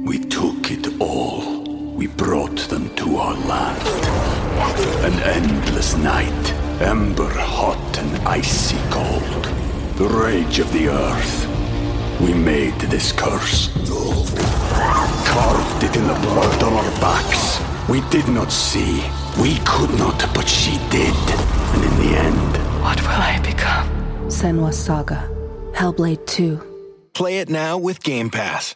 We took it all. We brought them to our land. An endless night, ember hot and icy cold. The rage of the earth. We made this curse. Carved it in the blood on our backs. We did not see. We could not, but she did. And in the end... What will I become? Senua's Saga. Hellblade 2. Play it now with Game Pass.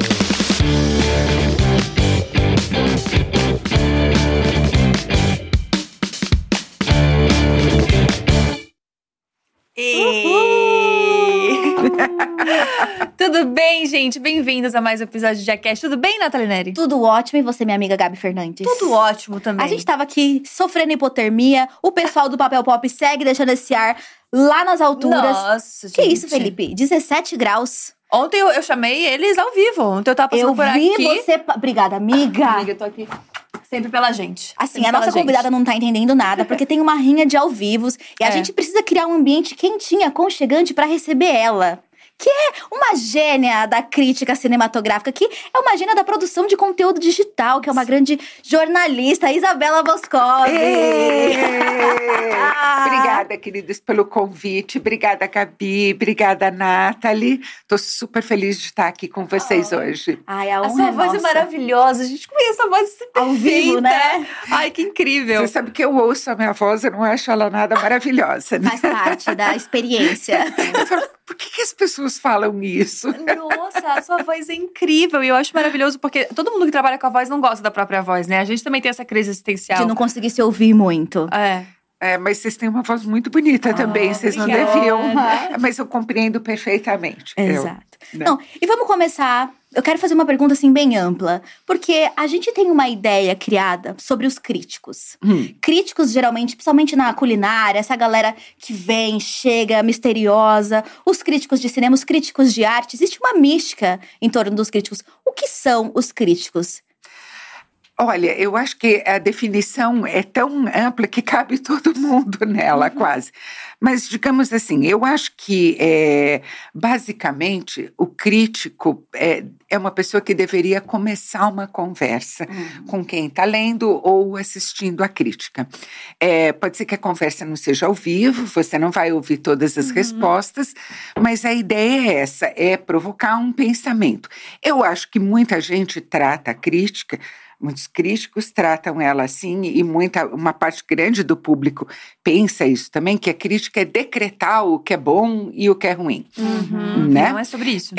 Tudo bem, gente? Bem-vindos a mais um episódio de Jackass. Tudo bem, Nathalie Neri? Tudo ótimo. E você, minha amiga Gabi Fernandes? Tudo ótimo também. A gente tava aqui sofrendo hipotermia. O pessoal do Papel Pop segue deixando esse ar lá nas alturas. Nossa, gente. Que isso, Felipe? 17 graus. Ontem eu chamei eles ao vivo. Ontem eu tava passando por aqui. Eu vi você... Obrigada, amiga. Amiga, eu tô aqui sempre pela gente. Assim, sempre a nossa convidada não tá entendendo nada, porque tem uma rinha de ao vivos. E a gente precisa criar um ambiente quentinho, aconchegante pra receber ela. Que é uma gênia da crítica cinematográfica, que é uma gênia da produção de conteúdo digital, que é uma grande jornalista, Isabela Boscov. Obrigada, queridos, pelo convite. Obrigada, Gabi. Obrigada, Nathalie. Tô super feliz de estar aqui com vocês hoje. Ai, a honra sua voz é maravilhosa. A gente conhece a voz perfeita. Ao vivo, né? Ai, que incrível. Você sabe que eu ouço a minha voz, eu não acho ela nada maravilhosa, né? Faz parte da experiência. Eu falo, por que as pessoas falam isso? Nossa, a sua voz é incrível. E eu acho maravilhoso, porque todo mundo que trabalha com a voz não gosta da própria voz, né? A gente também tem essa crise existencial. De não conseguir se ouvir muito. Mas vocês têm uma voz muito bonita também, vocês não deviam. Mas eu compreendo perfeitamente. Exato. Não, e vamos começar. Eu quero fazer uma pergunta assim bem ampla, porque a gente tem uma ideia criada sobre os críticos. Críticos, geralmente, principalmente na culinária, essa galera que vem, chega, misteriosa. Os críticos de cinema, os críticos de arte. Existe uma mística em torno dos críticos. O que são os críticos? Olha, eu acho que a definição é tão ampla que cabe todo mundo nela, quase. Mas, digamos assim, eu acho que, basicamente, o crítico é uma pessoa que deveria começar uma conversa com quem está lendo ou assistindo a crítica. Pode ser que a conversa não seja ao vivo, você não vai ouvir todas as respostas, mas a ideia é essa, é provocar um pensamento. Eu acho que muita gente trata a crítica. Muitos críticos tratam ela assim e uma parte grande do público pensa isso também, que a crítica é decretar o que é bom e o que é ruim. Né? Não é sobre isso.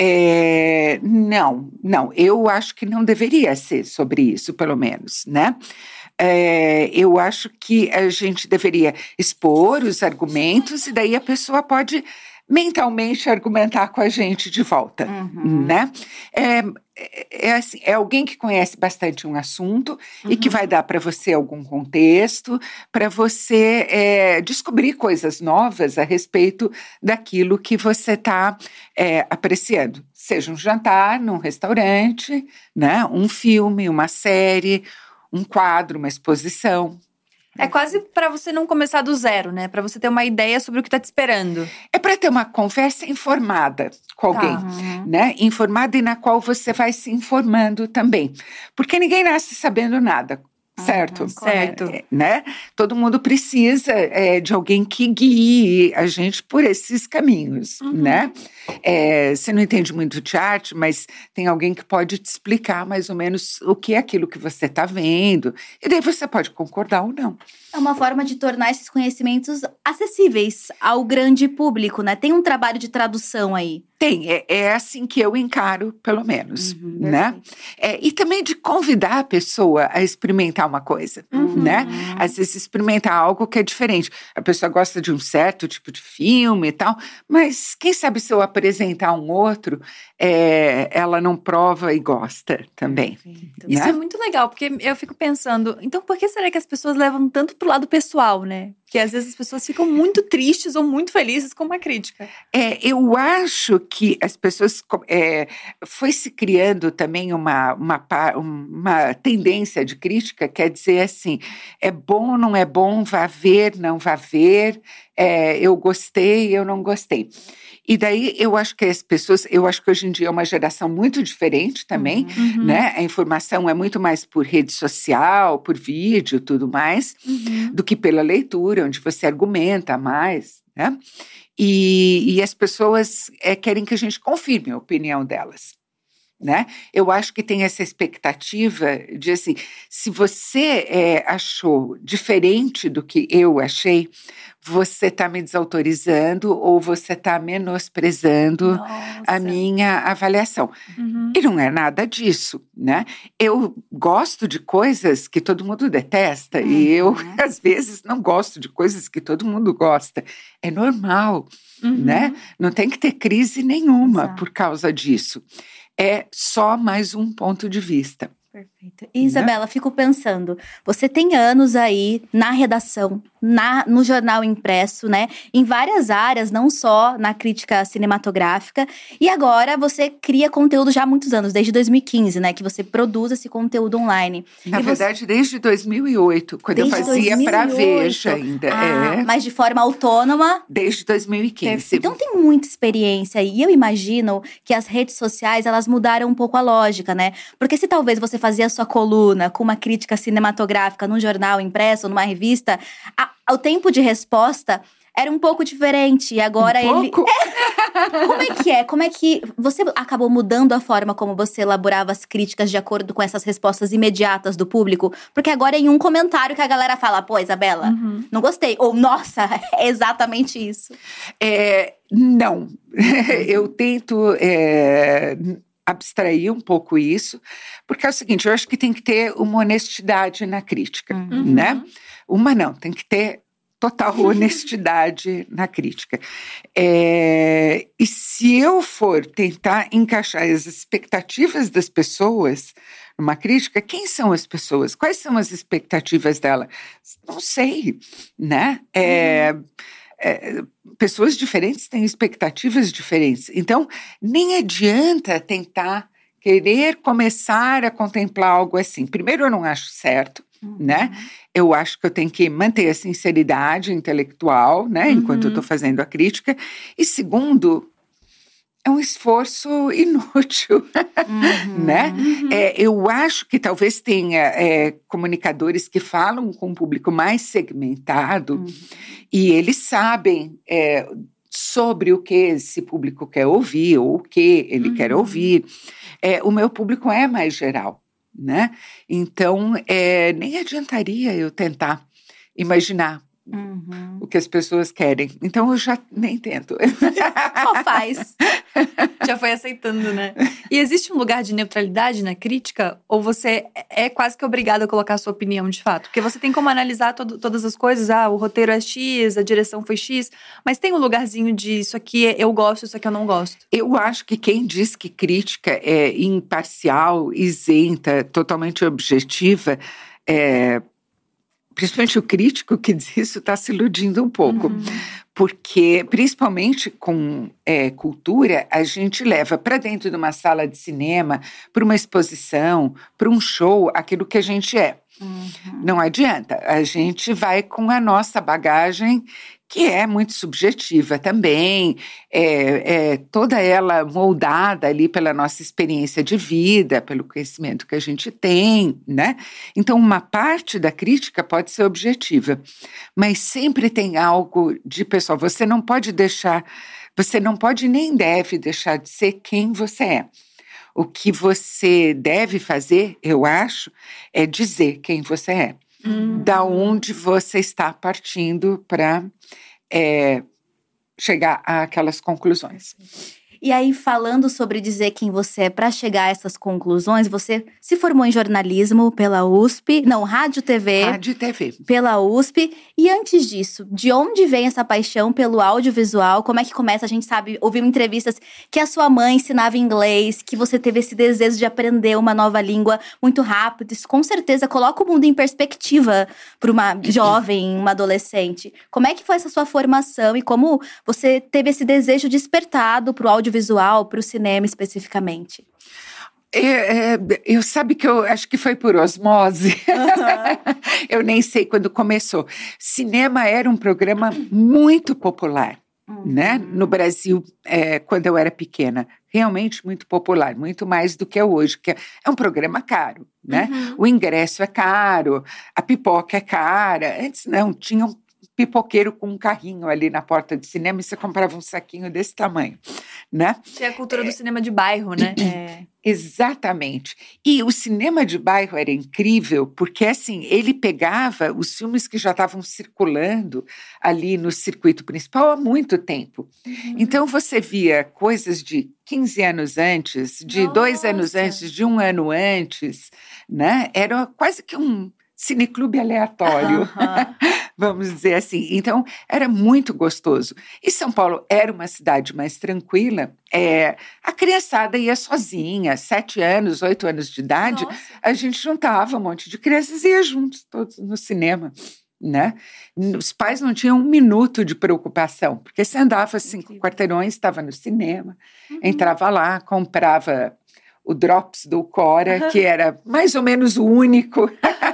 Não, eu acho que não deveria ser sobre isso, pelo menos, né? Eu acho que a gente deveria expor os argumentos e daí a pessoa pode mentalmente argumentar com a gente de volta, né? Assim, é alguém que conhece bastante um assunto e que vai dar para você algum contexto, para você descobrir coisas novas a respeito daquilo que você está apreciando. Seja um jantar num restaurante, né? Um filme, uma série, um quadro, uma exposição. É quase para você não começar do zero, né? Para você ter uma ideia sobre o que tá te esperando. É para ter uma conversa informada com alguém, né? Informada e na qual você vai se informando também. Porque ninguém nasce sabendo nada. Certo? Certo. Né? Todo mundo precisa de alguém que guie a gente por esses caminhos, né? Você não entende muito de arte, mas tem alguém que pode te explicar mais ou menos o que é aquilo que você está vendo. E daí você pode concordar ou não. É uma forma de tornar esses conhecimentos acessíveis ao grande público, né? Tem um trabalho de tradução aí. Tem, é assim que eu encaro, pelo menos, né? E também de convidar a pessoa a experimentar uma coisa, né? Às vezes experimentar algo que é diferente. A pessoa gosta de um certo tipo de filme e tal, mas quem sabe se eu apresentar um outro, ela não prova e gosta também. Né? Isso é muito legal, porque eu fico pensando, então por que será que as pessoas levam tanto pro lado pessoal, né? Porque às vezes as pessoas ficam muito tristes ou muito felizes com uma crítica. Eu acho que as pessoas... foi se criando também uma tendência de crítica, quer dizer assim, é bom, não é bom, vá ver, não vá ver, eu gostei, eu não gostei. E daí eu acho que as pessoas, eu acho que hoje em dia é uma geração muito diferente também, né? A informação é muito mais por rede social, por vídeo, tudo mais, do que pela leitura, onde você argumenta mais, né? E as pessoas querem que a gente confirme a opinião delas, né? Eu acho que tem essa expectativa de, assim, se você achou diferente do que eu achei, você está me desautorizando ou você está menosprezando a minha avaliação. E não é nada disso, né? Eu gosto de coisas que todo mundo detesta e eu, às vezes, não gosto de coisas que todo mundo gosta. É normal, né? Não tem que ter crise nenhuma por causa disso. É só mais um ponto de vista. Perfeito. E, Isabela, fico pensando, você tem anos aí na redação, no jornal impresso, né? Em várias áreas, não só na crítica cinematográfica. E agora você cria conteúdo já há muitos anos, desde 2015, né? Que você produz esse conteúdo online. Na verdade, desde 2008, quando eu fazia para Veja ainda. Mas de forma autônoma? Desde 2015. Então tem muita experiência. E eu imagino que as redes sociais, elas mudaram um pouco a lógica, né? Porque se talvez você fazia a sua coluna com uma crítica cinematográfica num jornal impresso, numa revista, o tempo de resposta era um pouco diferente. E agora Como é que você acabou mudando a forma como você elaborava as críticas de acordo com essas respostas imediatas do público? Porque agora é em um comentário que a galera fala, pô, Isabela, não gostei. Ou, nossa, é exatamente isso. Não. Eu tento abstrair um pouco isso, porque é o seguinte, eu acho que tem que ter uma honestidade na crítica, né? Tem que ter total honestidade na crítica. E se eu for tentar encaixar as expectativas das pessoas numa crítica, quem são as pessoas? Quais são as expectativas dela? Não sei, né? Pessoas diferentes têm expectativas diferentes. Então, nem adianta tentar querer começar a contemplar algo assim. Primeiro, eu não acho certo, né? Eu acho que eu tenho que manter a sinceridade intelectual, né? Enquanto eu estou fazendo a crítica. E segundo, é um esforço inútil, né? Eu acho que talvez tenha comunicadores que falam com um público mais segmentado e eles sabem sobre o que esse público quer ouvir ou o que ele quer ouvir. O meu público é mais geral, né? Então, nem adiantaria eu tentar imaginar o que as pessoas querem. Então, eu já nem tento. Só faz. Já foi aceitando, né? E existe um lugar de neutralidade na crítica? Ou você é quase que obrigado a colocar a sua opinião de fato? Porque você tem como analisar todas as coisas. O roteiro é X, a direção foi X. Mas tem um lugarzinho de isso aqui eu gosto, isso aqui eu não gosto. Eu acho que quem diz que crítica é imparcial, isenta, totalmente objetiva, principalmente o crítico que diz isso está se iludindo um pouco. Porque, principalmente com cultura, a gente leva para dentro de uma sala de cinema, para uma exposição, para um show, aquilo que a gente é. Não adianta, a gente vai com a nossa bagagem, que é muito subjetiva também, toda ela moldada ali pela nossa experiência de vida, pelo conhecimento que a gente tem, né? Então, uma parte da crítica pode ser objetiva, mas sempre tem algo de pessoal. Você não pode nem deve deixar de ser quem você é. O que você deve fazer, eu acho, é dizer quem você é. Da onde você está partindo para chegar àquelas conclusões. E aí, falando sobre dizer quem você é para chegar a essas conclusões, você se formou em jornalismo pela USP, rádio e TV. Rádio e TV. Pela USP. E antes disso, de onde vem essa paixão pelo audiovisual? Como é que começa? A gente sabe, ouviu entrevistas que a sua mãe ensinava inglês, que você teve esse desejo de aprender uma nova língua muito rápido. Isso com certeza coloca o mundo em perspectiva para uma jovem, uma adolescente. Como é que foi essa sua formação e como você teve esse desejo despertado para o audiovisual, para o cinema especificamente? Eu sabe que eu acho que foi por osmose. Eu nem sei quando começou. Cinema era um programa muito popular, né? No Brasil, quando eu era pequena. Realmente muito popular, muito mais do que é hoje, que é um programa caro, né? O ingresso é caro, a pipoca é cara. Antes não, tinha um pipoqueiro com um carrinho ali na porta do cinema e você comprava um saquinho desse tamanho, né? Tinha a cultura do cinema de bairro, né? Exatamente. E o cinema de bairro era incrível porque, assim, ele pegava os filmes que já estavam circulando ali no circuito principal há muito tempo. Então, você via coisas de 15 anos antes, de 2 anos antes, de 1 ano antes, né? Era quase que um cineclube aleatório, vamos dizer assim. Então, era muito gostoso. E São Paulo era uma cidade mais tranquila. A criançada ia sozinha, 7 anos, 8 anos de idade. Nossa. A gente juntava um monte de crianças e ia juntos, todos no cinema, né? Os pais não tinham 1 minuto de preocupação, porque você andava 5 quarteirões, estava no cinema, entrava lá, comprava o Drops do Cora, que era mais ou menos o único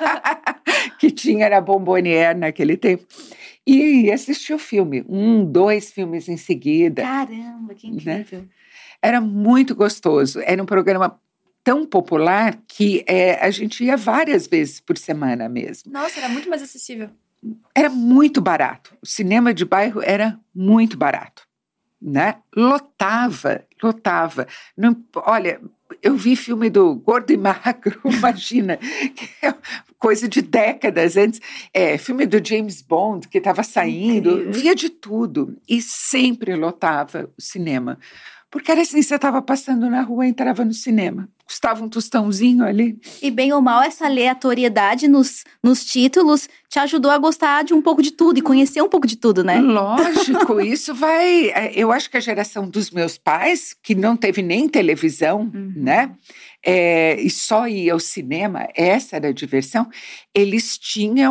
que tinha, era Bomboniere naquele tempo, e assistia o filme, 1, 2 filmes em seguida. Caramba, que incrível. Né? Era muito gostoso, era um programa tão popular que a gente ia várias vezes por semana mesmo. Nossa, era muito mais acessível. Era muito barato, o cinema de bairro era muito barato, né? Lotava. Não, olha, eu vi filme do Gordo e Magro, imagina, que é coisa de décadas antes, filme do James Bond que estava saindo, Incrível. via de tudo e sempre lotava o cinema, porque era assim, você estava passando na rua, entrava no cinema, custava um tostãozinho ali. E bem ou mal, essa aleatoriedade nos títulos te ajudou a gostar de um pouco de tudo e conhecer um pouco de tudo, né? Lógico, isso vai... Eu acho que a geração dos meus pais, que não teve nem televisão, né? E só ia ao cinema, essa era a diversão, eles tinham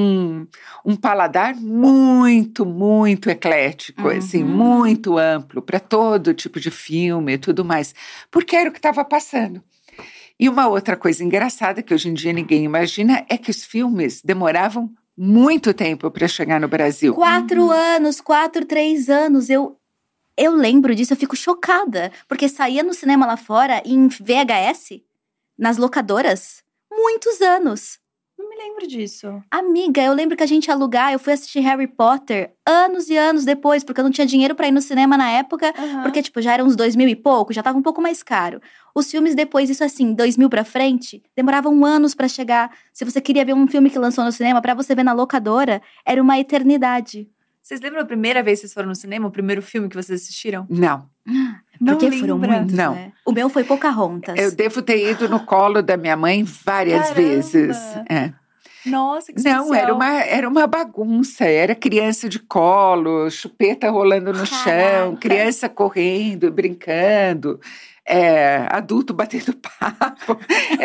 um paladar muito, muito eclético, assim, muito amplo, para todo tipo de filme e tudo mais, porque era o que estava passando. E uma outra coisa engraçada que hoje em dia ninguém imagina é que os filmes demoravam muito tempo para chegar no Brasil. 4 anos, 3 anos, eu lembro disso, eu fico chocada, porque saía no cinema lá fora, em VHS, nas locadoras, muitos anos. Não me lembro disso. Amiga, eu lembro que a gente ia alugar, eu fui assistir Harry Potter anos e anos depois, porque eu não tinha dinheiro pra ir no cinema na época, porque, tipo, já era uns 2000 e pouco, já tava um pouco mais caro. Os filmes depois, isso assim, 2000 pra frente, demoravam anos pra chegar. Se você queria ver um filme que lançou no cinema, pra você ver na locadora, era uma eternidade. Vocês lembram a primeira vez que vocês foram no cinema? O primeiro filme que vocês assistiram? Não. Não Porque foram lembra? muitos, Não. né? O meu foi Pocahontas. Eu devo ter ido no colo da minha mãe várias Caramba! vezes. Nossa, que especial. Não, era uma bagunça, era criança de colo, chupeta rolando no chão, criança correndo, brincando, adulto batendo papo.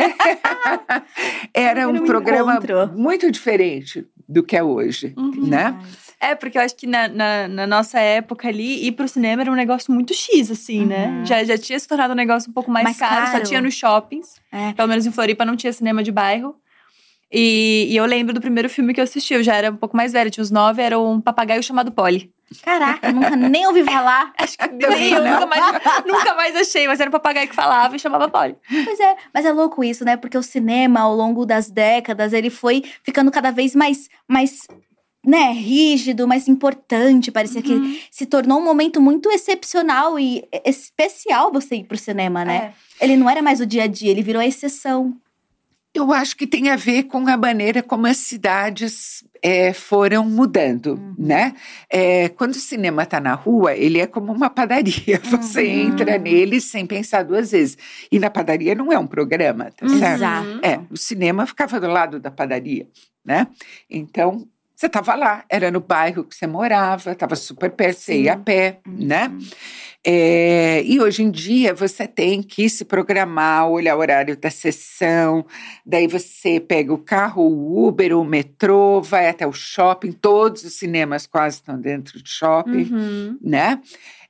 Era um programa muito diferente do que é hoje, né? Porque eu acho que na nossa época ali, ir pro cinema era um negócio muito X, assim, né? Já tinha se tornado um negócio um pouco mais caro, só tinha nos shoppings. Pelo menos em Floripa não tinha cinema de bairro. E eu lembro do primeiro filme que eu assisti, eu já era um pouco mais velha, tinha uns 9, era um papagaio chamado Polly. Caraca, nunca nem ouvi falar. Acho que eu nunca mais achei, mas era um papagaio que falava e chamava Polly. Pois é, mas é louco isso, né? Porque o cinema, ao longo das décadas, ele foi ficando cada vez mais né, rígido, mais importante. Parecia que se tornou um momento muito excepcional e especial você ir pro cinema, né? Ele não era mais o dia a dia, ele virou a exceção. Eu acho que tem a ver com a maneira como as cidades foram mudando, né? Quando o cinema está na rua, ele é como uma padaria. Você entra nele sem pensar 2 vezes. E na padaria não é um programa, tá certo? Exato. O cinema ficava do lado da padaria, né? Então, você estava lá, era no bairro que você morava, estava super perto, você ia a pé, né? E hoje em dia você tem que se programar, olhar o horário da sessão, daí você pega o carro, o Uber, o metrô, vai até o shopping, todos os cinemas quase estão dentro de shopping, né?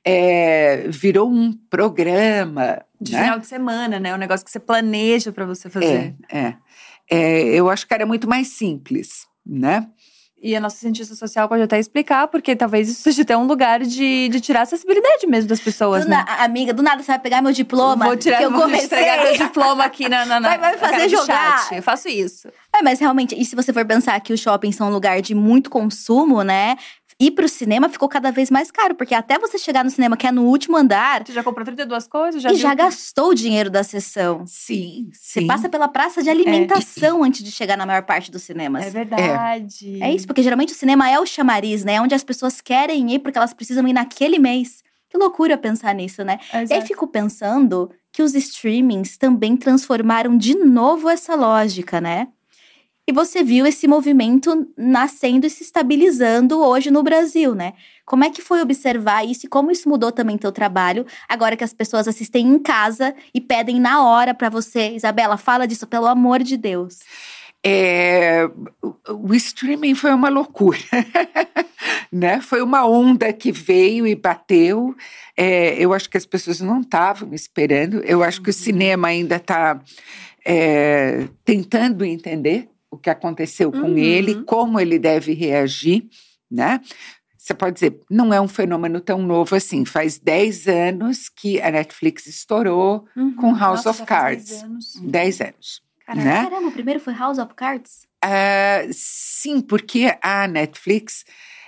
virou um programa. De né? final de semana, né? Um negócio que você planeja para você fazer. Eu acho que era muito mais simples, né? E a nossa cientista social pode até explicar, porque talvez isso seja até um lugar de tirar a acessibilidade mesmo das pessoas, né? Amiga, do nada você vai pegar meu diploma. Vou tirar, que eu vou comecei. entregar meu diploma aqui Vai fazer jogar. Chat. Eu faço isso. Mas realmente, e se você for pensar que os shoppings são um lugar de muito consumo, né? Ir pro cinema ficou cada vez mais caro, porque até você chegar no cinema, que é no último andar… Você já comprou 32 coisas? Já gastou o dinheiro da sessão. Sim. Você passa pela praça de alimentação antes de chegar na maior parte dos cinemas. É verdade. É isso, porque geralmente o cinema é o chamariz, né? Onde as pessoas querem ir porque elas precisam ir naquele mês. Que loucura pensar nisso, né? Exato. E aí fico pensando que os streamings também transformaram de novo essa lógica, né? E você viu esse movimento nascendo e se estabilizando hoje no Brasil, né? Como é que foi observar isso e como isso mudou também teu trabalho, agora que as pessoas assistem em casa e pedem na hora pra você? Isabela, fala disso, pelo amor de Deus. O streaming foi uma loucura, né? Foi uma onda que veio e bateu. Eu acho que as pessoas não estavam esperando. Eu acho que o cinema ainda está tentando entender o que aconteceu com ele, como ele deve reagir, né? Você pode dizer, não é um fenômeno tão novo assim. Faz 10 anos que a Netflix estourou com House of Cards. 10 anos. Né? Caramba, o primeiro foi House of Cards? Sim, porque a Netflix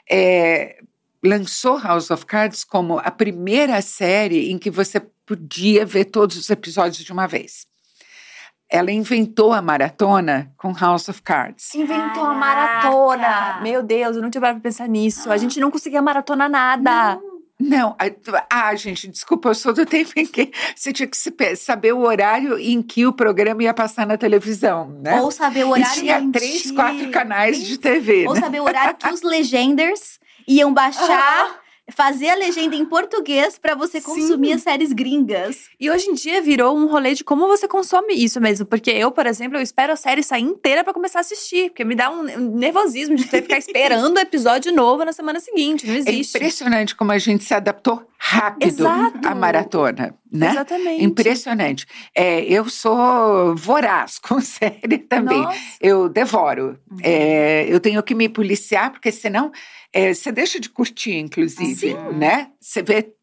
lançou House of Cards como a primeira série em que você podia ver todos os episódios de uma vez. Ela inventou a maratona com House of Cards. Inventou a maratona. Meu Deus, eu não tinha parado pra pensar nisso. A gente não conseguia maratonar nada. Não, gente, desculpa, eu sou do tempo em que você tinha que saber o horário em que o programa ia passar na televisão, né? Ou saber o horário… E tinha 3, 4 canais de TV, Ou né? saber o horário que os legenders iam baixar… Fazer a legenda em português pra você consumir as séries gringas. E hoje em dia virou um rolê de como você consome isso mesmo. Porque eu, por exemplo, eu espero a série sair inteira pra começar a assistir. Porque me dá um nervosismo de ter que ficar esperando o episódio novo na semana seguinte. Não existe. É impressionante como a gente se adaptou rápido à maratona, né? Exatamente. Impressionante. Eu sou voraz com série também. Nossa. Eu devoro. Eu tenho que me policiar, porque senão… você deixa de curtir, inclusive, né? Você vê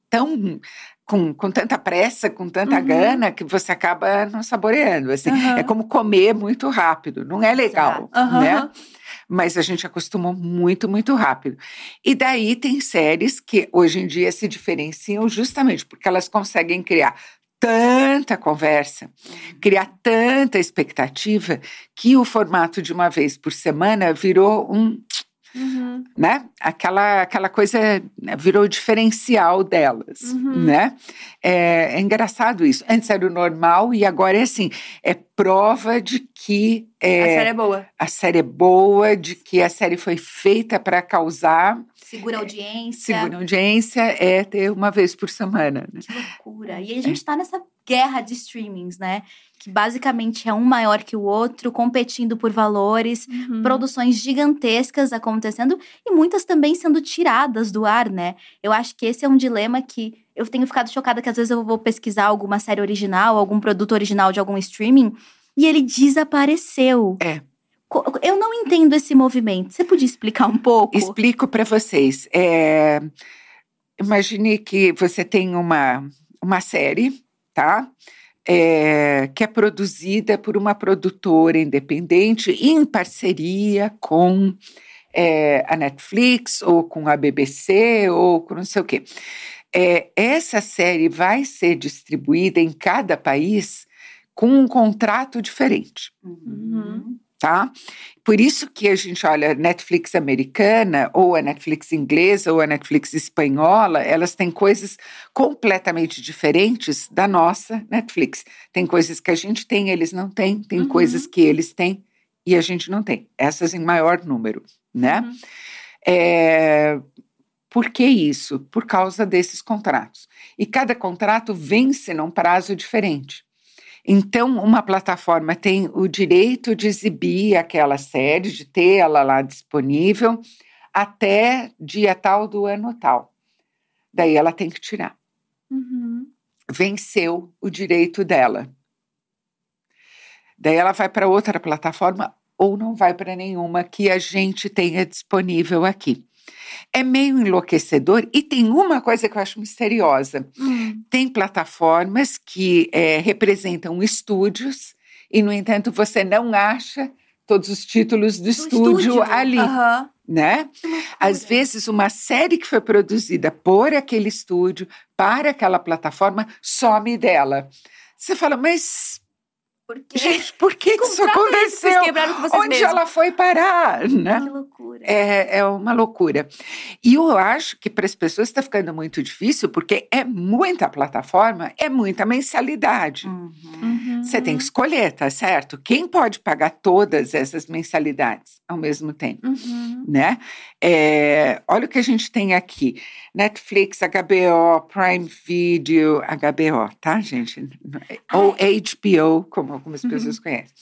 com tanta pressa, com tanta gana, que você acaba não saboreando. Assim. É como comer muito rápido. Não é legal, né? Mas a gente acostumou muito, muito rápido. E daí tem séries que hoje em dia se diferenciam justamente porque elas conseguem criar tanta conversa, criar tanta expectativa, que o formato de uma vez por semana virou né? Aquela coisa virou diferencial delas, né? É engraçado isso. Antes era o normal e agora é assim, é prova de que a série é boa. A série é boa, de que a série foi feita para causar… Segura audiência. Segura audiência é ter uma vez por semana. Né? Que loucura. E a gente tá nessa guerra de streamings, né? Que basicamente é um maior que o outro, competindo por valores, produções gigantescas acontecendo e muitas também sendo tiradas do ar, né? Eu acho que esse é um dilema que eu tenho ficado chocada, que às vezes eu vou pesquisar alguma série original, algum produto original de algum streaming e ele desapareceu. Eu não entendo esse movimento. Você podia explicar um pouco? Explico para vocês. Imagine que você tem uma série, tá? Que é produzida por uma produtora independente em parceria com a Netflix ou com a BBC ou com não sei o quê. Essa série vai ser distribuída em cada país com um contrato diferente. Tá? Por isso que a gente olha a Netflix americana, ou a Netflix inglesa, ou a Netflix espanhola, elas têm coisas completamente diferentes da nossa Netflix. Tem coisas que a gente tem, eles não têm, tem coisas que eles têm e a gente não tem. Essas em maior número, né? Por que isso? Por causa desses contratos. E cada contrato vence num prazo diferente. Então, uma plataforma tem o direito de exibir aquela série, de ter ela lá disponível, até dia tal do ano tal. daí ela tem que tirar. Uhum. Venceu o direito dela. Daí ela vai para outra plataforma ou não vai para nenhuma que a gente tenha disponível aqui. É meio enlouquecedor e tem uma coisa que eu acho misteriosa. Tem plataformas que representam estúdios e, no entanto, você não acha todos os títulos do estúdio ali, né? Às vezes, uma série que foi produzida por aquele estúdio, para aquela plataforma, some dela. Você fala, mas... Gente, por que isso aconteceu? Onde mesmos? Ela foi parar, né? Que loucura. É uma loucura. E eu acho que para as pessoas está ficando muito difícil, porque é muita plataforma, é muita mensalidade. Você tem que escolher, tá certo? Quem pode pagar todas essas mensalidades ao mesmo tempo, né? Olha o que a gente tem aqui. Netflix, HBO, Prime Video, HBO, tá, gente? Ou HBO, como algumas pessoas conhecem.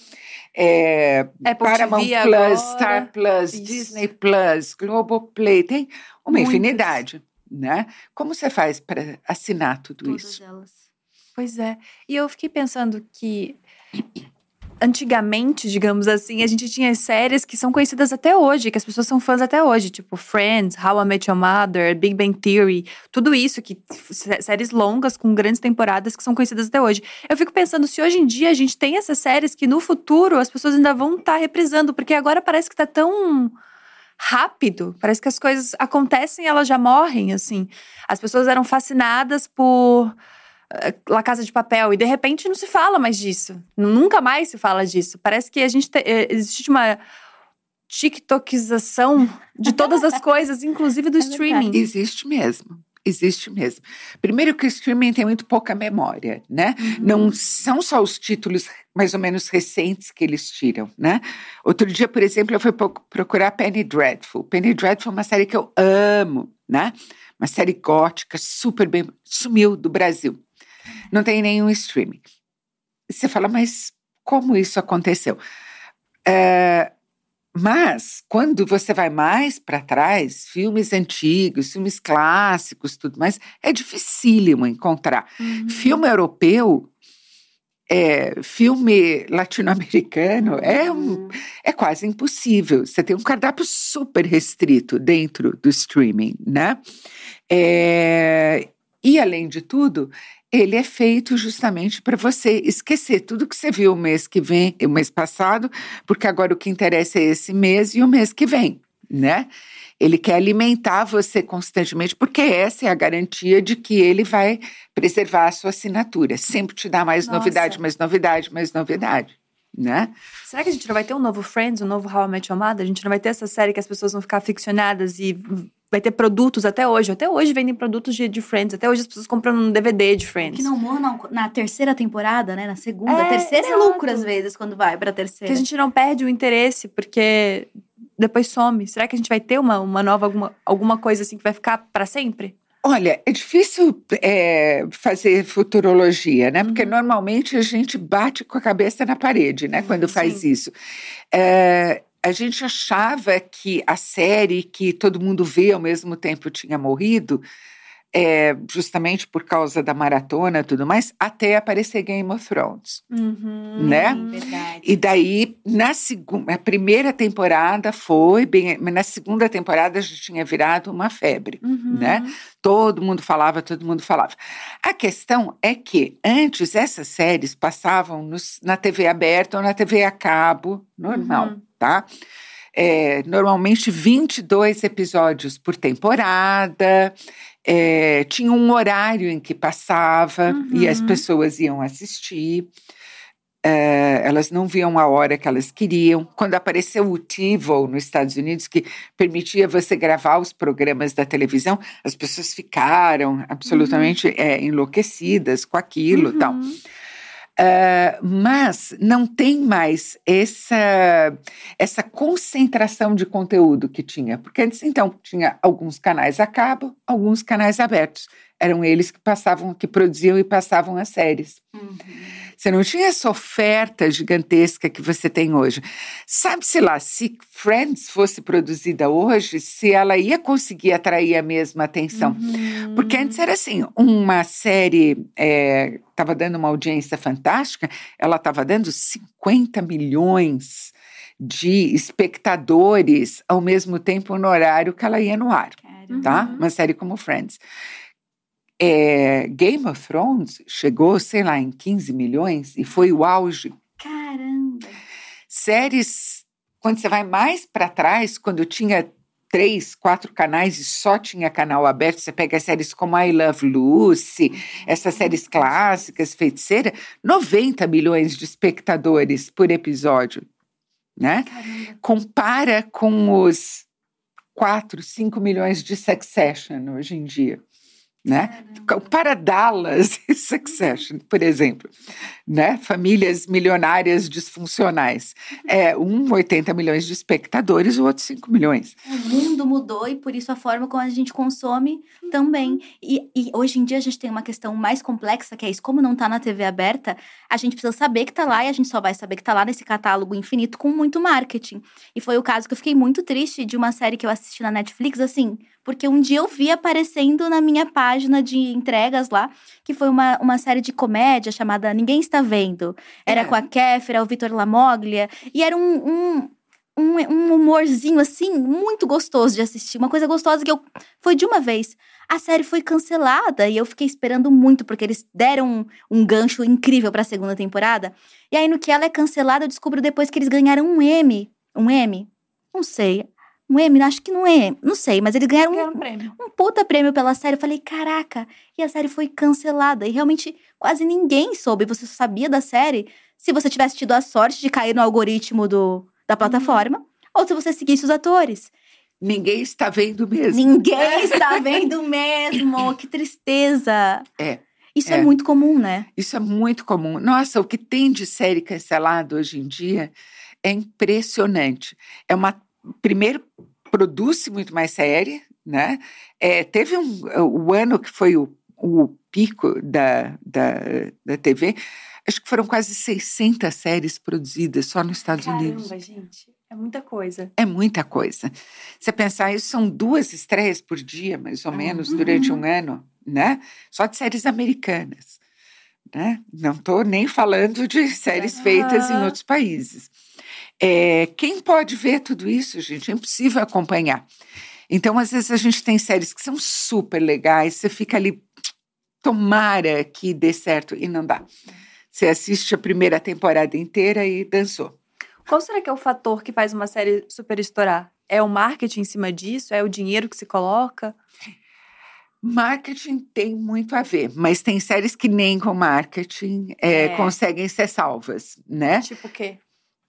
Paramount TV Plus, agora. Star Plus, Isso. Disney Plus, Globoplay, tem uma infinidade, né? Como você faz para assinar tudo isso? Todas elas. Pois é. E eu fiquei pensando que antigamente, digamos assim, a gente tinha séries que são conhecidas até hoje, que as pessoas são fãs até hoje, tipo Friends, How I Met Your Mother, Big Bang Theory, tudo isso, séries longas com grandes temporadas que são conhecidas até hoje. Eu fico pensando se hoje em dia a gente tem essas séries que no futuro as pessoas ainda vão estar reprisando, porque agora parece que tá tão rápido, parece que as coisas acontecem e elas já morrem, assim. As pessoas eram fascinadas por La Casa de Papel, e de repente não se fala mais disso. Nunca mais se fala disso. Parece que existe uma tiktokização de todas as coisas, inclusive do streaming. Existe mesmo. Primeiro que o streaming tem muito pouca memória, né? Não são só os títulos mais ou menos recentes que eles tiram, né? Outro dia, por exemplo, eu fui procurar Penny Dreadful. Penny Dreadful é uma série que eu amo, né? Uma série gótica, super bem... Sumiu do Brasil. Não tem nenhum streaming. Você fala, mas como isso aconteceu? Mas, quando você vai mais para trás, filmes antigos, filmes clássicos, tudo mais, é dificílimo encontrar. Filme europeu, filme latino-americano, é quase impossível. Você tem um cardápio super restrito dentro do streaming, né? E, além de tudo, ele é feito justamente para você esquecer tudo que você viu o mês passado, porque agora o que interessa é esse mês e o mês que vem, né? Ele quer alimentar você constantemente, porque essa é a garantia de que ele vai preservar a sua assinatura. Sempre te dá mais novidade, mais novidade, mais novidade, né? Será que a gente não vai ter um novo Friends, um novo How I Met Your Mother? A gente não vai ter essa série que as pessoas vão ficar aficionadas e vai ter produtos até hoje. Até hoje vendem produtos de Friends. Até hoje as pessoas compram um DVD de Friends. Que não morram na terceira temporada, né? Na segunda. A terceira é lucro, às vezes, quando vai pra terceira. Que a gente não perde o interesse, porque depois some. Será que a gente vai ter uma nova, alguma coisa assim que vai ficar pra sempre? Olha, é difícil fazer futurologia, né? Porque normalmente a gente bate com a cabeça na parede, né? Quando faz isso. A gente achava que a série que todo mundo vê ao mesmo tempo tinha morrido, justamente por causa da maratona e tudo mais, até aparecer Game of Thrones, né? Verdade. E daí, a primeira temporada foi bem, mas na segunda temporada já tinha virado uma febre, né? Todo mundo falava. A questão é que antes essas séries passavam na TV aberta ou na TV a cabo, normal, tá? Normalmente 22 episódios por temporada, tinha um horário em que passava e as pessoas iam assistir. Elas não viam a hora que elas queriam. Quando apareceu o TiVo nos Estados Unidos, que permitia você gravar os programas da televisão, as pessoas ficaram absolutamente enlouquecidas com aquilo e tal. Mas não tem mais essa concentração de conteúdo que tinha. Porque antes, então, tinha alguns canais a cabo, alguns canais abertos. Eram eles que produziam e passavam as séries. Você não tinha essa oferta gigantesca que você tem hoje. Sabe-se lá, se Friends fosse produzida hoje, se ela ia conseguir atrair a mesma atenção. Porque antes era assim, uma série estava dando uma audiência fantástica, ela estava dando 50 milhões de espectadores ao mesmo tempo no horário que ela ia no ar, tá? Uma série como Friends. Game of Thrones chegou, sei lá, em 15 milhões e foi o auge. Caramba! Séries, quando você vai mais para trás, quando tinha 3, 4 canais e só tinha canal aberto, você pega séries como I Love Lucy, essas séries clássicas, Feiticeira, 90 milhões de espectadores por episódio, né? Caramba. Compara com os 4, 5 milhões de Succession hoje em dia. Né? Para Dallas e Succession, por exemplo, né? Famílias milionárias disfuncionais. 80 milhões de espectadores, o outro 5 milhões. O mundo mudou e por isso a forma como a gente consome também. E hoje em dia a gente tem uma questão mais complexa, que é isso. Como não tá na TV aberta, a gente precisa saber que tá lá e a gente só vai saber que tá lá nesse catálogo infinito com muito marketing. E foi o caso que eu fiquei muito triste de uma série que eu assisti na Netflix, assim, porque um dia eu vi aparecendo na minha página de entregas lá, que foi uma série de comédia chamada Ninguém Está Vendo. Era com a Kéfera, o Vitor Lamoglia, e era um humorzinho, assim, muito gostoso de assistir. Uma coisa gostosa que foi de uma vez. A série foi cancelada e eu fiquei esperando muito, porque eles deram um gancho incrível pra segunda temporada. E aí, no que ela é cancelada, eu descubro depois que eles ganharam um Emmy. Um Emmy? Não sei. Um Emmy, acho que não é. Não sei, mas eles ganharam um prêmio. Um puta prêmio pela série. Eu falei, caraca, e a série foi cancelada. E realmente quase ninguém soube. Você só sabia da série se você tivesse tido a sorte de cair no algoritmo da plataforma, ou se você seguisse os atores. Ninguém está vendo mesmo. Ninguém está vendo mesmo. Que tristeza. Isso é muito comum, né? Isso é muito comum. Nossa, o que tem de série cancelada hoje em dia é impressionante. Primeiro, produz-se muito mais série, né? Teve o ano que foi o pico da TV, acho que foram quase 600 séries produzidas só nos Estados Unidos. Caramba, gente, é muita coisa. É muita coisa. Você pensar, isso são 2 estreias por dia, mais ou menos, durante um ano, né? Só de séries americanas, né? Não estou nem falando de séries feitas em outros países. Quem pode ver tudo isso, gente? É impossível acompanhar. Então, às vezes, a gente tem séries que são super legais, você fica ali, tomara que dê certo, e não dá. Você assiste a primeira temporada inteira e dançou. Qual será que é o fator que faz uma série super estourar? É o marketing em cima disso? É o dinheiro que se coloca? Marketing tem muito a ver, mas tem séries que nem com marketing conseguem ser salvas, né? Tipo o quê?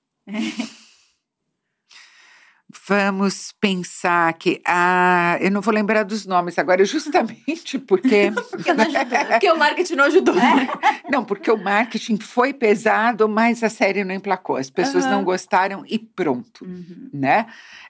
Vamos pensar que... eu não vou lembrar dos nomes agora, justamente porque... Porque o marketing não ajudou. Não, porque o marketing foi pesado, mas a série não emplacou. As pessoas não gostaram e pronto, né?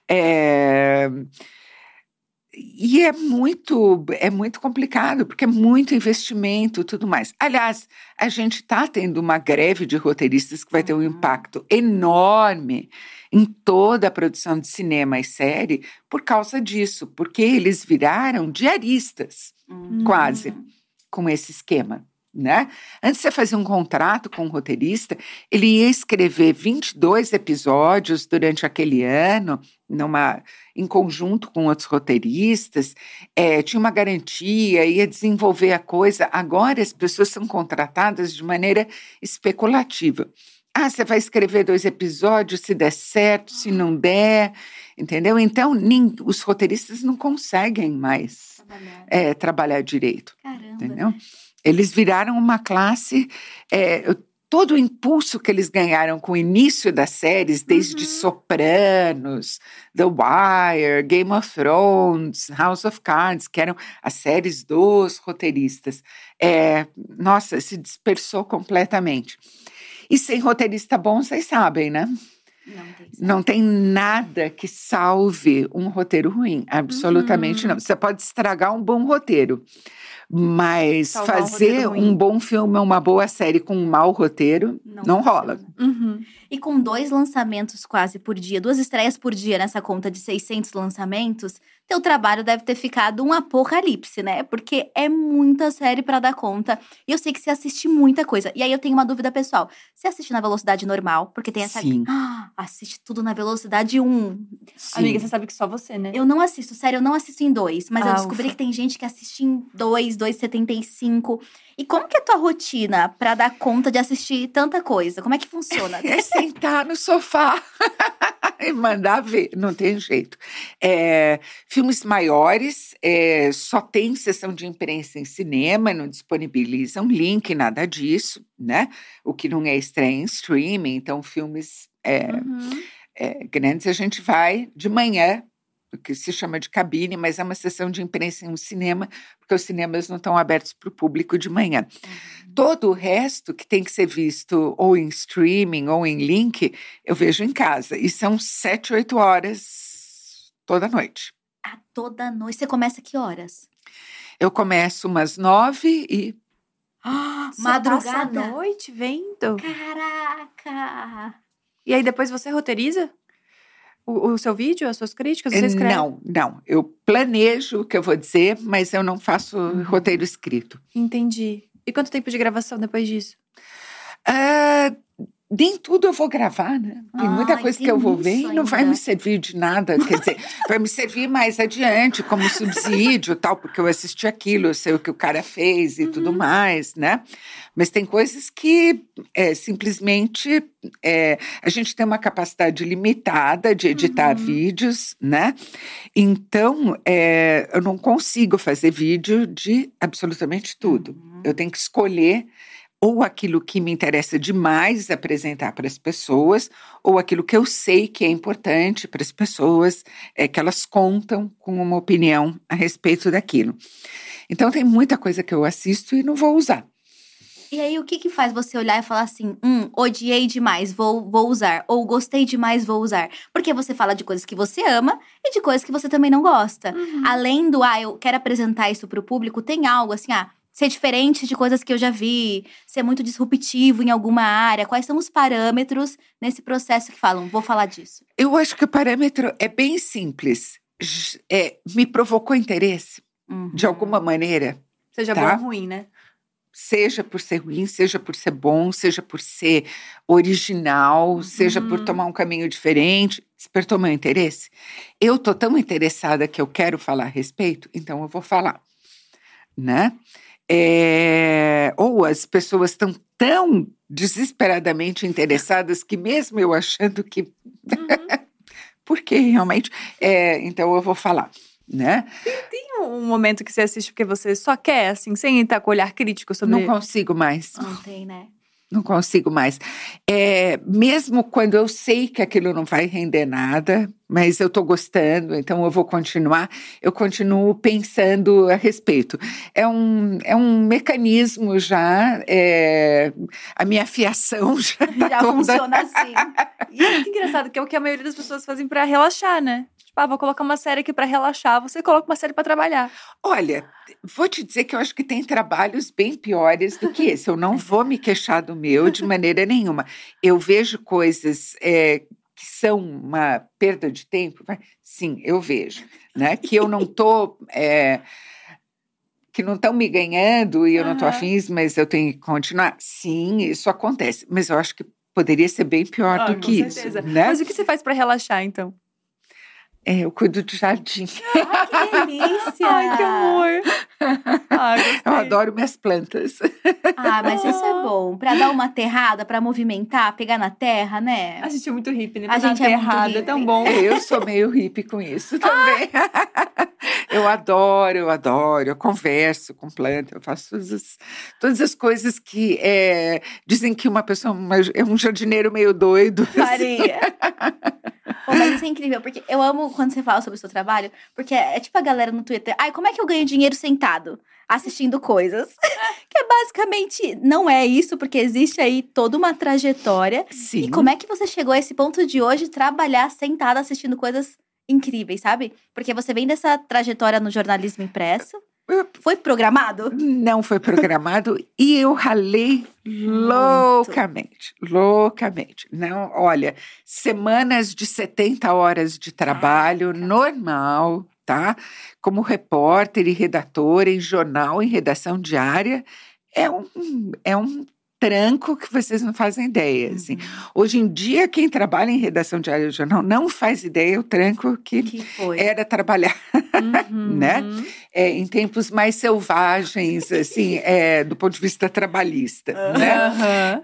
E é muito complicado, porque é muito investimento e tudo mais. Aliás, a gente está tendo uma greve de roteiristas que vai ter um impacto enorme em toda a produção de cinema e série por causa disso, porque eles viraram diaristas, quase, com esse esquema, né? Antes de você fazer um contrato com um roteirista, ele ia escrever 22 episódios durante aquele ano, em conjunto com outros roteiristas, tinha uma garantia, ia desenvolver a coisa. Agora as pessoas são contratadas de maneira especulativa. Você vai escrever 2 episódios, se der certo, se não der, entendeu? Então, os roteiristas não conseguem mais trabalhar direito. Caramba. Entendeu? Eles viraram uma classe... todo o impulso que eles ganharam com o início das séries, desde Sopranos, The Wire, Game of Thrones, House of Cards, que eram as séries dos roteiristas, nossa, se dispersou completamente. E sem roteirista bom, vocês sabem, né? Não tem nada que salve um roteiro ruim, absolutamente não. Você pode estragar um bom roteiro, Mas Salvar um fazer roteiro ruim. um bom filme, uma boa série com um mau roteiro, não rola. Uhum. E com 2 lançamentos quase por dia, 2 estreias por dia nessa conta de 600 lançamentos, teu trabalho deve ter ficado um apocalipse, né? Porque é muita série pra dar conta. E eu sei que você assiste muita coisa. E aí eu tenho uma dúvida pessoal. Você assiste na velocidade normal? Porque tem essa… Sim. Assiste tudo na velocidade 1. Sim. Amiga, você sabe que só você, né? Eu não assisto, sério, eu não assisto em 2. Mas eu descobri ufa. que tem gente que assiste em 2, 2,75. E como que é a tua rotina pra dar conta de assistir tanta coisa? Como é que funciona? É sentar no sofá e mandar ver, não tem jeito. Filmes maiores, só tem sessão de imprensa em cinema, não disponibilizam link, nada disso, né? O que não é estreia em streaming, então filmes grandes a gente vai de manhã, o que se chama de cabine, mas é uma sessão de imprensa em um cinema, porque os cinemas não estão abertos para o público de manhã. Todo o resto que tem que ser visto ou em streaming ou em link, eu vejo em casa. E são 7, 8 horas toda noite. Toda noite. Você começa que horas? Eu começo umas 9 e… Você Madrugada? passa a noite vendo? Caraca! E aí depois você roteiriza o seu vídeo, as suas críticas? Você escreve? Não. Eu planejo o que eu vou dizer, mas eu não faço roteiro escrito. Entendi. E quanto tempo de gravação depois disso? Nem tudo eu vou gravar, né? Tem muita coisa que eu vou ver e não vai me servir de nada. Quer dizer, vai me servir mais adiante como subsídio e tal, porque eu assisti aquilo, eu sei o que o cara fez e tudo mais, né? Mas tem coisas que simplesmente a gente tem uma capacidade limitada de editar vídeos, né? Então, eu não consigo fazer vídeo de absolutamente tudo. Eu tenho que escolher ou aquilo que me interessa demais apresentar para as pessoas, ou aquilo que eu sei que é importante para as pessoas, que elas contam com uma opinião a respeito daquilo. Então, tem muita coisa que eu assisto e não vou usar. E aí, o que faz você olhar e falar assim, odiei demais, vou usar, ou gostei demais, vou usar? Porque você fala de coisas que você ama e de coisas que você também não gosta. Além do, eu quero apresentar isso para o público, tem algo assim, ser diferente de coisas que eu já vi, ser muito disruptivo em alguma área. Quais são os parâmetros nesse processo que falam, vou falar disso? Eu acho que o parâmetro é bem simples. Me provocou interesse, de alguma maneira. Seja bom ou ruim, né? Seja por ser ruim, seja por ser bom, seja por ser original, seja por tomar um caminho diferente. Despertou meu interesse. Eu tô tão interessada que eu quero falar a respeito, então eu vou falar, né? Ou as pessoas estão tão desesperadamente interessadas que mesmo eu achando que… porque realmente… então eu vou falar, né? Tem um momento que você assiste porque você só quer, assim, sem estar com olhar crítico sobre… Não consigo mais. Não tem, né? Não consigo mais. Mesmo quando eu sei que aquilo não vai render nada, mas eu estou gostando, então eu vou continuar, eu continuo pensando a respeito. É um mecanismo já, a minha fiação já funciona assim. E é muito engraçado, que é o que a maioria das pessoas fazem pra relaxar, né? Tipo, vou colocar uma série aqui pra relaxar, você coloca uma série pra trabalhar. Olha, vou te dizer que eu acho que tem trabalhos bem piores do que esse. Eu não vou me queixar do meu de maneira nenhuma. Eu vejo coisas que são uma perda de tempo. Sim, eu vejo, né? Que eu não estou… que não estão me ganhando e eu não estou afim, mas eu tenho que continuar. Sim, isso acontece. Mas eu acho que poderia ser bem pior do que isso, né? Mas o que você faz pra relaxar, então? Eu cuido de jardim. Que delícia! Ai, que amor! Eu adoro minhas plantas. Mas isso é bom. Pra dar uma aterrada, pra movimentar, pegar na terra, né? A gente é muito hippie, né? A gente é muito errado, hippie. é tão bom. Eu sou meio hippie com isso também. Eu adoro. Eu converso com planta, eu faço todas as coisas que dizem que uma pessoa é um jardineiro meio doido. Faria. Mas isso é incrível, porque eu amo quando você fala sobre o seu trabalho, porque é tipo a galera no Twitter, como é que eu ganho dinheiro sentado? Assistindo coisas. Que basicamente não é isso, porque existe aí toda uma trajetória. Sim. E como é que você chegou a esse ponto de hoje trabalhar sentada assistindo coisas incríveis, sabe? Porque você vem dessa trajetória no jornalismo impresso. Foi programado? Não foi programado e eu ralei loucamente. Não, olha, semanas de 70 horas de trabalho normal, tá? Como repórter e redatora em jornal, em redação diária, é um tranco que vocês não fazem ideia, assim. Hoje em dia, quem trabalha em redação diária de jornal não faz ideia o tranco que era trabalhar, né? Em tempos mais selvagens, assim, do ponto de vista trabalhista, né?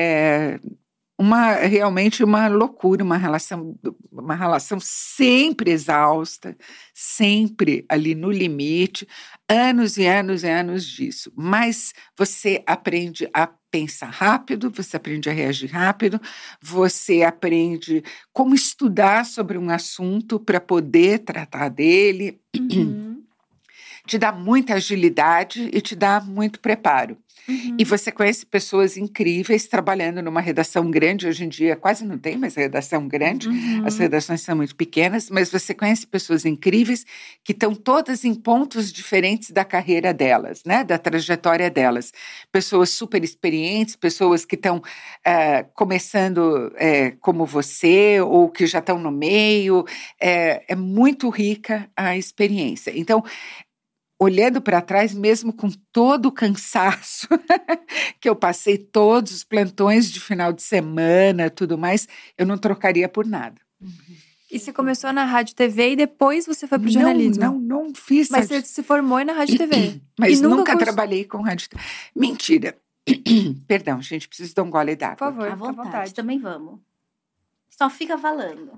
Realmente uma loucura, uma relação sempre exausta, sempre ali no limite, anos e anos e anos disso. Mas você aprende a pensar rápido, você aprende a reagir rápido, você aprende como estudar sobre um assunto para poder tratar dele. Te dá muita agilidade e te dá muito preparo. E você conhece pessoas incríveis trabalhando numa redação grande. Hoje em dia quase não tem mais redação grande, as redações são muito pequenas, mas você conhece pessoas incríveis que estão todas em pontos diferentes da carreira delas, né? Da trajetória delas. Pessoas super experientes, pessoas que estão começando como você ou que já estão no meio. É muito rica a experiência. Então, olhando para trás, mesmo com todo o cansaço que eu passei, todos os plantões de final de semana, tudo mais, eu não trocaria por nada. E você começou na rádio e TV e depois você foi para o jornalismo? Não fiz. Mas você se formou na rádio e TV? Mas nunca trabalhei com rádio e TV. Mentira. Perdão, gente, preciso dar um gole d'água. Por favor, à vontade. Também vamos. Só fica falando.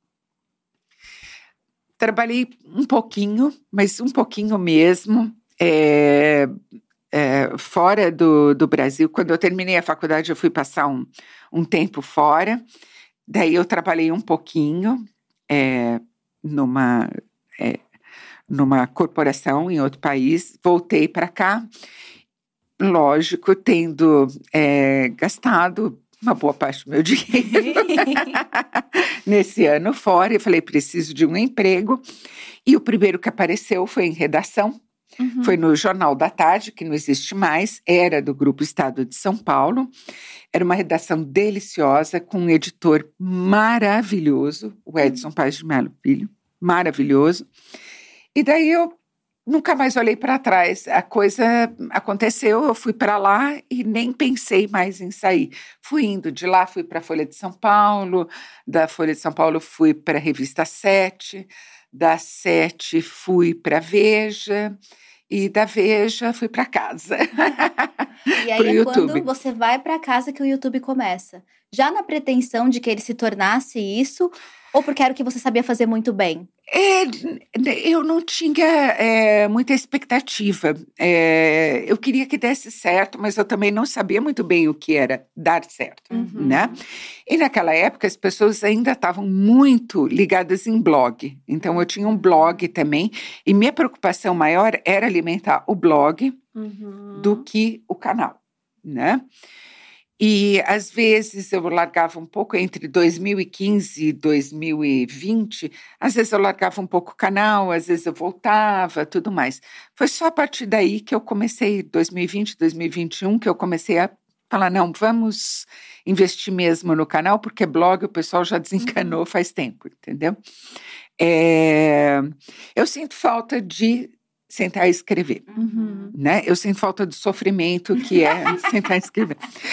Trabalhei um pouquinho, mas um pouquinho mesmo, fora do Brasil. Quando eu terminei a faculdade, eu fui passar um tempo fora. Daí eu trabalhei um pouquinho numa corporação em outro país. Voltei para cá, lógico, tendo gastado uma boa parte do meu dinheiro nesse ano fora. Eu falei, preciso de um emprego. E o primeiro que apareceu foi em redação. Foi no Jornal da Tarde, que não existe mais. Era do Grupo Estado de São Paulo. Era uma redação deliciosa, com um editor maravilhoso, o Edson Paz de Melo Filho. Maravilhoso. E daí eu nunca mais olhei para trás. A coisa aconteceu, eu fui para lá e nem pensei mais em sair. Fui indo de lá, fui para a Folha de São Paulo, da Folha de São Paulo fui para a Revista 7, da 7 fui para a Veja e da Veja fui para casa. E aí é quando você vai para casa que o YouTube começa. Já na pretensão de que ele se tornasse isso, ou porque era o que você sabia fazer muito bem? Eu não tinha muita expectativa. Eu queria que desse certo, mas eu também não sabia muito bem o que era dar certo, né? E naquela época as pessoas ainda estavam muito ligadas em blog. Então eu tinha um blog também, e minha preocupação maior era alimentar o blog do que o canal, né? E, às vezes, eu largava um pouco entre 2015 e 2020. Às vezes, eu largava um pouco o canal, às vezes, eu voltava, tudo mais. Foi só a partir daí que eu comecei, 2020, 2021, que eu comecei a falar, não, vamos investir mesmo no canal, porque blog o pessoal já desencanou faz tempo, entendeu? Eu sinto falta de sentar e escrever, né? Eu sinto falta do sofrimento que é sentar e escrever.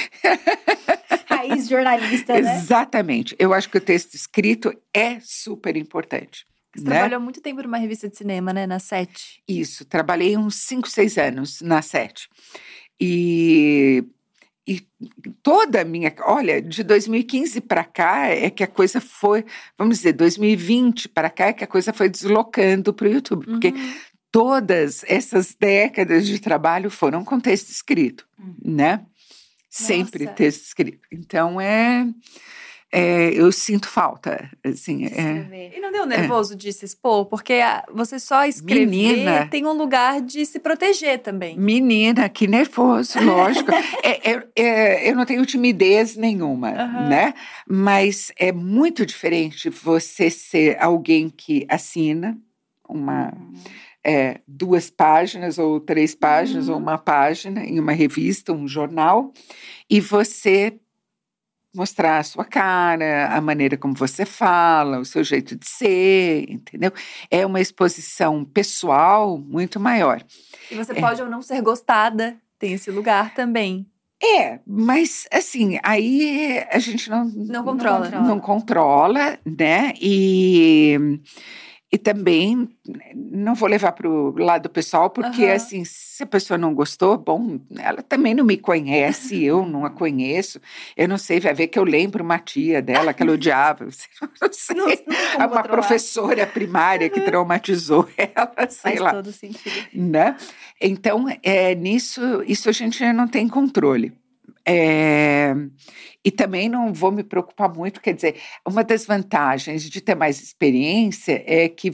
Raiz jornalista, né? Exatamente. Eu acho que o texto escrito é super importante. Você trabalhou muito tempo numa revista de cinema, né? Na 7. Isso. Trabalhei uns 5, 6 anos na 7. E toda a minha... Olha, de 2015 para cá é que a coisa foi... Vamos dizer, 2020 para cá é que a coisa foi deslocando para o YouTube. Porque todas essas décadas de trabalho foram com texto escrito, né? Sempre texto escrito. Então, eu sinto falta, assim. E não deu nervoso de se expor? Porque você só escrever tem um lugar de se proteger também. Menina, que nervoso, lógico. Eu não tenho timidez nenhuma, né? Mas é muito diferente você ser alguém que assina 2 páginas ou 3 páginas ou 1 página em uma revista, um jornal, e você mostrar a sua cara, a maneira como você fala, o seu jeito de ser, entendeu? É uma exposição pessoal muito maior. E você pode ou não ser gostada, tem esse lugar também. Mas assim, aí a gente Não controla. Não controla, né? E também não vou levar para o lado pessoal, porque assim, se a pessoa não gostou, bom, ela também não me conhece, eu não a conheço. Eu não sei, vai ver que eu lembro uma tia dela que ela odiava. Não sei. Não uma professora primária que traumatizou ela, sei lá. Faz todo sentido. Né? Então, isso a gente não tem controle. E também não vou me preocupar muito, quer dizer, uma das vantagens de ter mais experiência é que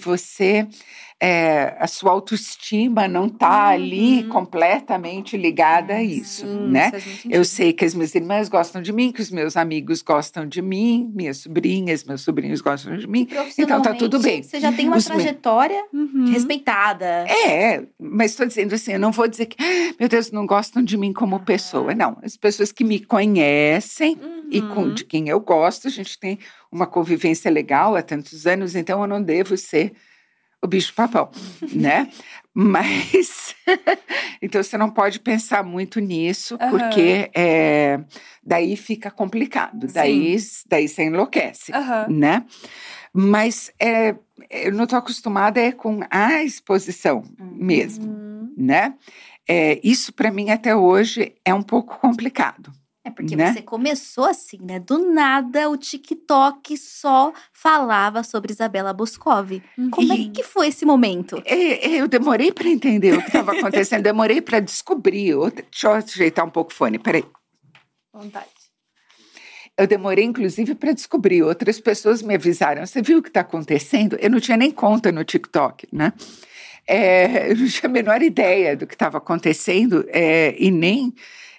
a sua autoestima não está ali completamente ligada a isso, né? Eu sei que as minhas irmãs gostam de mim, que os meus amigos gostam de mim, minhas sobrinhas, meus sobrinhos gostam de mim, então tá tudo bem. Você já tem uma trajetória respeitada. Mas estou dizendo assim, eu não vou dizer que, meu Deus, não gostam de mim como pessoa, não. As pessoas que me conhecem e de quem eu gosto, a gente tem uma convivência legal há tantos anos, então eu não devo ser o bicho-papão, né? Mas, então você não pode pensar muito nisso, porque daí fica complicado, daí você enlouquece, né? Mas eu não estou acostumada com a exposição mesmo, né? Isso para mim até hoje é um pouco complicado. Porque você começou assim, né? Do nada, o TikTok só falava sobre Isabela Boscov. Como é que foi esse momento? Eu demorei para entender o que estava acontecendo, demorei para descobrir. Deixa eu ajeitar um pouco o fone, peraí. Vontade. Eu demorei, inclusive, para descobrir. Outras pessoas me avisaram. Você viu o que está acontecendo? Eu não tinha nem conta no TikTok, né? Eu não tinha a menor ideia do que estava acontecendo e nem...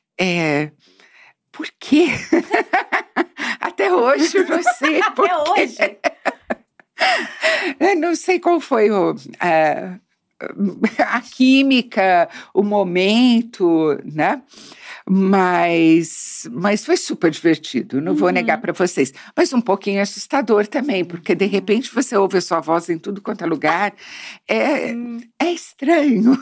Por quê? Até hoje eu não sei. Até hoje? Eu não sei qual foi a química, o momento, né? Mas foi super divertido, não vou negar para vocês. Mas um pouquinho assustador também, porque de repente você ouve a sua voz em tudo quanto é lugar. É estranho.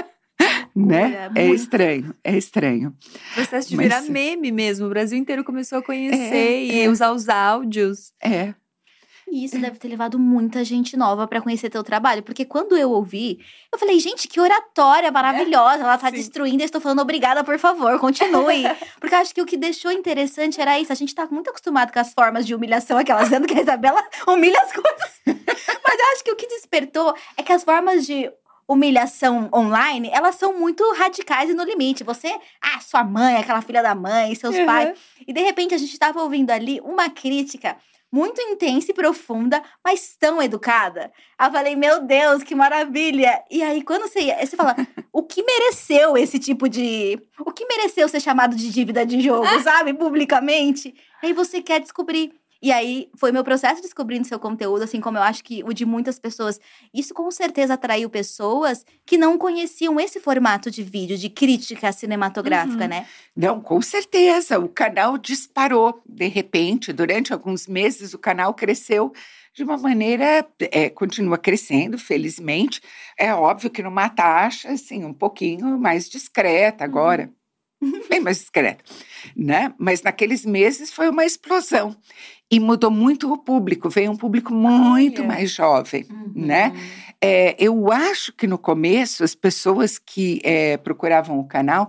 Né? É estranho. Processo de virar meme mesmo. O Brasil inteiro começou a conhecer e usar os áudios. E isso deve ter levado muita gente nova pra conhecer teu trabalho. Porque quando eu ouvi, eu falei, gente, que oratória maravilhosa. Ela tá destruindo, eu estou falando obrigada, por favor, continue. Porque eu acho que o que deixou interessante era isso. A gente tá muito acostumado com as formas de humilhação, aquelas dizendo que a Isabela humilha as coisas. Mas eu acho que o que despertou é que as formas de humilhação online, elas são muito radicais e no limite. Você, sua mãe, aquela filha da mãe, seus pais. E de repente a gente estava ouvindo ali uma crítica muito intensa e profunda, mas tão educada. Eu falei, meu Deus, que maravilha! E aí quando você fala, o que mereceu esse tipo de... O que mereceu ser chamado de dívida de jogo, sabe? Publicamente. Aí você quer descobrir. E aí, foi meu processo descobrindo seu conteúdo, assim como eu acho que o de muitas pessoas. Isso com certeza atraiu pessoas que não conheciam esse formato de vídeo, de crítica cinematográfica, né? Não, com certeza. O canal disparou. De repente, durante alguns meses, o canal cresceu de uma maneira... continua crescendo, felizmente. É óbvio que numa taxa, assim, um pouquinho mais discreta agora. Bem mais discreta, né? Mas naqueles meses foi uma explosão. E mudou muito o público, veio um público muito mais jovem, né? Eu acho que no começo as pessoas que procuravam o canal,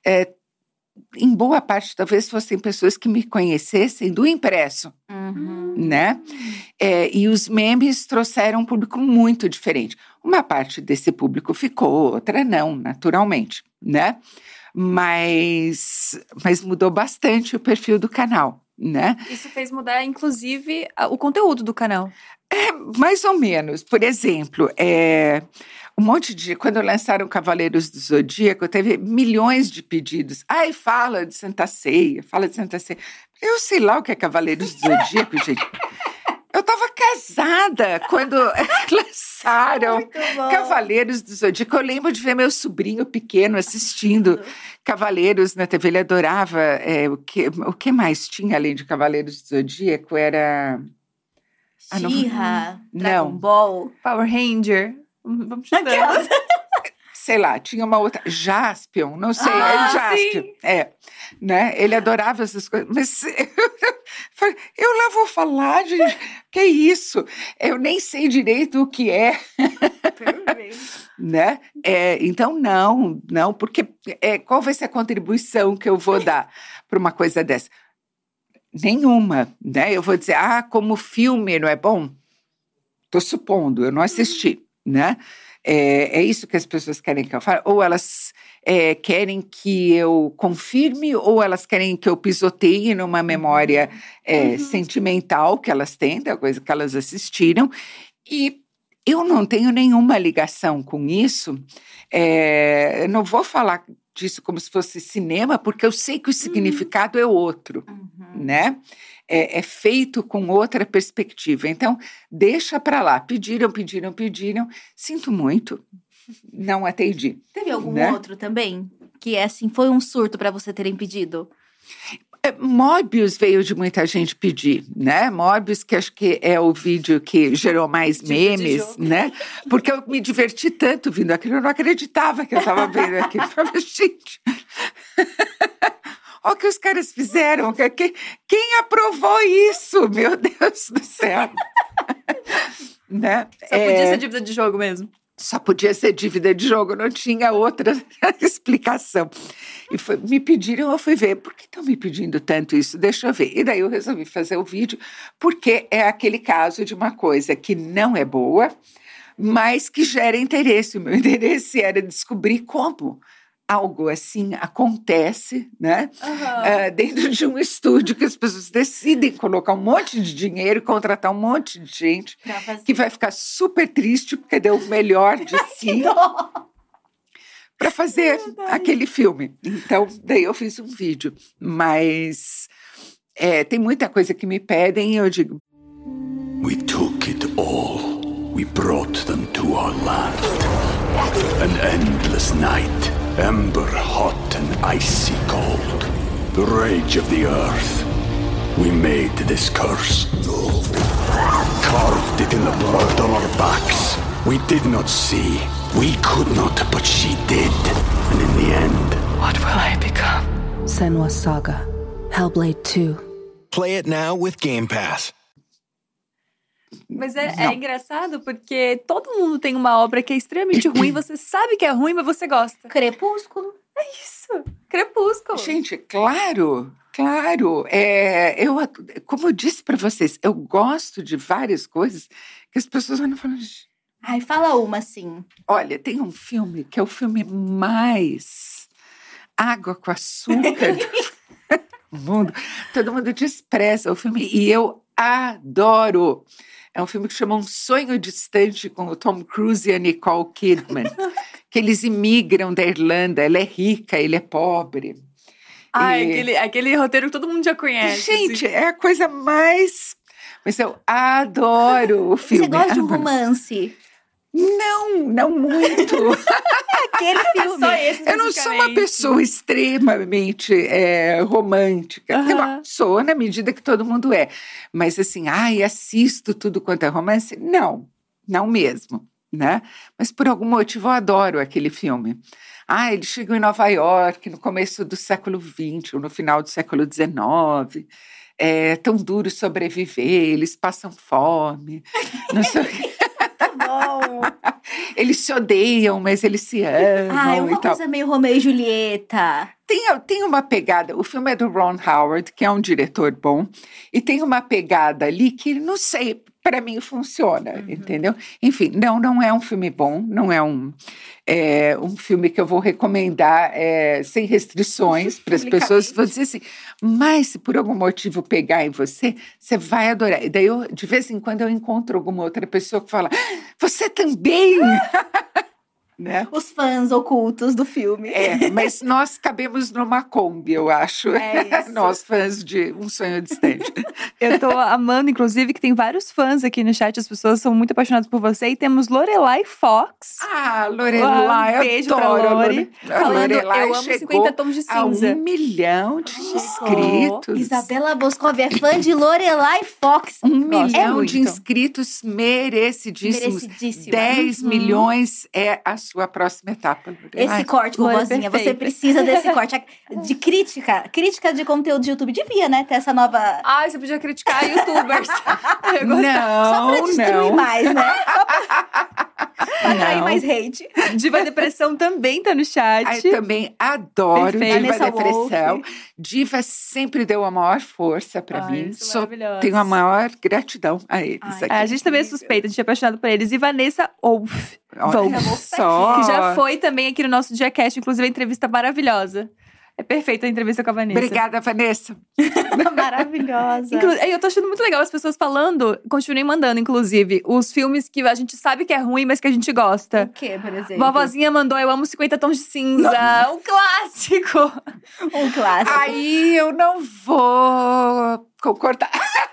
em boa parte talvez fossem pessoas que me conhecessem do impresso, né? E os memes trouxeram um público muito diferente. Uma parte desse público ficou, outra não, naturalmente, né? Mas mudou bastante o perfil do canal, né? Isso fez mudar, inclusive, o conteúdo do canal. Mais ou menos. Por exemplo, quando lançaram Cavaleiros do Zodíaco, teve milhões de pedidos. Fala de Santa Ceia, fala de Santa Ceia. Eu sei lá o que é Cavaleiros do Zodíaco, gente. Eu estava casada quando lançaram passaram. Muito bom. Cavaleiros do Zodíaco. Eu lembro de ver meu sobrinho pequeno assistindo Cavaleiros na TV. Ele adorava. O que mais tinha além de Cavaleiros do Zodíaco? Era... She-Ra, Dragon Não. Ball. Power Ranger. Vamos chutando. Sei lá, tinha uma outra... Jaspion, não sei. Jaspion. Né? Ele adorava essas coisas. Mas eu lá vou falar, gente. Que isso? Eu nem sei direito o que é. Né? Então, não, porque qual vai ser a contribuição que eu vou dar para uma coisa dessa? Nenhuma, né? Eu vou dizer, como filme não é bom? Estou supondo, eu não assisti, né? É isso que as pessoas querem que eu fale? Ou elas querem que eu confirme, ou elas querem que eu pisoteie numa memória sentimental que elas têm, da coisa que elas assistiram, e eu não tenho nenhuma ligação com isso. Não vou falar disso como se fosse cinema, porque eu sei que o significado é outro, né? É feito com outra perspectiva. Então, deixa para lá. Pediram. Sinto muito, não atendi. Teve algum né? outro também? Que assim, foi um surto para você terem pedido? Morbius veio de muita gente pedir, né? Morbius, que acho que é o vídeo que gerou mais memes, né? Porque eu me diverti tanto vindo aquilo, eu não acreditava que eu estava vendo aquilo. Eu falava, gente... Olha o que os caras fizeram. Quem aprovou isso? Meu Deus do céu. Né? Só podia ser dívida de jogo mesmo. Só podia ser dívida de jogo, não tinha outra explicação. E me pediram, eu fui ver. Por que estão me pedindo tanto isso? Deixa eu ver. E daí eu resolvi fazer o vídeo, porque é aquele caso de uma coisa que não é boa, mas que gera interesse. O meu interesse era descobrir como algo assim acontece, né? Dentro de um estúdio que as pessoas decidem colocar um monte de dinheiro e contratar um monte de gente que vai ficar super triste porque deu o melhor de si para fazer aquele filme. Então, daí eu fiz um vídeo. Mas tem muita coisa que me pedem e eu digo... We took it all. We brought them to our land. An endless night. Ember hot and icy cold, the rage of the earth. We made this curse, carved it in the blood on our backs. We did not see, we could not, but she did. And in the end, what will I become? Senua Saga, Hellblade 2. Play it now with Game Pass. Mas é engraçado porque todo mundo tem uma obra que é extremamente ruim, você sabe que é ruim, mas você gosta. Crepúsculo. É isso, Crepúsculo. Gente, claro. Como eu disse para vocês, eu gosto de várias coisas que as pessoas vão falando... Ai, fala uma, assim. Olha, tem um filme que é o filme mais água com açúcar do mundo. Todo mundo despreza o filme e eu adoro. É um filme que chama Um Sonho Distante, com o Tom Cruise e a Nicole Kidman. Que eles imigram da Irlanda, ela é rica, ele é pobre. Aquele roteiro que todo mundo já conhece. Gente, assim. é a coisa mais... Mas eu adoro o filme. Você gosta de um romance? Não muito. Aquele filme. Só esse, Eu não sou uma pessoa extremamente romântica. Sou na medida que todo mundo é. Mas assim, assisto tudo quanto é romance? Não mesmo, né? Mas por algum motivo eu adoro aquele filme. Eles chegam em Nova York no começo do século XX ou no final do século XIX. É tão duro sobreviver, eles passam fome. Não sei o quê. Bom. Eles se odeiam, mas eles se amam. Uma coisa meio Romeu e Julieta. Tem uma pegada, o filme é do Ron Howard, que é um diretor bom, e tem uma pegada ali que, não sei, para mim funciona, entendeu? Enfim, não é um filme bom, não é um filme que eu vou recomendar sem restrições para as pessoas. Vou dizer assim, mas se por algum motivo pegar em você, você vai adorar. E daí, de vez em quando, eu encontro alguma outra pessoa que fala, você também? né? Os fãs ocultos do filme. Mas nós cabemos numa Kombi, eu acho. É isso. Nós, fãs de Um Sonho Distante. Eu tô amando, inclusive, que tem vários fãs aqui no chat. As pessoas são muito apaixonadas por você. E temos Lorelai Fox. Lorelai, Um beijo eu adoro pra a Lore. Falando, Lorelai eu amo chegou 50 tons de a 1 cinza. milhão de inscritos. Isabela Boscov é fã de Lorelai Fox. 1 milhão muito. de inscritos merecidíssimos. Merecidíssima. 10 milhões é a sua próxima etapa, Lorelai. Esse corte, Lore vovozinha, você perfeita. precisa desse corte. De crítica de conteúdo de YouTube. Devia, né, ter essa nova… Ai, você podia criticar youtubers. Eu gostava. Só pra destruir mais, né? Só pra atrair Não. mais hate. Diva Depressão também tá no chat. Eu também adoro Perfeito. Diva Vanessa Depressão. Wolff. Diva sempre deu a maior força pra Ai, mim. eles são maravilhosos. Tenho a maior gratidão a eles. Ai, aqui. A gente também é suspeita, a gente é apaixonado por eles. E Vanessa Wolff. Olha Wolff. só. Que já foi também aqui no nosso Diacast, inclusive a entrevista maravilhosa. É perfeita a entrevista com a Vanessa. Obrigada, Vanessa. Maravilhosa. Eu tô achando muito legal as pessoas falando, continuem mandando, inclusive, os filmes que a gente sabe que é ruim, mas que a gente gosta. O que, por exemplo? Vovozinha mandou Eu Amo 50 Tons de Cinza. Um clássico. Um clássico. Aí eu não vou concordar.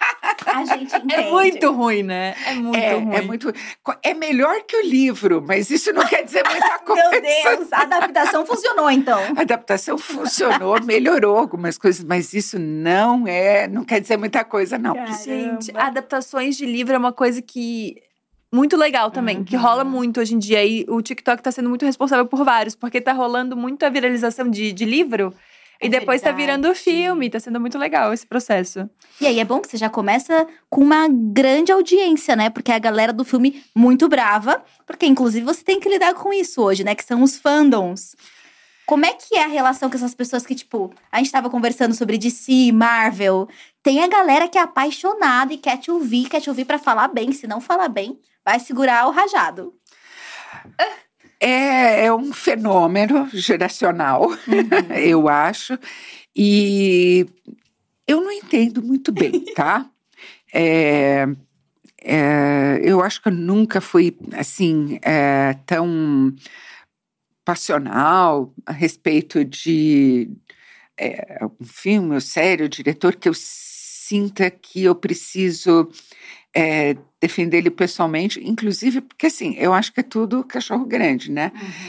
A gente entende. É muito ruim, né? É muito ruim. É muito. É melhor que o livro, mas isso não quer dizer muita coisa. Meu Deus, a adaptação funcionou, então. A adaptação funcionou, melhorou algumas coisas, mas isso não quer dizer muita coisa, não. Gente, adaptações de livro é uma coisa que… Muito legal também, que rola muito hoje em dia. E o TikTok tá sendo muito responsável por vários, porque tá rolando muito a viralização de livro. E depois tá virando filme, tá sendo muito legal esse processo. E aí é bom que você já começa com uma grande audiência, né? Porque a galera do filme muito brava. Porque, inclusive, você tem que lidar com isso hoje, né? Que são os fandoms. Como é que é a relação com essas pessoas que, tipo… A gente tava conversando sobre DC, Marvel. Tem a galera que é apaixonada e quer te ouvir pra falar bem. Se não falar bem, vai segurar o rajado. É um fenômeno geracional, eu acho. E eu não entendo muito bem, tá? Eu acho que eu nunca fui, assim, tão passional a respeito de um filme, ou série, ou diretor, que eu sinta que eu preciso defender ele pessoalmente, inclusive porque, assim, eu acho que é tudo cachorro grande, né?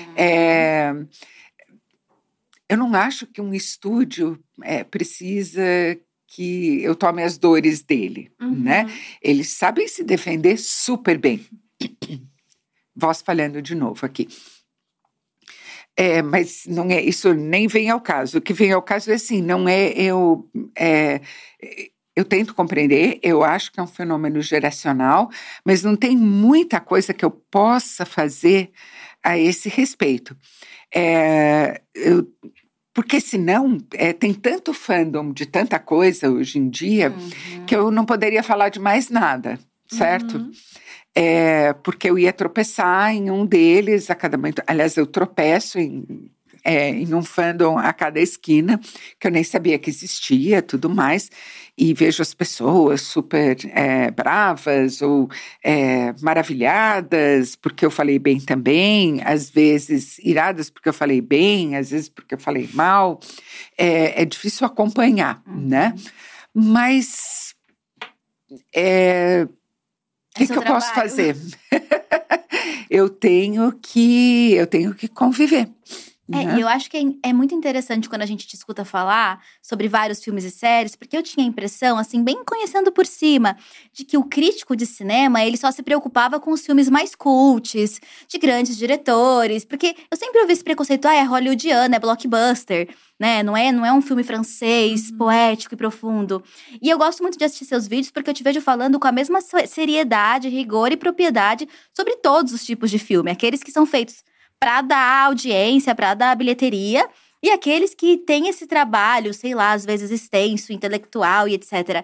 Eu não acho que um estúdio precisa que eu tome as dores dele, né? Eles sabem se defender super bem. Voz falhando de novo aqui. Mas não é, isso nem vem ao caso. O que vem ao caso é assim, não é eu… Eu tento compreender, eu acho que é um fenômeno geracional, mas não tem muita coisa que eu possa fazer a esse respeito. Porque senão tem tanto fandom de tanta coisa hoje em dia que eu não poderia falar de mais nada, certo? Porque eu ia tropeçar em um deles a cada momento. Aliás, eu tropeço em um fandom a cada esquina, que eu nem sabia que existia, tudo mais, e vejo as pessoas super bravas ou maravilhadas porque eu falei bem também, às vezes iradas porque eu falei bem, às vezes porque eu falei mal. É difícil acompanhar, né? Mas o que eu posso fazer? eu tenho que conviver. E eu acho que é muito interessante quando a gente te escuta falar sobre vários filmes e séries, porque eu tinha a impressão, assim, bem conhecendo por cima, de que o crítico de cinema, ele só se preocupava com os filmes mais cults, de grandes diretores, porque eu sempre ouvi esse preconceito, é hollywoodiano, é blockbuster, né? Não é um filme francês, poético e profundo. E eu gosto muito de assistir seus vídeos, porque eu te vejo falando com a mesma seriedade, rigor e propriedade sobre todos os tipos de filme, aqueles que são feitos para dar audiência, para dar bilheteria, e aqueles que têm esse trabalho, sei lá, às vezes extenso, intelectual e etc.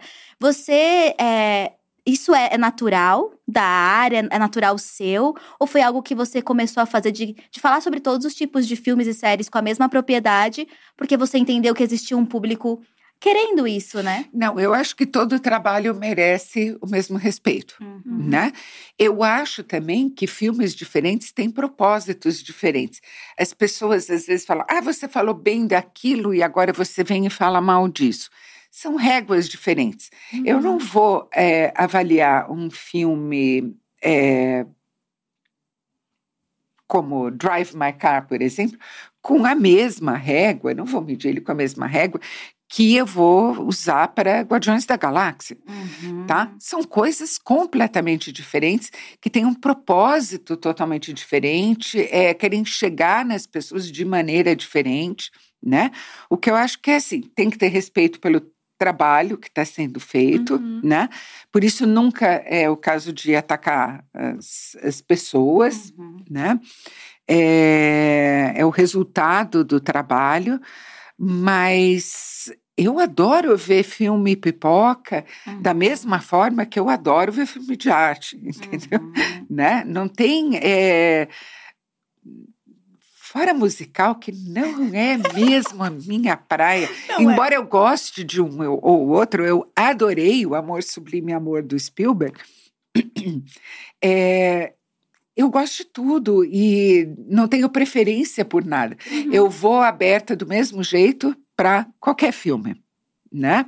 Isso é natural da área, é natural seu? Ou foi algo que você começou a fazer de falar sobre todos os tipos de filmes e séries com a mesma propriedade, porque você entendeu que existia um público querendo isso, né? Não, eu acho que todo trabalho merece o mesmo respeito, né? Eu acho também que filmes diferentes têm propósitos diferentes. As pessoas às vezes falam, você falou bem daquilo e agora você vem e fala mal disso. São réguas diferentes. Eu não vou avaliar um filme como Drive My Car, por exemplo, com a mesma régua, não vou medir ele com a mesma régua, que eu vou usar para Guardiões da Galáxia, tá? São coisas completamente diferentes, que têm um propósito totalmente diferente, querem chegar nas pessoas de maneira diferente, né? O que eu acho que assim, tem que ter respeito pelo trabalho que está sendo feito, né? Por isso nunca é o caso de atacar as pessoas, né? É o resultado do trabalho, mas eu adoro ver filme pipoca da mesma forma que eu adoro ver filme de arte, entendeu? Né? Não tem... Fora musical, que não é mesmo a minha praia. Embora eu goste de um ou outro, eu adorei o Amor Sublime Amor do Spielberg. Eu gosto de tudo e não tenho preferência por nada. Eu vou aberta do mesmo jeito para qualquer filme, né?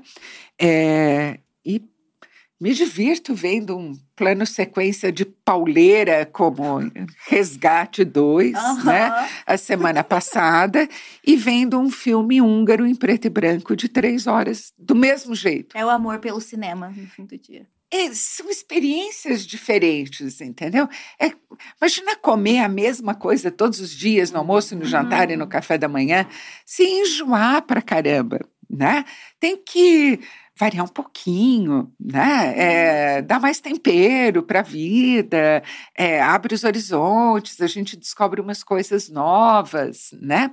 E me divirto vendo um plano sequência de pauleira como Resgate 2, né? A semana passada, e vendo um filme húngaro em preto e branco de 3 horas, do mesmo jeito. É o amor pelo cinema, no fim do dia. São experiências diferentes, entendeu? Imagina comer a mesma coisa todos os dias, no almoço, no jantar e no café da manhã, se enjoar pra caramba, né? Tem que variar um pouquinho, né? Dar mais tempero para a vida, abre os horizontes, a gente descobre umas coisas novas, né?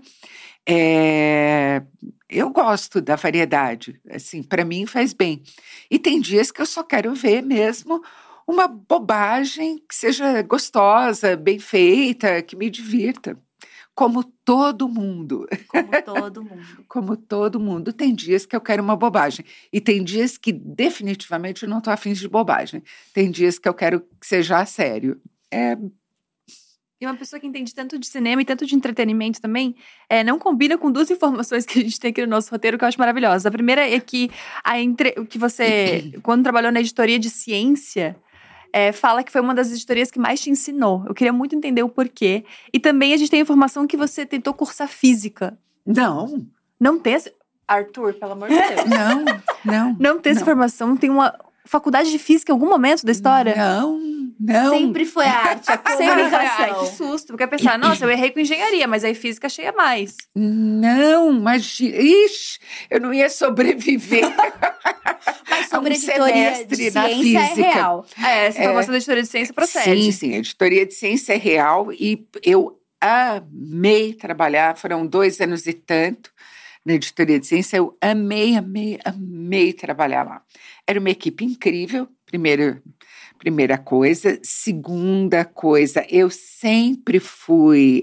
Eu gosto da variedade, assim, para mim faz bem. E tem dias que eu só quero ver mesmo uma bobagem que seja gostosa, bem feita, que me divirta. Como todo mundo. Como todo mundo. Como todo mundo. Tem dias que eu quero uma bobagem. E tem dias que definitivamente eu não estou afim de bobagem. Tem dias que eu quero que seja a sério. E uma pessoa que entende tanto de cinema e tanto de entretenimento também, não combina com 2 informações que a gente tem aqui no nosso roteiro, que eu acho maravilhosas. A primeira é que que você, quando trabalhou na editoria de ciência, fala que foi uma das editorias que mais te ensinou. Eu queria muito entender o porquê. E também a gente tem a informação que você tentou cursar física. Não. Não tem essa... Arthur, pelo amor de Deus. Não. Não tem essa informação. Tem uma faculdade de física em algum momento da história? Não. Sempre foi a arte, a comunicação. Que susto. Porque eu pensar, nossa, eu errei com engenharia, mas aí física achei a mais. Não, mas... Ixi, eu não ia sobreviver. Mas sobre a editoria de ciência é real. Essa informação da editoria de ciência procede. Sim, a editoria de ciência é real e eu amei trabalhar. Foram 2 anos e tanto na editoria de ciência. Eu amei trabalhar lá. Era uma equipe incrível, primeira coisa. Segunda coisa, eu sempre fui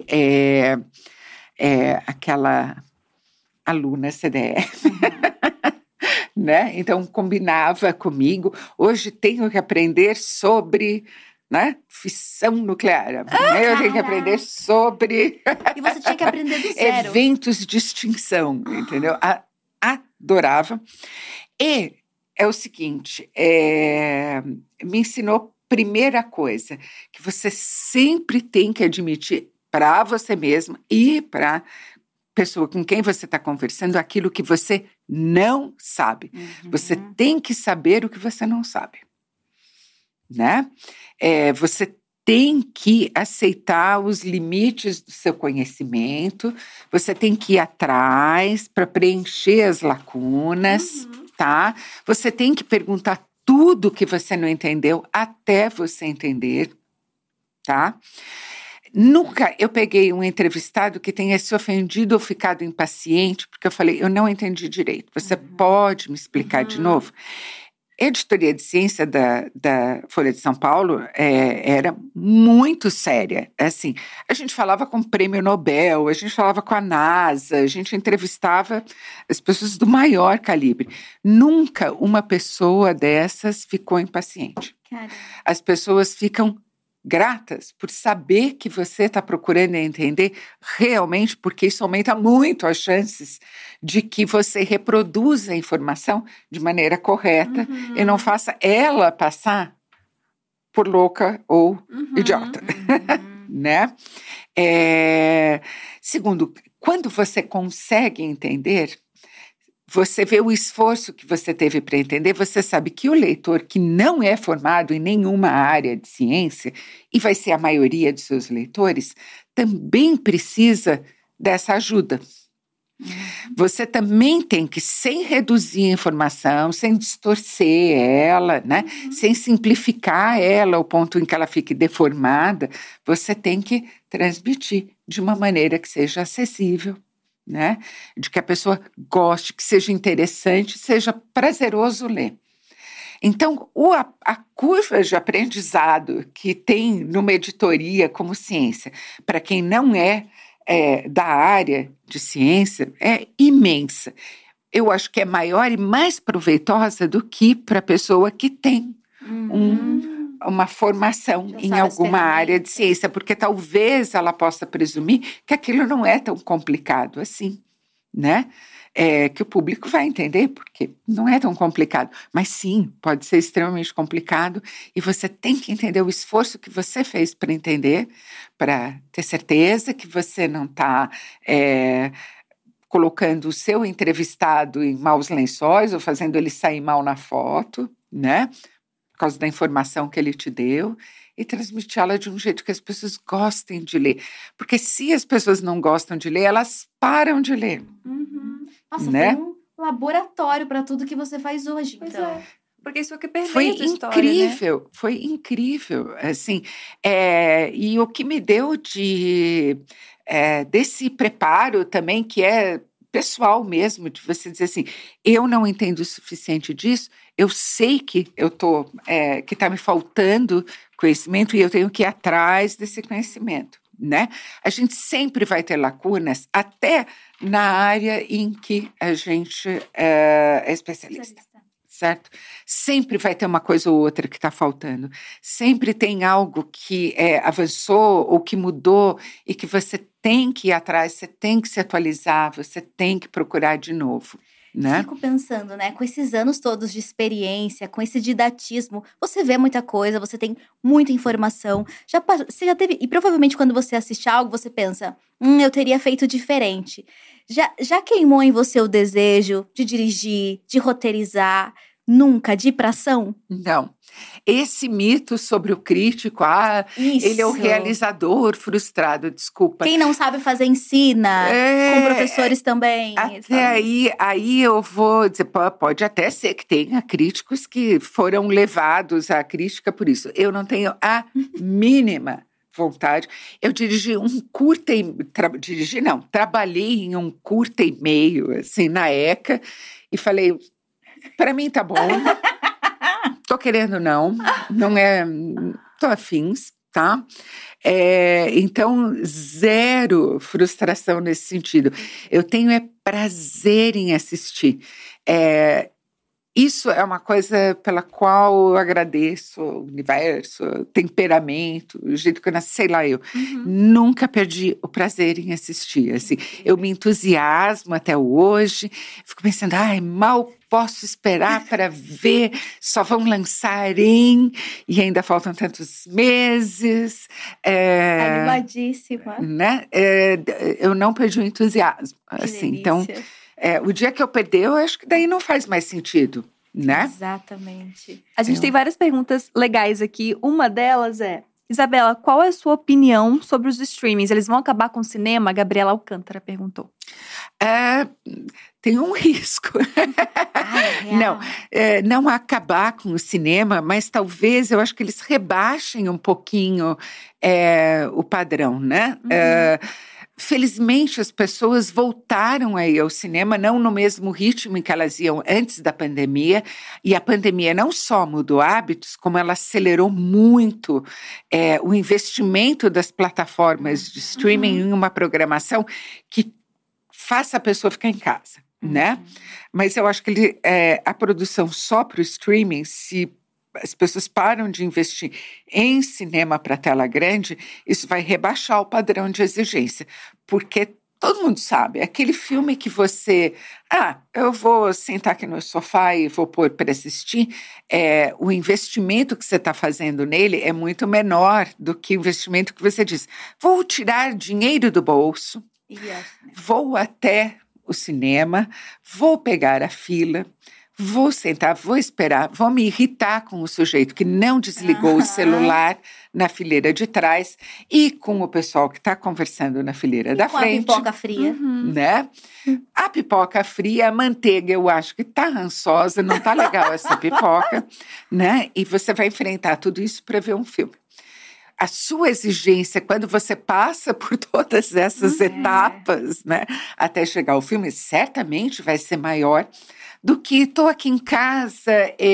aquela aluna CDF. Né? Então, combinava comigo. Hoje tenho que aprender sobre, né, fissão nuclear. Eu tenho que aprender sobre... E você tinha que aprender do zero. Eventos de extinção, entendeu? Adorava. E é o seguinte, me ensinou, primeira coisa, que você sempre tem que admitir para você mesmo e para pessoa com quem você está conversando aquilo que você não sabe. Você tem que saber o que você não sabe, né? Você tem que aceitar os limites do seu conhecimento, você tem que ir atrás para preencher as lacunas, tá? Você tem que perguntar tudo que você não entendeu até você entender, tá? Nunca eu peguei um entrevistado que tenha se ofendido ou ficado impaciente, porque eu falei, eu não entendi direito. Você pode me explicar de novo? A editoria de ciência da Folha de São Paulo era muito séria. Assim, a gente falava com o Prêmio Nobel, a gente falava com a NASA, a gente entrevistava as pessoas do maior calibre. Nunca uma pessoa dessas ficou impaciente. Caramba. As pessoas ficam gratas por saber que você está procurando entender realmente, porque isso aumenta muito as chances de que você reproduza a informação de maneira correta e não faça ela passar por louca ou idiota, né? Segundo, quando você consegue entender, você vê o esforço que você teve para entender, você sabe que o leitor que não é formado em nenhuma área de ciência, e vai ser a maioria de seus leitores, também precisa dessa ajuda. Você também tem que, sem reduzir a informação, sem distorcer ela, né? Sem simplificar ela ao ponto em que ela fique deformada, você tem que transmitir de uma maneira que seja acessível, né? De que a pessoa goste, que seja interessante, seja prazeroso ler. Então, a curva de aprendizado que tem numa editoria como ciência, para quem não é da área de ciência, é imensa. Eu acho que é maior e mais proveitosa do que para a pessoa que tem uma formação em alguma área de ciência, porque talvez ela possa presumir que aquilo não é tão complicado assim, né? Que o público vai entender, porque não é tão complicado. Mas sim, pode ser extremamente complicado e você tem que entender o esforço que você fez para entender, para ter certeza que você não está colocando o seu entrevistado em maus lençóis ou fazendo ele sair mal na foto, né? Por causa da informação que ele te deu, e transmiti-la de um jeito que as pessoas gostem de ler. Porque se as pessoas não gostam de ler, elas param de ler. Nossa, né? foi um laboratório para tudo que você faz hoje, Pois então. é. Porque isso é o que permeia Foi a tua história, incrível, né? foi incrível, assim, e o que me deu desse preparo também, que é pessoal mesmo, de você dizer assim, eu não entendo o suficiente disso, eu sei que que está me faltando conhecimento e eu tenho que ir atrás desse conhecimento, né? A gente sempre vai ter lacunas, até na área em que a gente é especialista. Certo? Sempre vai ter uma coisa ou outra que está faltando. Sempre tem algo que avançou ou que mudou e que você tem que ir atrás, você tem que se atualizar, você tem que procurar de novo, né? Fico pensando, né? Com esses anos todos de experiência, com esse didatismo, você vê muita coisa, você tem muita informação. Você já teve... E provavelmente quando você assiste algo, você pensa, eu teria feito diferente. Já queimou em você o desejo de dirigir, de roteirizar, nunca, de ir pra ação? Não. Esse mito sobre o crítico, ele é o realizador frustrado, desculpa. Quem não sabe fazer ensina, com professores também. Até aí eu vou dizer, pode até ser que tenha críticos que foram levados à crítica por isso. Eu não tenho a mínima vontade. Eu trabalhei em um curta e meio, assim, na ECA, e falei, para mim tá bom, tô querendo não tô afins, tá? Então, zero frustração nesse sentido. Eu tenho prazer em assistir. Isso é uma coisa pela qual eu agradeço o universo, o temperamento, o jeito que eu nasci, sei lá, eu nunca perdi o prazer em assistir, assim. Eu me entusiasmo até hoje, fico pensando, mal posso esperar para ver, só vão lançar e ainda faltam tantos meses. Animadíssima. Né? Eu não perdi o entusiasmo, assim, então... o dia que eu perder, eu acho que daí não faz mais sentido, né? Exatamente. A gente tem várias perguntas legais aqui. Uma delas é, Isabela, qual é a sua opinião sobre os streamings? Eles vão acabar com o cinema? A Gabriela Alcântara perguntou. Tem um risco. Não acabar com o cinema, mas talvez eu acho que eles rebaixem um pouquinho o padrão, né? felizmente as pessoas voltaram aí ao cinema, não no mesmo ritmo em que elas iam antes da pandemia, e a pandemia não só mudou hábitos, como ela acelerou muito o investimento das plataformas de streaming em uma programação que faça a pessoa ficar em casa, né? Mas eu acho que a produção só para o streaming, se as pessoas param de investir em cinema para tela grande, isso vai rebaixar o padrão de exigência, porque todo mundo sabe, aquele filme que você, eu vou sentar aqui no sofá e vou pôr para assistir, o investimento que você está fazendo nele é muito menor do que o investimento que você diz, vou tirar dinheiro do bolso, vou até o cinema, vou pegar a fila, vou sentar, vou esperar, vou me irritar com o sujeito que não desligou o celular na fileira de trás e com o pessoal que está conversando na fileira da frente. Com a pipoca fria. Né? A pipoca fria, a manteiga, eu acho que está rançosa, não está legal essa pipoca, né? E você vai enfrentar tudo isso para ver um filme. A sua exigência, quando você passa por todas essas etapas, né, até chegar ao filme, certamente vai ser maior do que estou aqui em casa,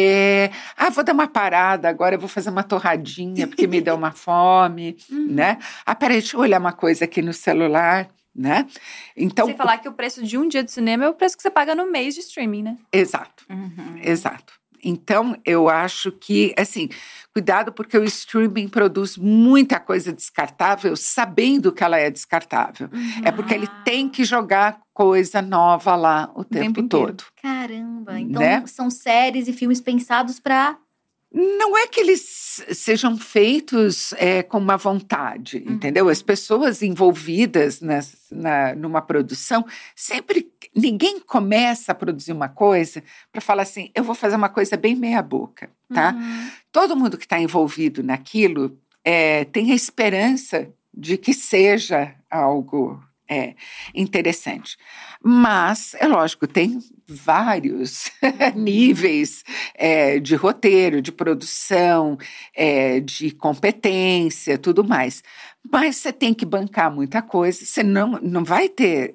vou dar uma parada, agora eu vou fazer uma torradinha porque me deu uma fome, né? Peraí, deixa eu olhar uma coisa aqui no celular, né? Então, sem falar que o preço de um dia de cinema é o preço que você paga no mês de streaming, né? Exato, exato. Então, eu acho que, assim, cuidado porque o streaming produz muita coisa descartável sabendo que ela é descartável. É porque ele tem que jogar coisa nova lá o tempo todo. Caramba, então né? São séries e filmes pensados para... Não é que eles sejam feitos com uma vontade, entendeu? As pessoas envolvidas numa produção, ninguém começa a produzir uma coisa para falar assim, eu vou fazer uma coisa bem meia boca, tá? Todo mundo que está envolvido naquilo tem a esperança de que seja algo interessante. Mas, é lógico, tem vários níveis de roteiro, de produção, de competência, tudo mais. Mas você tem que bancar muita coisa, você não vai ter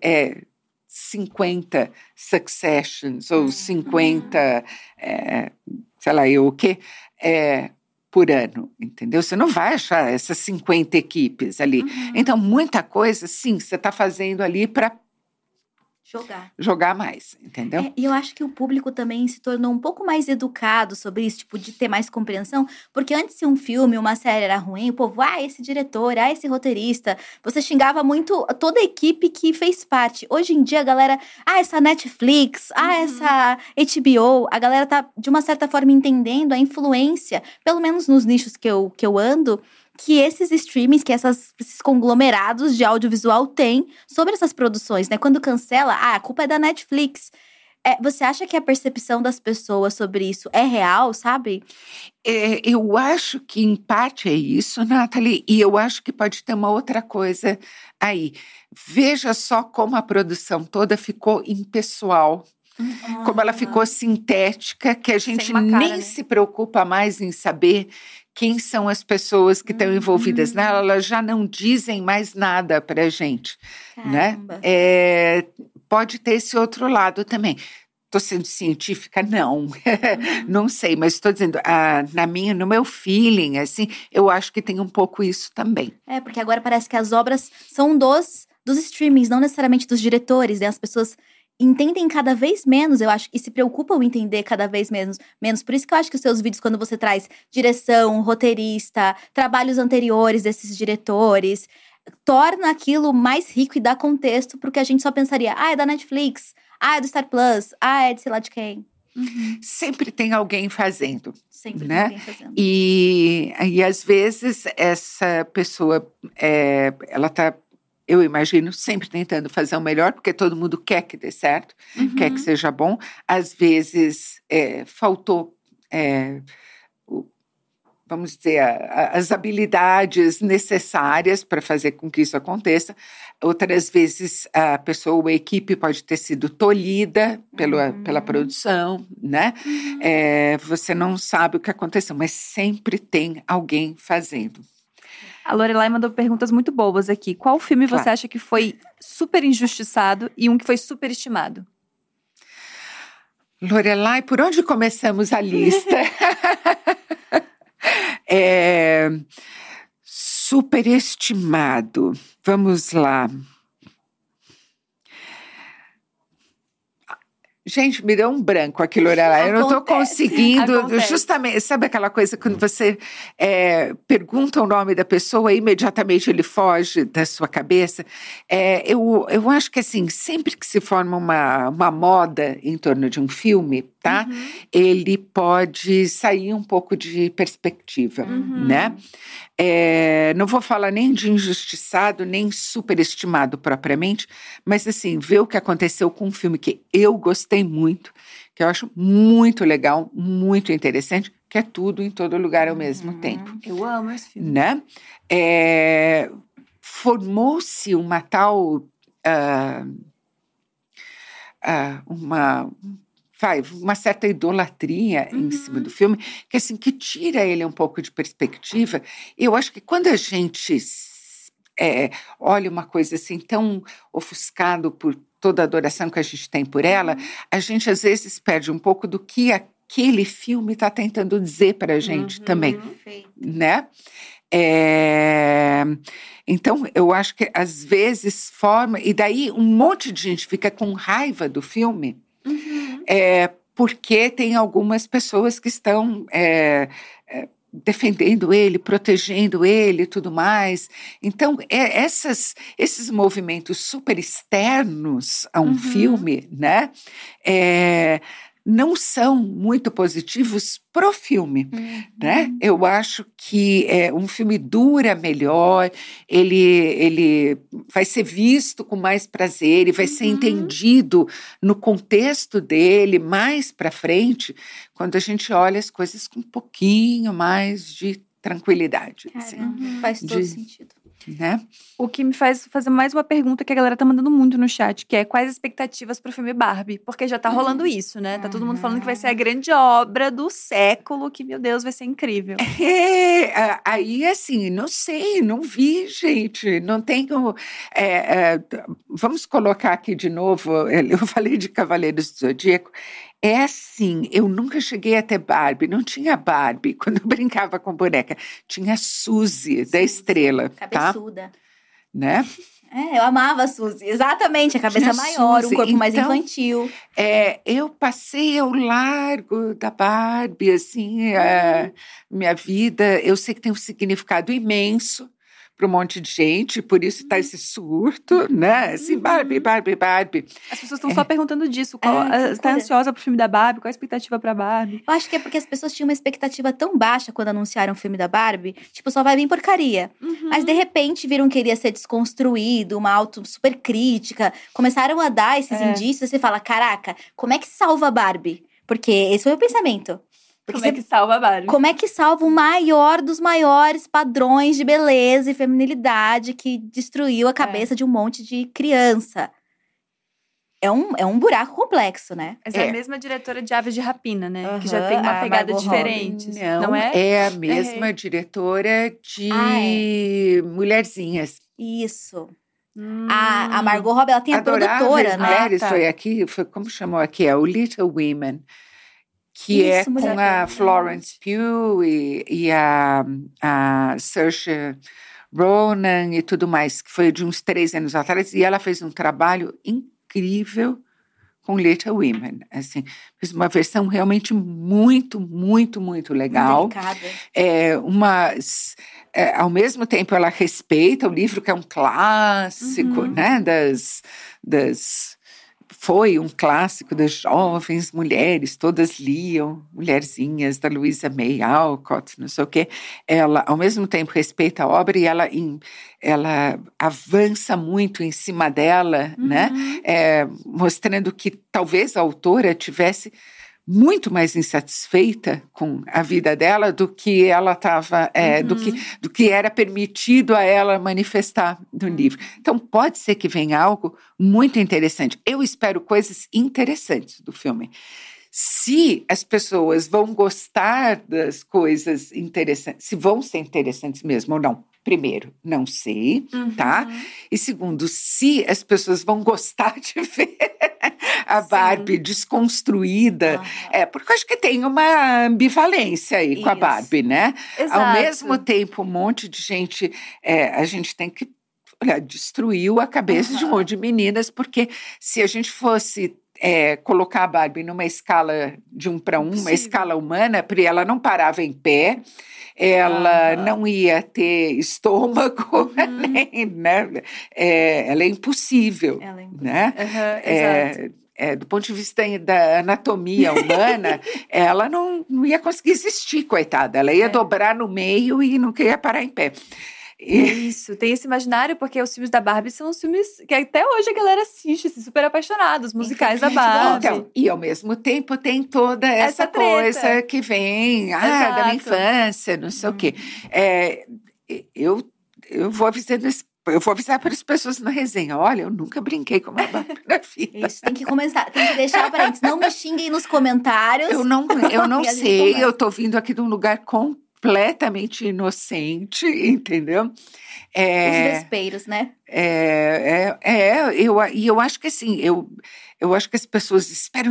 50 Successions ou 50, sei lá eu o quê, por ano, entendeu? Você não vai achar essas 50 equipes ali. Então, muita coisa, sim, você está fazendo ali para jogar mais, entendeu? E eu acho que o público também se tornou um pouco mais educado sobre isso, tipo, de ter mais compreensão, porque antes se um filme, uma série era ruim, o povo, esse diretor, esse roteirista, você xingava muito toda a equipe que fez parte. Hoje em dia a galera, essa Netflix, essa HBO, a galera tá, de uma certa forma, entendendo a influência, pelo menos nos nichos que eu ando, que esses streamings, que esses conglomerados de audiovisual têm sobre essas produções, né? Quando cancela, a culpa é da Netflix. Você acha que a percepção das pessoas sobre isso é real, sabe? Eu acho que em parte é isso, Nathalie, e eu acho que pode ter uma outra coisa aí. Veja só como a produção toda ficou impessoal. Como ela ficou sintética, que a gente nem se preocupa mais em saber quem são as pessoas que estão envolvidas nela, elas já não dizem mais nada para a gente, né? Pode ter esse outro lado também. Estou sendo científica? Não, não sei, mas estou dizendo, no meu feeling, assim, eu acho que tem um pouco isso também. Porque agora parece que as obras são dos streamings, não necessariamente dos diretores, né? As pessoas entendem cada vez menos, eu acho, e se preocupam em entender cada vez menos. Por isso que eu acho que os seus vídeos, quando você traz direção, roteirista, trabalhos anteriores desses diretores, torna aquilo mais rico e dá contexto pro que a gente só pensaria, é da Netflix, é do Star Plus, é de sei lá de quem. Sempre tem alguém fazendo. Sempre né? tem alguém fazendo. E às vezes essa pessoa, ela tá, eu imagino, sempre tentando fazer o melhor, porque todo mundo quer que dê certo, quer que seja bom. Às vezes faltou, vamos dizer, as habilidades necessárias para fazer com que isso aconteça. Outras vezes a pessoa ou a equipe pode ter sido tolhida pela produção, né? Você não sabe o que aconteceu, mas sempre tem alguém fazendo. A Lorelai mandou perguntas muito bobas aqui. Qual filme você acha que foi super injustiçado e um que foi super estimado? Lorelai, por onde começamos a lista? Superestimado. Vamos lá. Gente, me deu um branco aqui, Lorelai. Eu não estou conseguindo. Acontece. Justamente, sabe aquela coisa quando você pergunta o nome da pessoa e imediatamente ele foge da sua cabeça? Eu acho que, assim, sempre que se forma uma moda em torno de um filme, tá? Ele pode sair um pouco de perspectiva, né? Não vou falar nem de injustiçado, nem superestimado propriamente, mas assim, ver o que aconteceu com um filme que eu gostei muito, que eu acho muito legal, muito interessante, que é Tudo em Todo Lugar ao Mesmo Tempo. Eu amo esse filme. Né? Formou-se uma tal... uma certa idolatria em cima do filme, que assim, que tira ele um pouco de perspectiva. Eu acho que quando a gente olha uma coisa assim tão ofuscado por toda a adoração que a gente tem por ela, a gente às vezes perde um pouco do que aquele filme está tentando dizer para a gente também, né? Então, eu acho que às vezes forma... E daí um monte de gente fica com raiva do filme, porque tem algumas pessoas que estão defendendo ele, protegendo ele e tudo mais. Então, esses movimentos super externos a um filme, né? Não são muito positivos pro filme, né? Eu acho que um filme dura melhor, ele vai ser visto com mais prazer e vai ser entendido no contexto dele mais para frente, quando a gente olha as coisas com um pouquinho mais de tranquilidade. Assim, Faz todo sentido. Né? O que me faz fazer mais uma pergunta que a galera tá mandando muito no chat, que é quais as expectativas pro filme Barbie? Porque já tá rolando isso, né? Tá todo mundo falando que vai ser a grande obra do século, que, meu Deus, vai ser incrível. Aí, assim, não sei, não vi, gente, não tenho... vamos colocar aqui de novo, eu falei de Cavaleiros do Zodíaco, assim, eu nunca cheguei a ter Barbie, não tinha Barbie quando eu brincava com boneca, tinha Suzy da Estrela, Cabeçuda. Tá? Né? Eu amava a Suzy, exatamente, a cabeça maior, Suzy. um corpo mais Então, infantil. Eu passei ao largo da Barbie, assim, minha vida, eu sei que tem um significado imenso para um monte de gente, por isso está esse surto, né? Assim, Barbie. As pessoas estão só perguntando disso. Tá ansiosa pro filme da Barbie? Qual a expectativa pra Barbie? Eu acho que é porque as pessoas tinham uma expectativa tão baixa quando anunciaram o filme da Barbie, tipo, só vai vir porcaria. Mas de repente viram que iria ser desconstruído, uma super crítica, começaram a dar esses indícios, e você fala, caraca, como é que salva a Barbie? Porque esse foi o pensamento. Como é que salva a Barbie? Como é que salva o maior dos maiores padrões de beleza e feminilidade que destruiu a cabeça de um monte de criança? É um buraco complexo, né? Mas é a mesma diretora de Aves de Rapina, né? Que já tem uma pegada diferente. Não é? É a mesma diretora de Mulherzinhas. Isso. A Margot Robbie, ela tem a produtora, né? Mulheres, foi como chamou aqui? É o Little Women. Que Isso, com a Florence Pugh e a Saoirse Ronan e tudo mais, que foi de uns 3 anos atrás, e ela fez um trabalho incrível com Little Women, assim, fez uma versão realmente muito, muito, muito legal. Ao mesmo tempo ela respeita o livro, que é um clássico, né, foi um clássico das jovens mulheres, todas liam, Mulherzinhas, da Louisa May Alcott, não sei o quê. Ela, ao mesmo tempo, respeita a obra e ela avança muito em cima dela, né? Mostrando que talvez a autora tivesse muito mais insatisfeita com a vida dela do que ela estava, do que era permitido a ela manifestar no livro. Então, pode ser que venha algo muito interessante. Eu espero coisas interessantes do filme. Se as pessoas vão gostar das coisas interessantes, se vão ser interessantes mesmo ou não, primeiro, não sei, tá? E segundo, se as pessoas vão gostar de ver a Barbie desconstruída, porque eu acho que tem uma ambivalência aí com a Barbie, né? Exato. Ao mesmo tempo, um monte de gente, a gente tem que, olha, destruiu a cabeça de um monte de meninas, porque se a gente fosse colocar a Barbie numa escala de 1 para 1, uma escala humana, porque ela não parava em pé, ela não ia ter estômago, nem, né? Ela é impossível, né? Exato. Do ponto de vista da anatomia humana, ela não ia conseguir existir, coitada. Ela ia dobrar no meio e não ia parar em pé. Isso, tem esse imaginário, porque os filmes da Barbie são os filmes que até hoje a galera assiste, assim, super apaixonados, musicais da Barbie. Então, e ao mesmo tempo tem toda essa coisa que vem da minha infância, não sei o quê. Eu vou avisar para as pessoas na resenha, olha, eu nunca brinquei com uma Barbie na vida. Isso, tem que começar, tem que deixar parênteses. Não me xinguem nos comentários. Eu não sei, eu tô vindo aqui de um lugar completamente inocente, entendeu? Os vespeiros, né? Eu acho que assim, eu acho que as pessoas esperam.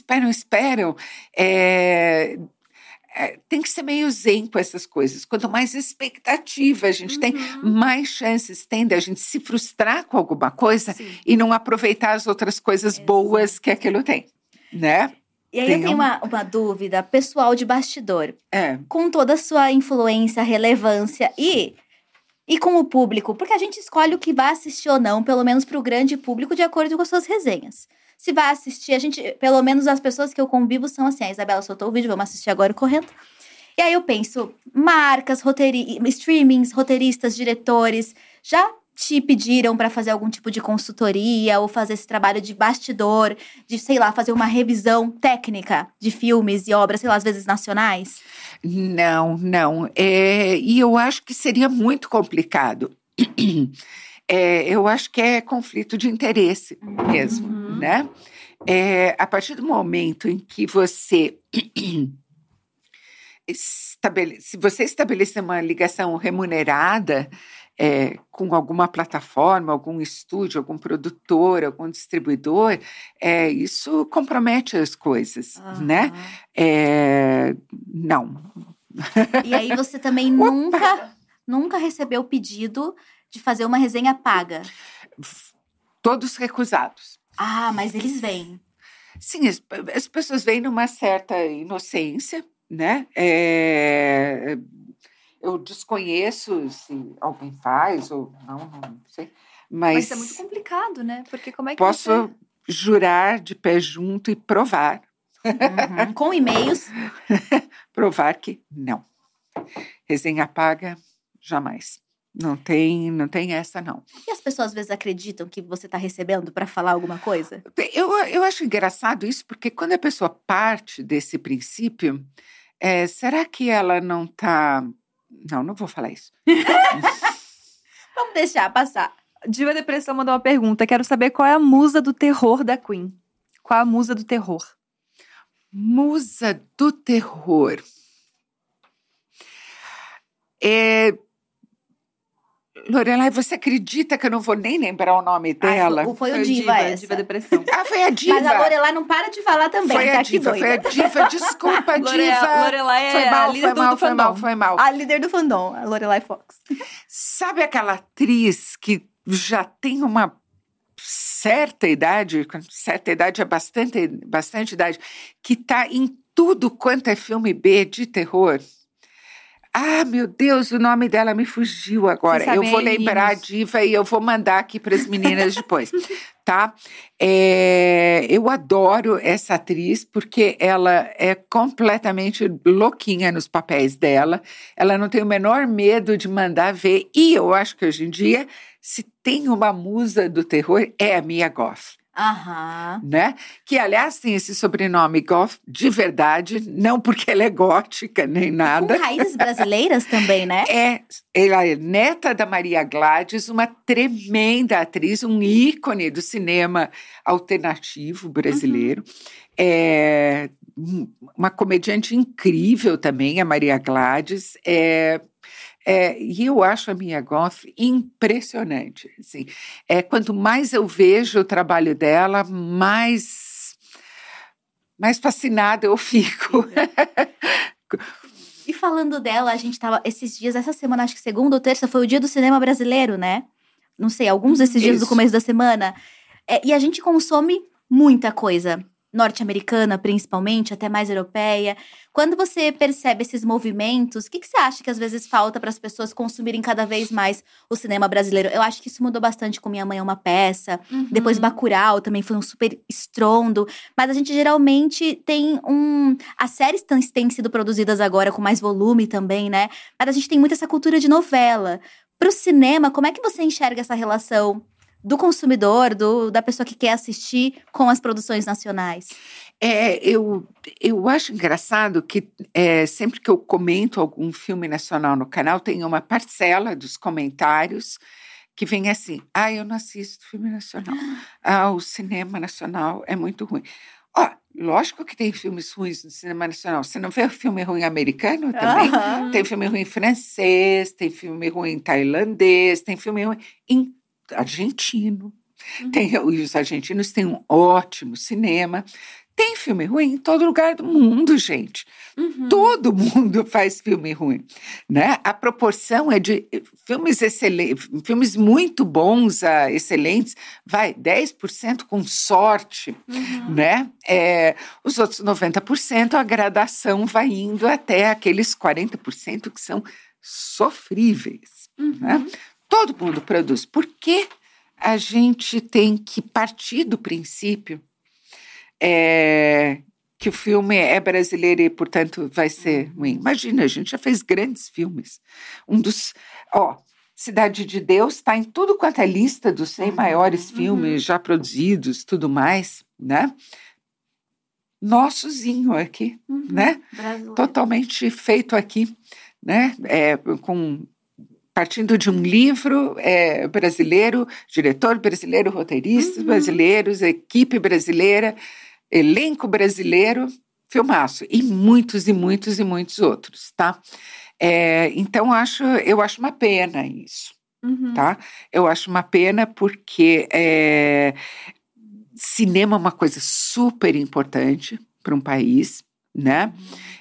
Tem que ser meio zen com essas coisas. Quanto mais expectativa a gente tem, mais chances tem de a gente se frustrar com alguma coisa e não aproveitar as outras coisas boas que aquilo tem, né? E aí eu tenho uma dúvida pessoal de bastidor. Com toda a sua influência, relevância e com o público, porque a gente escolhe o que vai assistir ou não, pelo menos para o grande público, de acordo com as suas resenhas. Se vai assistir, pelo menos as pessoas que eu convivo são assim, a Isabela soltou o vídeo, vamos assistir agora correndo. E aí eu penso, marcas, streamings, roteiristas, diretores, já te pediram para fazer algum tipo de consultoria ou fazer esse trabalho de bastidor, de, sei lá, fazer uma revisão técnica de filmes e obras, sei lá, às vezes nacionais? Não. E eu acho que seria muito complicado. Eu acho que é conflito de interesse mesmo, né? A partir do momento em que você se você estabelecer uma ligação remunerada com alguma plataforma, algum estúdio, algum produtor, algum distribuidor, isso compromete as coisas, né? Não. E aí você também nunca recebeu o pedido de fazer uma resenha paga? Todos recusados. Ah, mas eles vêm. Sim, as pessoas vêm numa certa inocência, né? Eu desconheço se alguém faz ou não sei. Mas isso é muito complicado, né? Porque como é que posso jurar de pé junto e provar. Com e-mails? Provar que não. Resenha paga, jamais. Não tem essa, não. E as pessoas às vezes acreditam que você está recebendo para falar alguma coisa? Eu acho engraçado isso, porque quando a pessoa parte desse princípio, será que ela não está... Não vou falar isso. Vamos deixar passar. Diva Depressão mandou uma pergunta. Quero saber qual é a musa do terror da Queen. Qual é a musa do terror? Musa do terror. Lorelai, você acredita que eu não vou nem lembrar o nome dela? Foi o Diva essa. Diva Depressão. Foi a Diva. Mas a Lorelai não para de falar também, foi a Diva. Desculpa, Diva. Lorelai é a líder do fandom. Foi mal. A líder do fandom, a Lorelai Fox. Sabe aquela atriz que já tem uma certa idade é bastante idade, que está em tudo quanto é filme B de terror? Ah, meu Deus, o nome dela me fugiu agora. Eu vou lembrar a Diva e eu vou mandar aqui para as meninas depois, tá? Eu adoro essa atriz porque ela é completamente louquinha nos papéis dela. Ela não tem o menor medo de mandar ver. E eu acho que hoje em dia, se tem uma musa do terror, é a Mia Goth. Né? Que, aliás, tem esse sobrenome Goth de verdade, não porque ela é gótica nem nada. Com raízes brasileiras também, né? Ela é neta da Maria Gladys, uma tremenda atriz, um ícone do cinema alternativo brasileiro. Uma comediante incrível também, a Maria Gladys. E eu acho a Mia Goth impressionante. Assim. Quanto mais eu vejo o trabalho dela, mais fascinada eu fico. E falando dela, a gente tava esses dias, essa semana, acho que segunda ou terça, foi o dia do cinema brasileiro, né? Não sei, alguns desses dias do começo da semana. E a gente consome muita coisa. Norte-americana, principalmente, até mais europeia. Quando você percebe esses movimentos, o que você acha que às vezes falta para as pessoas consumirem cada vez mais o cinema brasileiro? Eu acho que isso mudou bastante com Minha Mãe é uma Peça. Depois Bacurau também foi um super estrondo. Mas a gente geralmente tem As séries têm sido produzidas agora com mais volume também, né? Mas a gente tem muito essa cultura de novela. Pro cinema, como é que você enxerga essa relação do consumidor, da pessoa que quer assistir com as produções nacionais? Eu acho engraçado que sempre que eu comento algum filme nacional no canal, tem uma parcela dos comentários que vem assim, eu não assisto filme nacional, o cinema nacional é muito ruim. Lógico que tem filmes ruins no cinema nacional. Você não vê filme ruim americano também? Tem filme ruim francês, tem filme ruim tailandês, tem filme ruim argentino. E os argentinos têm um ótimo cinema. Tem filme ruim em todo lugar do mundo, gente. Todo mundo faz filme ruim, né? A proporção é de filmes excelentes, filmes muito bons a excelentes, 10% com sorte, né? Os outros 90%, a gradação vai indo até aqueles 40% que são sofríveis, né? Todo mundo produz. Por que a gente tem que partir do princípio que o filme é brasileiro e, portanto, vai ser ruim? Imagina, a gente já fez grandes filmes. Cidade de Deus está em tudo quanto é lista dos 100 maiores filmes já produzidos, tudo mais, né? Nossozinho aqui, né? Brasileiro. Totalmente feito aqui, né? Partindo de um livro brasileiro, diretor brasileiro, roteiristas brasileiros, equipe brasileira, elenco brasileiro, filmaço. E muitos e muitos e muitos outros, tá? Então, eu acho uma pena isso, tá? Eu acho uma pena porque cinema é uma coisa super importante para um país, né?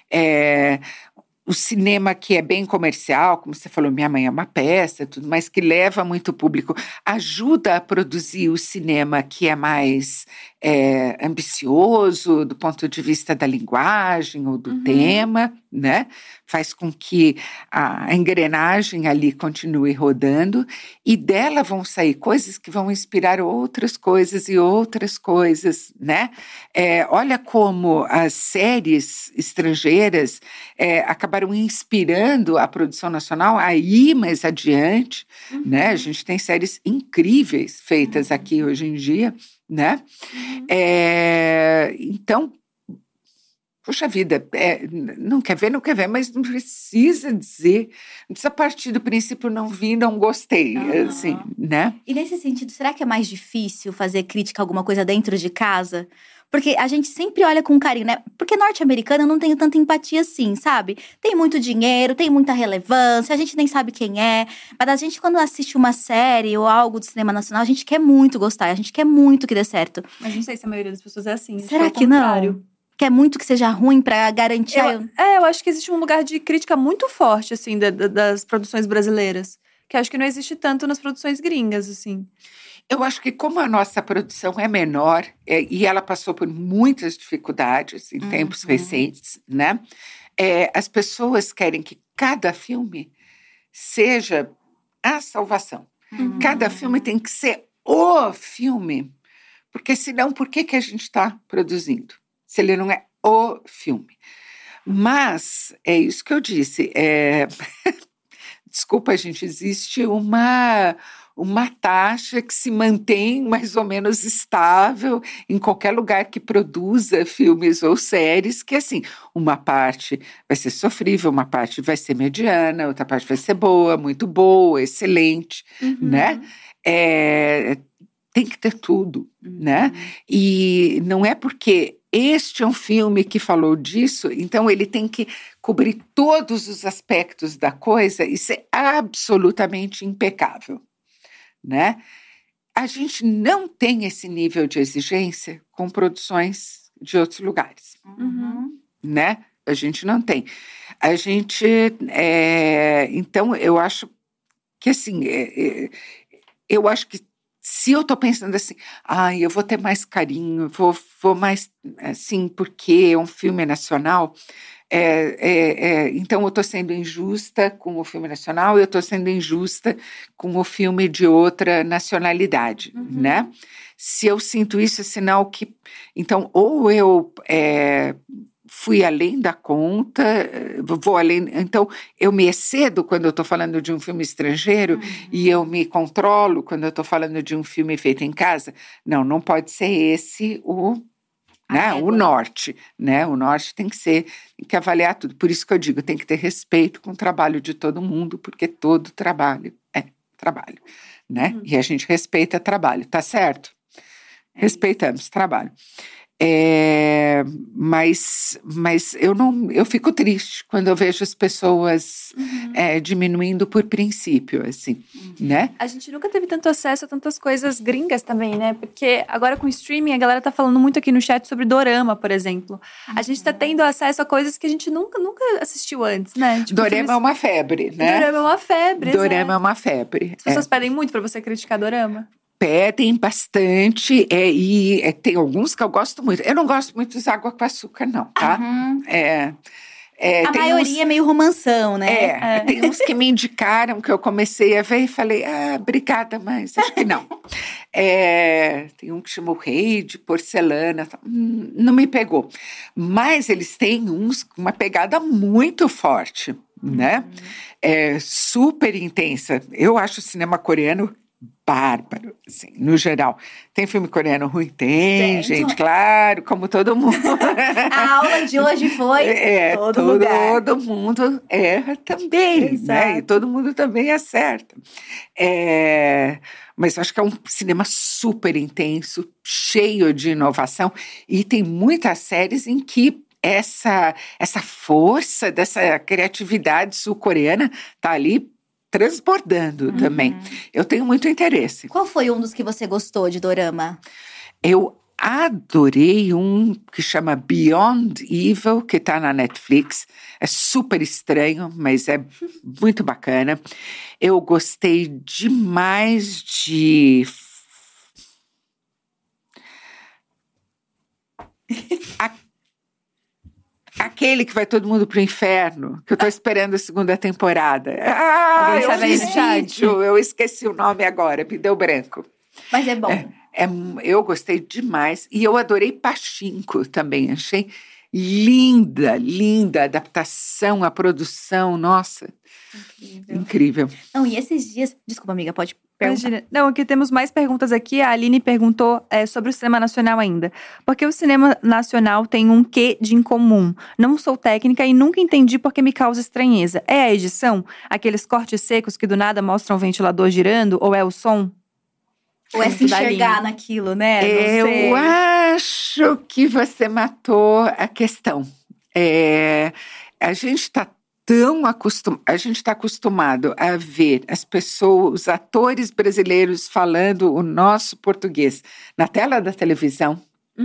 O cinema que é bem comercial, como você falou, Minha Mãe é uma Peça, tudo, mas que leva muito público, ajuda a produzir o cinema que é mais ambicioso do ponto de vista da linguagem ou do tema, né? Faz com que a engrenagem ali continue rodando e dela vão sair coisas que vão inspirar outras coisas e outras coisas, né? Olha como as séries estrangeiras acabaram inspirando a produção nacional a ir mais adiante, né? A gente tem séries incríveis feitas aqui hoje em dia, né? Então, poxa vida, não quer ver, mas não precisa dizer, não precisa partir do princípio não vi, não gostei, assim, né? E nesse sentido, será que é mais difícil fazer crítica a alguma coisa dentro de casa? Porque a gente sempre olha com carinho, né? Porque norte-americana eu não tenho tanta empatia assim, sabe? Tem muito dinheiro, tem muita relevância, a gente nem sabe quem é. Mas a gente, quando assiste uma série ou algo do cinema nacional, a gente quer muito gostar, a gente quer muito que dê certo. Mas não sei se a maioria das pessoas é assim. Será que não? Quer muito que seja ruim pra garantir... Eu acho que existe um lugar de crítica muito forte, assim, das produções brasileiras. Que acho que não existe tanto nas produções gringas, assim. Eu acho que como a nossa produção é menor e ela passou por muitas dificuldades em tempos recentes, né? As pessoas querem que cada filme seja a salvação. Cada filme tem que ser o filme. Porque senão, por que a gente está produzindo? Se ele não é o filme. Mas, é isso que eu disse. Desculpa, gente, existe uma taxa que se mantém mais ou menos estável em qualquer lugar que produza filmes ou séries, que assim, uma parte vai ser sofrível, uma parte vai ser mediana, outra parte vai ser boa, muito boa, excelente, né? Tem que ter tudo, né? E não é porque este é um filme que falou disso, então ele tem que cobrir todos os aspectos da coisa e ser absolutamente impecável, né? A gente não tem esse nível de exigência com produções de outros lugares, né? A gente não tem. A gente, então, eu acho que assim, eu acho que se eu estou pensando assim, eu vou ter mais carinho, vou mais, assim, porque é um filme nacional, então eu estou sendo injusta com o filme nacional, eu estou sendo injusta com o filme de outra nacionalidade, né? Se eu sinto isso, é sinal que, então, ou eu fui além da conta, vou além. Então, eu me excedo quando eu estou falando de um filme estrangeiro e eu me controlo quando eu estou falando de um filme feito em casa. Não pode ser esse o norte, né? O norte tem que avaliar tudo. Por isso que eu digo, tem que ter respeito com o trabalho de todo mundo, porque todo trabalho é trabalho, né? E a gente respeita trabalho, tá certo? Respeitamos trabalho. Mas eu fico triste quando eu vejo as pessoas diminuindo por princípio, assim, né? A gente nunca teve tanto acesso a tantas coisas gringas também, né? Porque agora com o streaming, a galera tá falando muito aqui no chat sobre dorama, por exemplo. A gente tá tendo acesso a coisas que a gente nunca assistiu antes, né? Tipo, dorama é uma febre, né? Dorama é uma febre, dorama é uma febre. As pessoas pedem muito pra você criticar dorama? Pedem bastante, e tem alguns que eu gosto muito. Eu não gosto muito de Água com Açúcar, não, tá? A maioria é meio romanção, né? Tem uns que me indicaram que eu comecei a ver e falei, obrigada, mas acho que não. Tem um que chama O Rei de Porcelana, não me pegou. Mas eles têm uns com uma pegada muito forte, né? Super intensa. Eu acho o cinema coreano bárbaro, assim, no geral. Tem filme coreano ruim? Tem, gente, claro, como todo mundo. A aula de hoje foi todo mundo erra também, né? E todo mundo também acerta. Mas eu acho que é um cinema super intenso, cheio de inovação, e tem muitas séries em que essa força dessa criatividade sul-coreana está ali transbordando também. Eu tenho muito interesse. Qual foi um dos que você gostou de dorama? Eu adorei um que chama Beyond Evil, que está na Netflix. É super estranho, mas é muito bacana. Eu gostei demais de... Aquele que vai todo mundo pro inferno, que eu tô esperando a segunda temporada. Eu esqueci o nome agora, me deu branco. Mas é bom. Eu gostei demais. E eu adorei Pachinko também. Achei linda a adaptação, a produção. Nossa, incrível. Não, e esses dias... Desculpa, amiga, pode perguntar. Imagina. Não, aqui temos mais perguntas aqui. A Aline perguntou sobre o cinema nacional ainda. Porque o cinema nacional tem um quê de incomum? Não sou técnica e nunca entendi porque me causa estranheza. É a edição? Aqueles cortes secos que do nada mostram o ventilador girando? Ou é o som? Ou é se enxergar naquilo, né? Eu acho que você matou a questão. A gente está acostumado a ver as pessoas, os atores brasileiros falando o nosso português na tela da televisão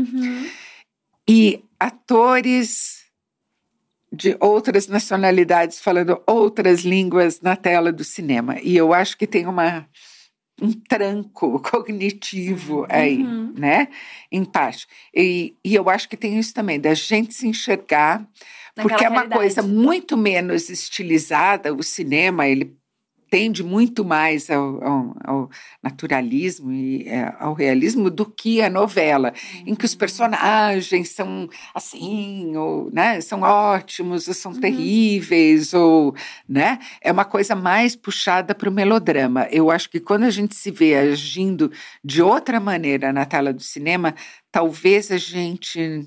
e atores de outras nacionalidades falando outras línguas na tela do cinema. E eu acho que tem um tranco cognitivo aí, né? Em parte. E eu acho que tem isso também, da gente se enxergar, porque é uma coisa muito menos estilizada. O cinema, ele tende muito mais ao naturalismo e ao realismo do que a novela, em que os personagens são assim, ou, né, são ótimos, ou são terríveis, ou, né, é uma coisa mais puxada para o melodrama. Eu acho que quando a gente se vê agindo de outra maneira na tela do cinema, talvez a gente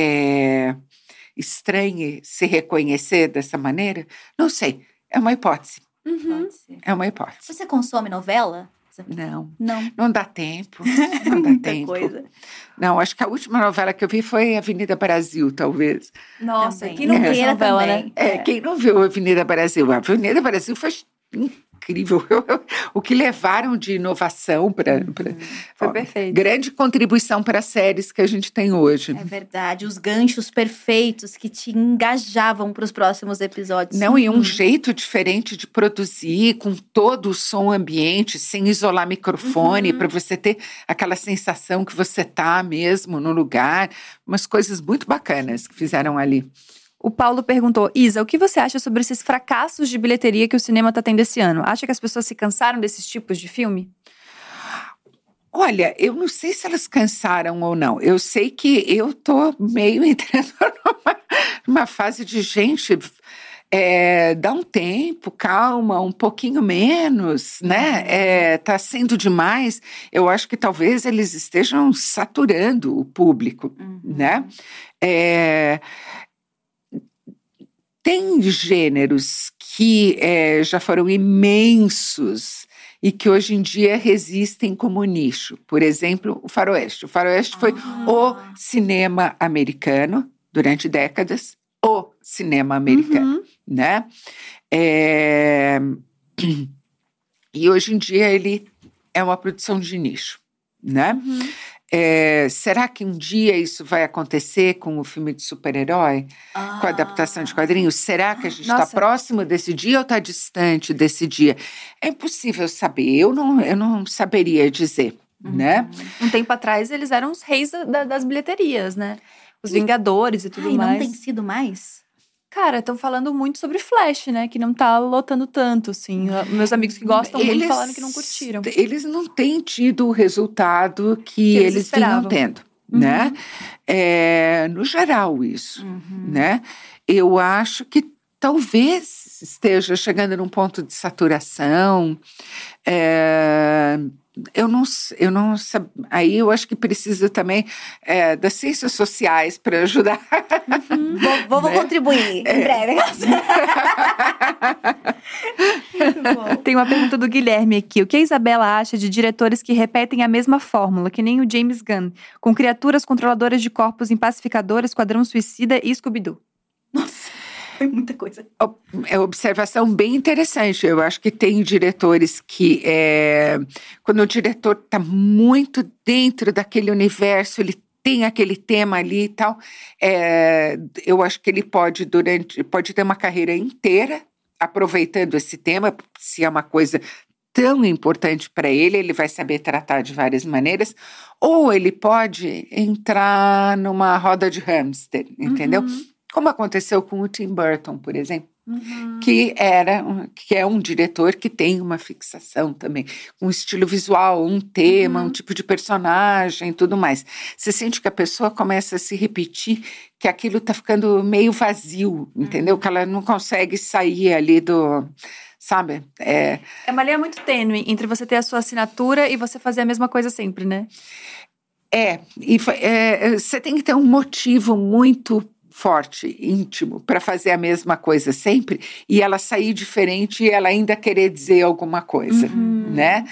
estranhe se reconhecer dessa maneira. Não sei, é uma hipótese. Pode ser. É uma hipótese. Você consome novela? Não dá tempo. Não dá Muita tempo. coisa. Não, acho que a última novela que eu vi foi Avenida Brasil, talvez. Nossa, Também. quem não viu essa Inteira novela, também. né? Quem não viu Avenida Brasil? A Avenida Brasil foi incrível. O que levaram de inovação para... Foi perfeito. Grande contribuição para as séries que a gente tem hoje. É verdade, os ganchos perfeitos que te engajavam para os próximos episódios. Não, e um jeito diferente de produzir, com todo o som ambiente, sem isolar microfone, para você ter aquela sensação que você tá mesmo no lugar. Umas coisas muito bacanas que fizeram ali. O Paulo perguntou, Isa, o que você acha sobre esses fracassos de bilheteria que o cinema está tendo esse ano? Acha que as pessoas se cansaram desses tipos de filme? Olha, eu não sei se elas cansaram ou não. Eu sei que eu tô meio entrando numa fase de gente... dá um tempo, calma, um pouquinho menos, né? Tá sendo demais. Eu acho que talvez eles estejam saturando o público, né? Tem gêneros que já foram imensos e que hoje em dia resistem como nicho. Por exemplo, o faroeste. O faroeste foi o cinema americano durante décadas. O cinema americano, né? E hoje em dia ele é uma produção de nicho, né? Será que um dia isso vai acontecer com o filme de super-herói? Com a adaptação de quadrinhos? Será que a gente está próximo desse dia ou está distante desse dia? É impossível saber, eu não saberia dizer, né? Um tempo atrás eles eram os reis das bilheterias, né? Os Vingadores e tudo mais. Não tem sido mais? Cara, estão falando muito sobre Flash, né? Que não tá lotando tanto, assim. Meus amigos que gostam muito falaram que não curtiram. Eles não têm tido o resultado que eles vinham tendo, né? No geral, isso, né? Eu acho que talvez esteja chegando num ponto de saturação. Eu não aí eu acho que precisa também das ciências sociais para ajudar. Vou contribuir em breve. Tem uma pergunta do Guilherme aqui. O que a Isabela acha de diretores que repetem a mesma fórmula, que nem o James Gunn, com criaturas controladoras de corpos em Pacificador, Esquadrão Suicida e Scooby-Doo? Nossa, foi muita coisa. É uma observação bem interessante. Eu acho que tem diretores que, quando o diretor está muito dentro daquele universo, ele tem aquele tema ali e tal, eu acho que ele pode ter uma carreira inteira aproveitando esse tema, se é uma coisa tão importante para ele, ele vai saber tratar de várias maneiras, ou ele pode entrar numa roda de hamster, entendeu? Como aconteceu com o Tim Burton, por exemplo, que é um diretor que tem uma fixação também, um estilo visual, um tema, um tipo de personagem e tudo mais. Você sente que a pessoa começa a se repetir, que aquilo está ficando meio vazio, entendeu? Que ela não consegue sair ali do... Sabe? É uma linha muito tênue entre você ter a sua assinatura e você fazer a mesma coisa sempre, né? Você tem que ter um motivo muito forte, íntimo, para fazer a mesma coisa sempre, e ela sair diferente e ela ainda querer dizer alguma coisa, né?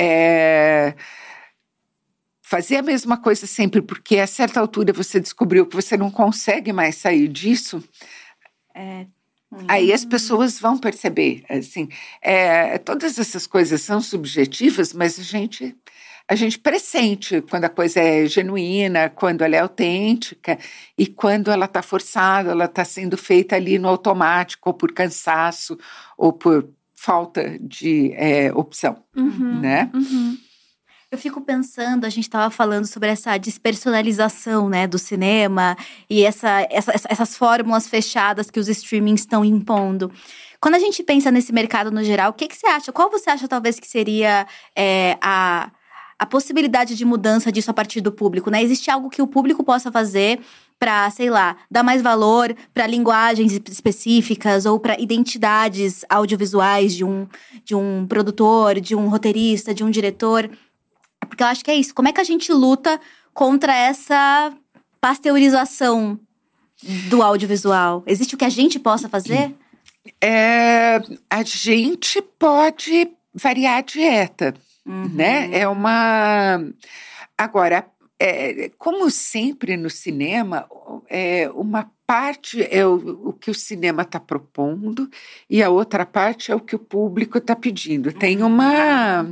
Fazer a mesma coisa sempre, porque a certa altura você descobriu que você não consegue mais sair disso, aí as pessoas vão perceber, assim, todas essas coisas são subjetivas, mas a gente pressente quando a coisa é genuína, quando ela é autêntica e quando ela está forçada, ela está sendo feita ali no automático, ou por cansaço, ou por falta de opção, né? Eu fico pensando, a gente estava falando sobre essa despersonalização, né, do cinema e essas fórmulas fechadas que os streamings estão impondo. Quando a gente pensa nesse mercado no geral, o que você acha? Qual você acha talvez que seria a possibilidade de mudança disso a partir do público, né? Existe algo que o público possa fazer para, sei lá, dar mais valor para linguagens específicas ou para identidades audiovisuais de um produtor, de um roteirista, de um diretor? Porque eu acho que é isso. Como é que a gente luta contra essa pasteurização do audiovisual? Existe o que a gente possa fazer? A gente pode variar a dieta, né? É uma... Agora, como sempre no cinema, uma parte é o que o cinema está propondo e a outra parte é o que o público está pedindo. Tem uma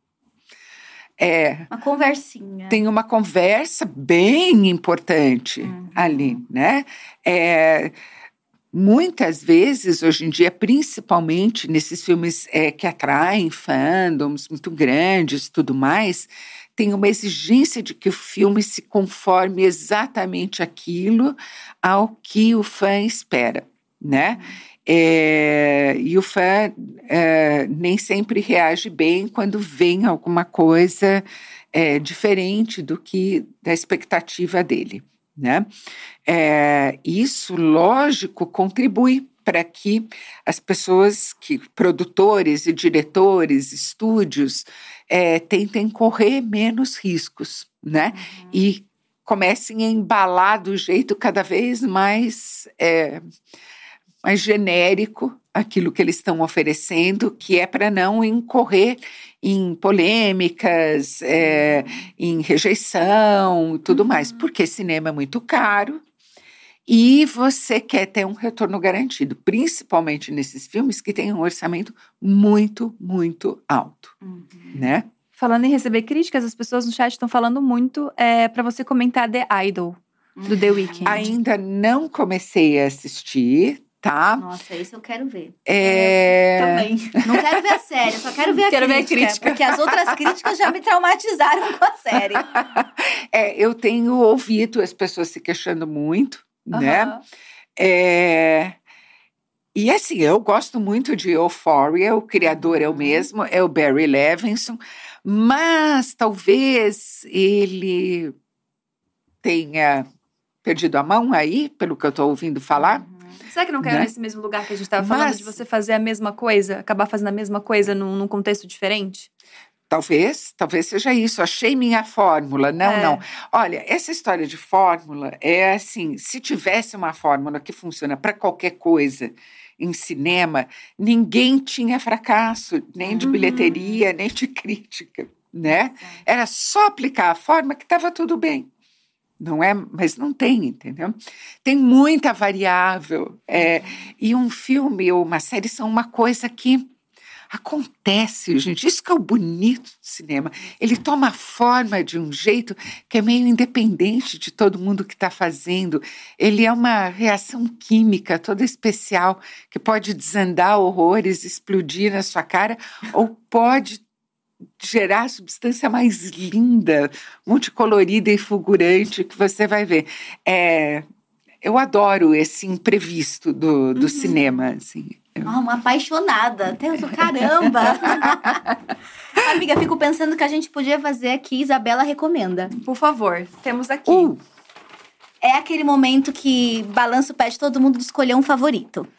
conversinha. Tem uma conversa bem importante ali, né? Muitas vezes, hoje em dia, principalmente nesses filmes que atraem fandoms muito grandes e tudo mais, tem uma exigência de que o filme se conforme exatamente aquilo ao que o fã espera, né? E o fã nem sempre reage bem quando vem alguma coisa diferente da expectativa dele, né? Isso, lógico, contribui para que as pessoas, produtores e diretores, estúdios, tentem correr menos riscos, né? E comecem a embalar do jeito cada vez mais genérico aquilo que eles estão oferecendo, que é para não incorrer em polêmicas, em rejeição e tudo mais, porque cinema é muito caro e você quer ter um retorno garantido, principalmente nesses filmes que têm um orçamento muito, muito alto, né? Falando em receber críticas, as pessoas no chat estão falando muito para você comentar The Idol, do The Weeknd. Ainda não comecei a assistir, tá? Nossa, isso eu quero ver. Também. Não quero ver a série, só quero ver a crítica. Porque as outras críticas já me traumatizaram com a série. Eu tenho ouvido as pessoas se queixando muito, né? E assim, eu gosto muito de Euphoria, o criador é o mesmo, é o Barry Levinson, mas talvez ele tenha perdido a mão aí, pelo que eu estou ouvindo falar. Será que não caiu nesse mesmo lugar que a gente estava falando, de você fazer a mesma coisa, acabar fazendo a mesma coisa num contexto diferente? Talvez seja isso. Achei minha fórmula. Não. Olha, essa história de fórmula é assim, se tivesse uma fórmula que funciona para qualquer coisa em cinema, ninguém tinha fracasso, nem de bilheteria, nem de crítica, né? Era só aplicar a forma que estava tudo bem. Não é? Mas não tem, entendeu? Tem muita variável. E um filme ou uma série são uma coisa que acontece, gente. Isso que é o bonito do cinema. Ele toma forma de um jeito que é meio independente de todo mundo que está fazendo. Ele é uma reação química toda especial que pode desandar horrores, explodir na sua cara, ou pode gerar a substância mais linda, multicolorida e fulgurante que você vai ver. Eu adoro esse imprevisto do cinema, assim. Uma apaixonada. Caramba! Amiga, fico pensando que a gente podia fazer aqui, Isabela recomenda. Por favor, temos aqui. É aquele momento que balança o pé de todo mundo de escolher um favorito.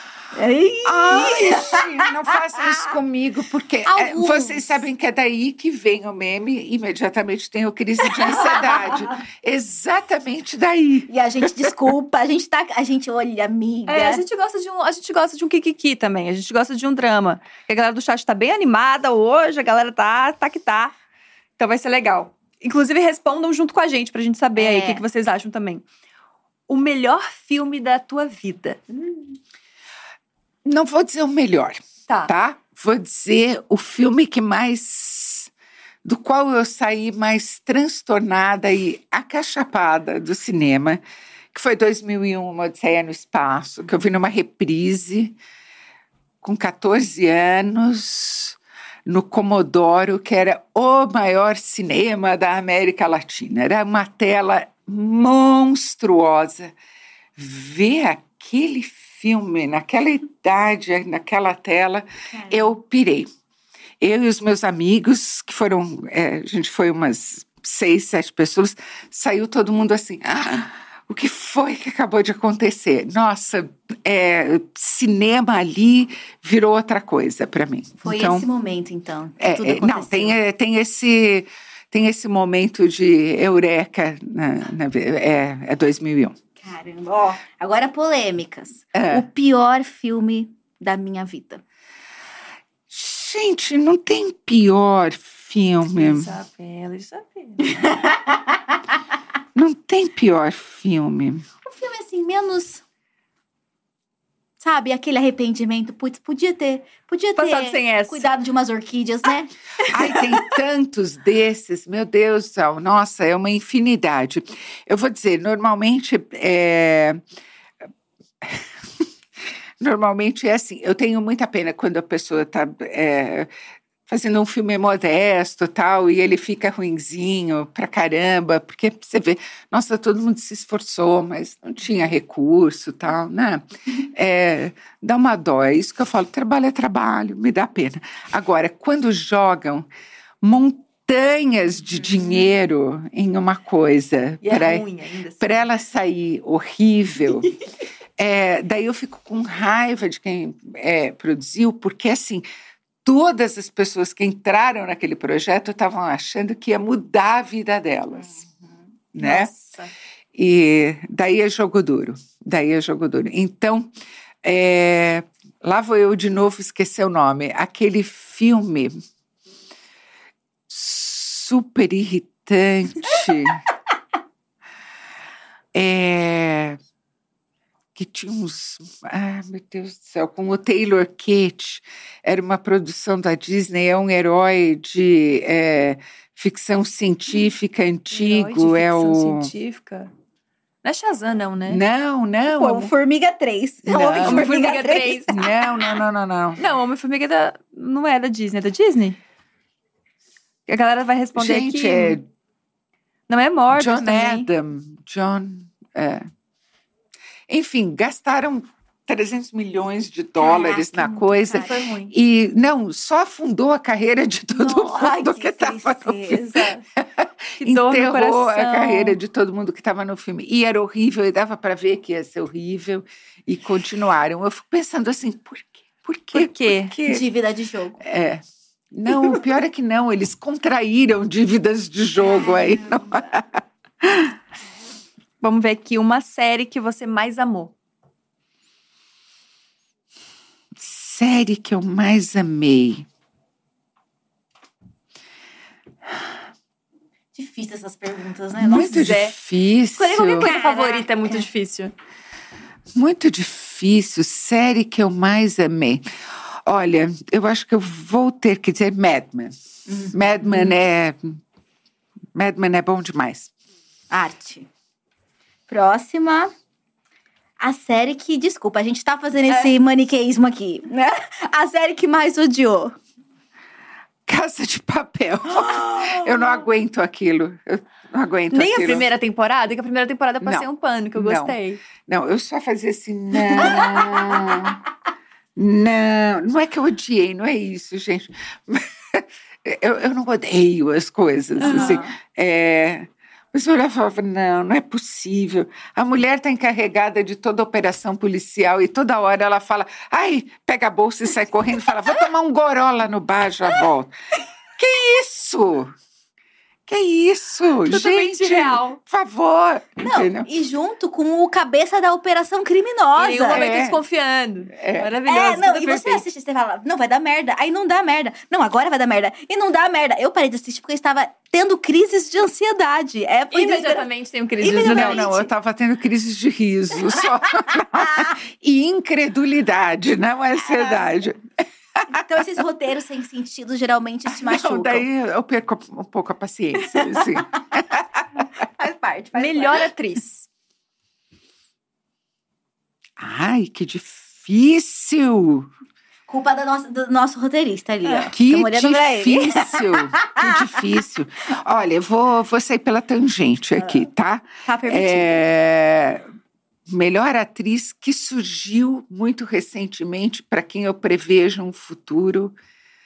Ai, não façam isso comigo, porque vocês sabem que é daí que vem o meme, imediatamente tem o crise de ansiedade. Exatamente daí. E a gente, desculpa, a gente olha, amiga. A gente gosta de um kikiki também, a gente gosta de um drama. A galera do chat tá bem animada hoje, a galera tá que tá. Então vai ser legal. Inclusive, respondam junto com a gente, pra gente saber aí o que vocês acham também. O melhor filme da tua vida? Não vou dizer o melhor, tá? Vou dizer o filme do qual eu saí mais transtornada e acachapada do cinema, que foi 2001, Uma Odisseia no Espaço, que eu vi numa reprise com 14 anos, no Comodoro, que era o maior cinema da América Latina. Era uma tela monstruosa. Ver aquele filme, naquela idade, naquela tela, eu pirei. Eu e os meus amigos, que foram, a gente foi umas 6, 7 pessoas, saiu todo mundo assim, o que foi que acabou de acontecer? Nossa, cinema ali virou outra coisa para mim. Foi então, esse momento, então, que tudo aconteceu. Não, tem esse momento de eureka, 2001. Caramba, agora polêmicas. O pior filme da minha vida. Gente, não tem pior filme. Isabela. Não tem pior filme. Um filme, assim, menos... Sabe, aquele arrependimento. Putz, podia ter Passado sem essa. cuidado de umas orquídeas, né? Ai, tem tantos desses, meu Deus do céu. Nossa, é uma infinidade. Eu vou dizer, normalmente Normalmente é assim, eu tenho muita pena quando a pessoa está fazendo um filme modesto tal, e ele fica ruinzinho pra caramba, porque você vê, nossa, todo mundo se esforçou, mas não tinha recurso tal, né? Dá uma dó, é isso que eu falo, trabalho é trabalho, me dá pena. Agora, quando jogam montanhas de dinheiro em uma coisa, E é ruim ainda. Assim. para ela sair horrível... daí eu fico com raiva de quem produziu, porque assim, todas as pessoas que entraram naquele projeto estavam achando que ia mudar a vida delas, né? Nossa. E daí é jogo duro, Então, lá vou eu de novo esquecer o nome, aquele filme super irritante, que tinha uns... meu Deus do céu, com o Taylor Kitsch. Era uma produção da Disney, é um herói de ficção científica antigo. Herói de ficção científica? Não é Shazam, não, né? Não. Pô, Formiga 3. Não. Homem-Formiga 3. Não. Não, Homem-Formiga não é da Disney, é da Disney? A galera vai responder Gente, aqui. Não é Morbius John também. Adam. Enfim, gastaram 300 milhões de dólares na coisa. Foi ruim. E, não, só afundou a carreira de todo mundo que estava no filme. Que dor no Enterrou a coração. carreira de todo mundo que estava no filme. E era horrível, e dava para ver que ia ser horrível. E continuaram. Eu fico pensando assim, por quê? Por quê? Dívida de jogo. Não, o pior é que não. Eles contraíram dívidas de jogo aí. Vamos ver aqui uma série que você mais amou. Série que eu mais amei. Difícil essas perguntas, né? Muito Nossa, difícil. Escolher qualquer coisa Caraca. favorita é muito difícil. Muito difícil. Série que eu mais amei. Olha, eu acho que eu vou ter que dizer Mad Men. Mad Men é bom demais. Arte. Próxima. A série que... Desculpa, a gente tá fazendo esse maniqueísmo aqui, né? A série que mais odiou. Casa de Papel. Eu não aguento aquilo. Eu não aguento Nem aquilo. a primeira temporada, que a primeira temporada eu passei Não. um pano, que eu Não. gostei. Não, eu só fazia assim, não é que eu odiei, não é isso, gente. Eu não odeio as coisas, assim. Mas eu olhava e falava, não é possível. A mulher está encarregada de toda a operação policial e toda hora ela fala, ai, pega a bolsa e sai correndo e fala, vou tomar um goró lá no bar, já volto. Que isso? Totalmente gente, real. por favor. Não, Entendeu? e junto com o cabeça da operação criminosa. Em nenhum momento desconfiando. Maravilhoso. Não, tudo e você perfeito. assiste, você fala, não, vai dar merda. Aí não dá merda. Não, agora vai dar merda. E não dá merda. Eu parei de assistir porque eu estava tendo crises de ansiedade. Foi Imediatamente tem um crise de Imediatamente. ansiedade. Não, eu estava tendo crises de riso só. E incredulidade, não ansiedade. Então, esses roteiros sem sentido geralmente te machucam. Não, daí eu perco um pouco a paciência, assim. Faz parte. Melhor atriz. Ai, que difícil! Culpa do nosso roteirista ali, ó. Que Tamo olhando pra ele. difícil! Que difícil! Olha, eu vou sair pela tangente aqui, tá? Tá permitido. Melhor atriz que surgiu muito recentemente, para quem eu prevejo um futuro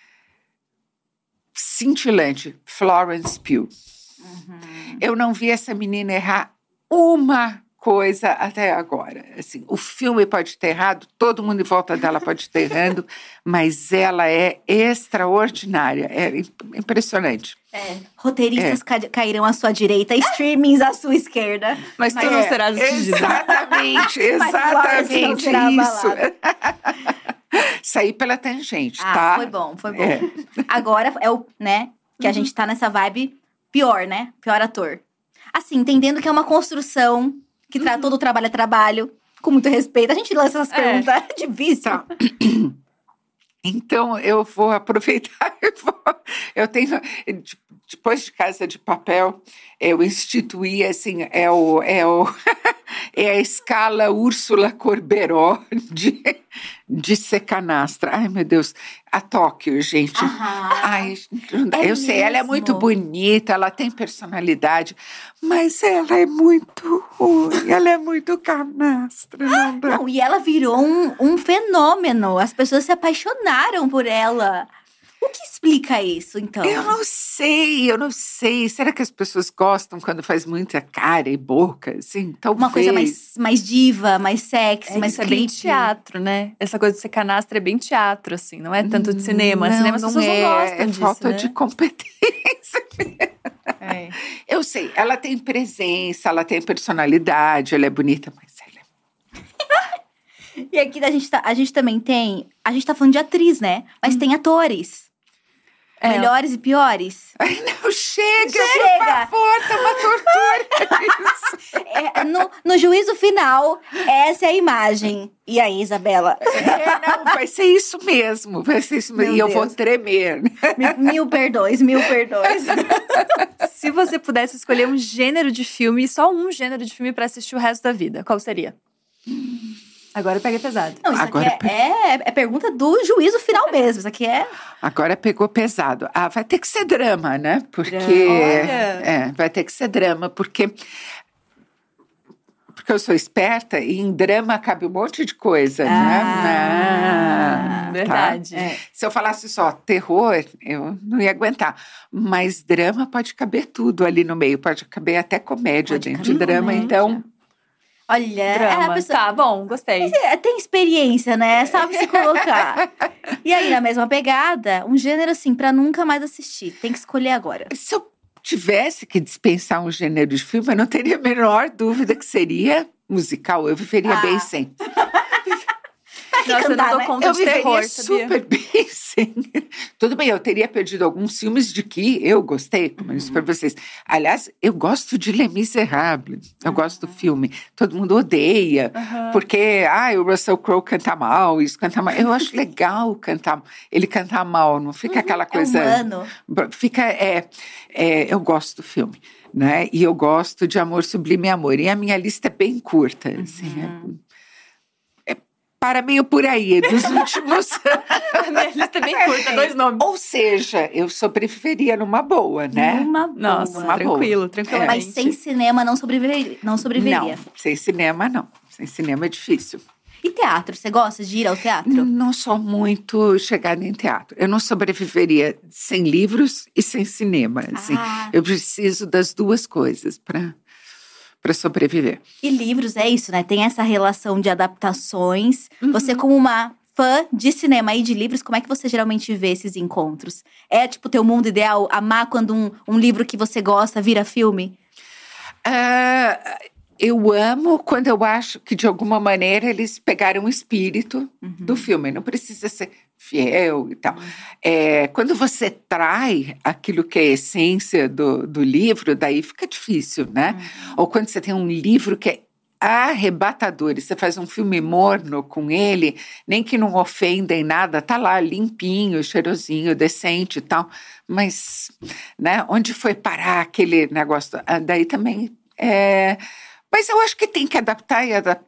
cintilante, Florence Pugh. Eu não vi essa menina errar uma coisa até agora. Assim, o filme pode ter errado, todo mundo em volta dela pode ter errado, mas ela é extraordinária, é impressionante. Roteiristas cairão à sua direita, streamings à sua esquerda. Mas tu não serás atingida. Exatamente Florence será isso. abalada. Saí pela tangente, tá? Foi bom. Agora é o, né? Que a gente tá nessa vibe pior, né? Pior ator. Assim, entendendo que é uma construção que todo o trabalho é trabalho, com muito respeito. A gente lança essas perguntas de vício. Tá. Então, eu vou aproveitar eu tenho, depois de Casa de Papel, eu instituí, assim, é a escala Úrsula Corberó de ser canastra. Ai, meu Deus, a Tóquio, gente. Ai, eu sei, ela é muito bonita, ela tem personalidade, mas ela é muito ruim, ela é muito canastra. Não, e ela virou um fenômeno, as pessoas se apaixonaram por ela. O que explica isso, então? Eu não sei. Será que as pessoas gostam quando faz muita cara e boca, assim? Talvez. Uma coisa mais diva, mais sexy, mais isso é bem teatro, né? Essa coisa de ser canastra é bem teatro, assim. Não é tanto de cinema. Cinema as pessoas não gostam disso, falta né? de competência. Eu sei, ela tem presença, ela tem personalidade, ela é bonita, mas ela é... E aqui a gente também tem... A gente tá falando de atriz, né? Mas tem atores. Melhores e piores. Ai, não, chega, por favor, tá uma tortura isso. No juízo final, essa é a imagem. E aí, Isabela? Não, vai ser isso mesmo. E eu vou tremer. Mil perdões. Se você pudesse escolher um gênero de filme, só um gênero de filme pra assistir o resto da vida, qual seria? Agora pega pesado. Não, isso agora aqui é pergunta do juízo final mesmo. Isso aqui é... Agora pegou pesado. Vai ter que ser drama, né? Porque... vai ter que ser drama, porque eu sou esperta e em drama cabe um monte de coisa, né? Verdade. Tá? Se eu falasse só terror, eu não ia aguentar. Mas drama pode caber tudo ali no meio. Pode caber até comédia dentro de drama, então... Olha, drama. Pessoa... Tá bom, gostei. Tem experiência, né? Sabe se colocar. E aí, na mesma pegada, um gênero assim, pra nunca mais assistir. Tem que escolher agora. Se eu tivesse que dispensar um gênero de filme, eu não teria a menor dúvida que seria musical. Eu viveria bem sem. Nossa, eu não dou conta de terror, sabia? Super bem sem. Tudo bem, eu teria perdido alguns filmes de que eu gostei, como eu disse para vocês. Aliás, eu gosto de Les Misérables. Eu gosto do filme. Todo mundo odeia, porque o Russell Crowe canta mal, isso canta mal. Eu acho legal ele cantar mal, não fica aquela coisa... É humano. Fica, eu gosto do filme, né? E eu gosto de Amor Sublime Amor. E a minha lista é bem curta, assim, para meio por aí, dos últimos... A minha lista é bem curta, 2 nomes. Ou seja, eu sobreviveria numa boa, né? Nossa, numa tranquilo, tranquilamente. Mas sem cinema não sobreviveria. Não, sem cinema não. Sem cinema é difícil. E teatro? Você gosta de ir ao teatro? Não sou muito chegada em teatro. Eu não sobreviveria sem livros e sem cinema, assim. Eu preciso das duas coisas para sobreviver. E livros, é isso, né? Tem essa relação de adaptações. Você, como uma fã de cinema e de livros, como é que você geralmente vê esses encontros? É, tipo, teu mundo ideal? Amar quando um livro que você gosta vira filme? Eu amo quando eu acho que, de alguma maneira, eles pegaram o espírito do filme. Não precisa ser fiel e tal. Quando você trai aquilo que é a essência do livro, daí fica difícil, né? Ou quando você tem um livro que é arrebatador e você faz um filme morno com ele, nem que não ofenda em nada, tá lá limpinho, cheirosinho, decente e tal. Mas, né, onde foi parar aquele negócio? Daí também Mas eu acho que tem que adaptar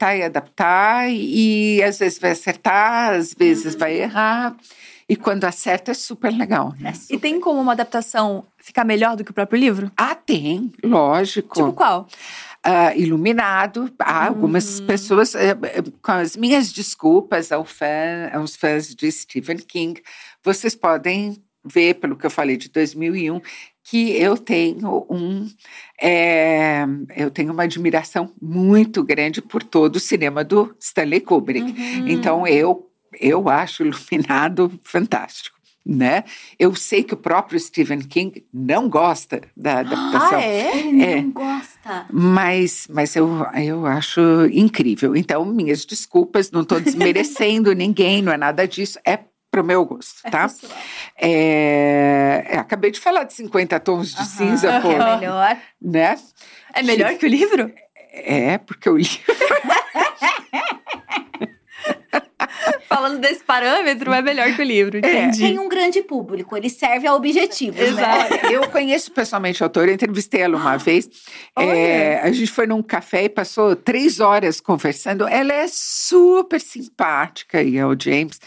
e às vezes vai acertar, às vezes vai errar. E quando acerta é super legal, né? E tem como uma adaptação ficar melhor do que o próprio livro? Tem, lógico. Tipo qual? Iluminado. Algumas pessoas, com as minhas desculpas aos fãs de Stephen King, vocês podem ver, pelo que eu falei de 2001, que eu tenho uma admiração muito grande por todo o cinema do Stanley Kubrick. Então, eu acho Iluminado fantástico, né? Eu sei que o próprio Stephen King não gosta da adaptação. Ele não gosta. Mas eu acho incrível. Então, minhas desculpas, não estou desmerecendo ninguém, não é nada disso, pro meu gosto, tá? Acabei de falar de 50 Tons de Cinza, pô. É melhor. Né? É melhor que o livro? Porque o livro... Falando desse parâmetro, é melhor que o livro, entendi. Tem um grande público, ele serve a objetivos, Exato. né? Eu conheço pessoalmente a autora, eu entrevistei ela uma vez. A gente foi num café e passou 3 horas conversando. Ela é super simpática, e o James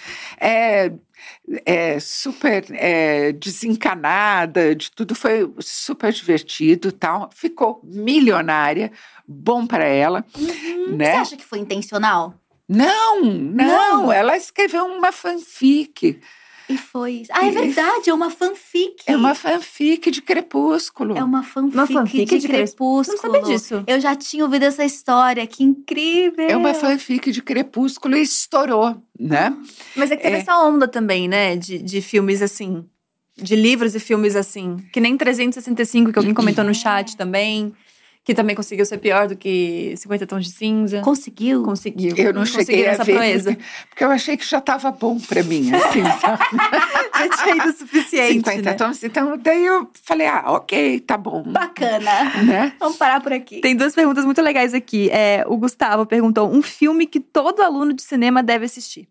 é super desencanada de tudo, foi super divertido, tal. Ficou milionária, bom para ela, né? Você acha que foi intencional? Não, ela escreveu uma fanfic. E foi... é verdade, é uma fanfic. É uma fanfic de Crepúsculo. É uma fanfic de Crepúsculo. Não sabia disso. Eu já tinha ouvido essa história, que incrível. É uma fanfic de Crepúsculo e estourou, né? Mas é que teve essa onda também, né? De filmes assim. De livros e filmes assim. Que nem 365, que alguém comentou no chat também. Que também conseguiu ser pior do que 50 Tons de Cinza. Conseguiu? Conseguiu. Eu não cheguei a essa ver, proeza. porque eu achei que já estava bom para mim, assim, sabe? Já tinha ido o suficiente, 50 né? tons, então daí eu falei, ok, tá bom. Bacana. Né? Vamos parar por aqui. Tem 2 perguntas muito legais aqui. O Gustavo perguntou, um filme que todo aluno de cinema deve assistir.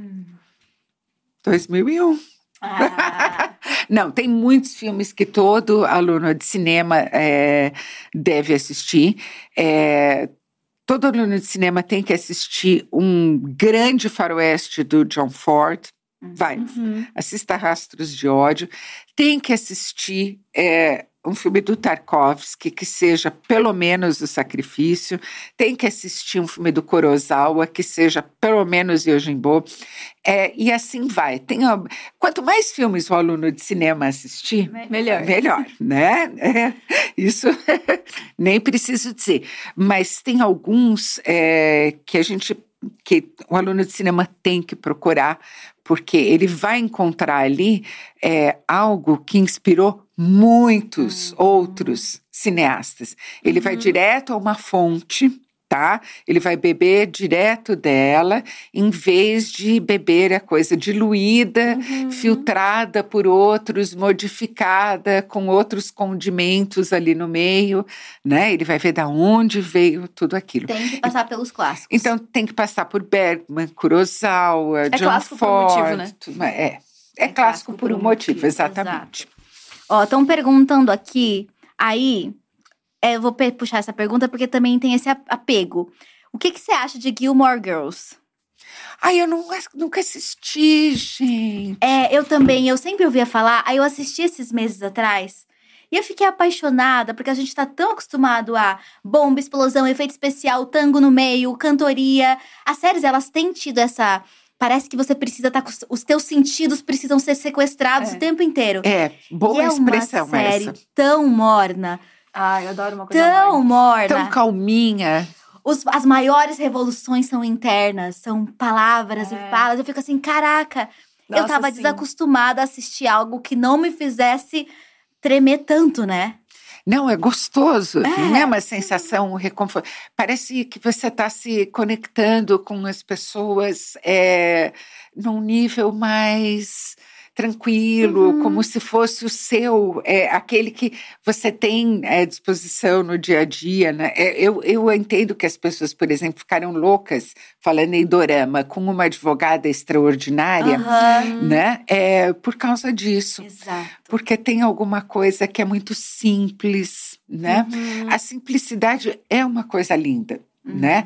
2001. Não, tem muitos filmes que todo aluno de cinema deve assistir. Todo aluno de cinema tem que assistir um grande faroeste do John Ford. Vai, assista Rastros de Ódio. Tem que assistir um filme do Tarkovsky, que seja pelo menos O Sacrifício. Tem que assistir um filme do Kurosawa, que seja pelo menos Yojimbo. E assim vai. Quanto mais filmes o aluno de cinema assistir, melhor, né? Isso nem preciso dizer. Mas tem alguns que o aluno de cinema tem que procurar, porque ele vai encontrar ali algo que inspirou muitos outros cineastas. Ele vai direto a uma fonte, tá? Ele vai beber direto dela, em vez de beber a coisa diluída, filtrada por outros, modificada, com outros condimentos ali no meio, né? Ele vai ver de onde veio tudo aquilo. Tem que passar pelos clássicos. Então, tem que passar por Bergman, Kurosawa, John clássico Ford. por um motivo, né? É clássico por um motivo, exatamente. Exato. Ó, estão perguntando aqui, aí, eu vou puxar essa pergunta porque também tem esse apego. O que você acha de Gilmore Girls? Eu nunca assisti, gente. Eu também, eu sempre ouvia falar, aí eu assisti esses meses atrás, e eu fiquei apaixonada, porque a gente tá tão acostumado a bomba, explosão, efeito especial, tango no meio, cantoria. As séries, elas têm tido essa... Parece que você precisa estar os teus sentidos precisam ser sequestrados o tempo inteiro. Boa expressão essa. É uma série essa. tão morna. Eu adoro uma coisa Tão morna. Tão calminha. As maiores revoluções são internas, são palavras e falas. Eu fico assim, caraca, eu tava desacostumada a assistir algo que não me fizesse tremer tanto, né? Não, é gostoso, não é uma sensação reconfortante. Parece que você está se conectando com as pessoas num nível mais tranquilo, como se fosse o seu, aquele que você tem à disposição no dia a dia, né? Eu entendo que as pessoas, por exemplo, ficaram loucas falando em dorama com uma advogada extraordinária, né? Por causa disso. Exato. Porque tem alguma coisa que é muito simples, né? A simplicidade é uma coisa linda, né?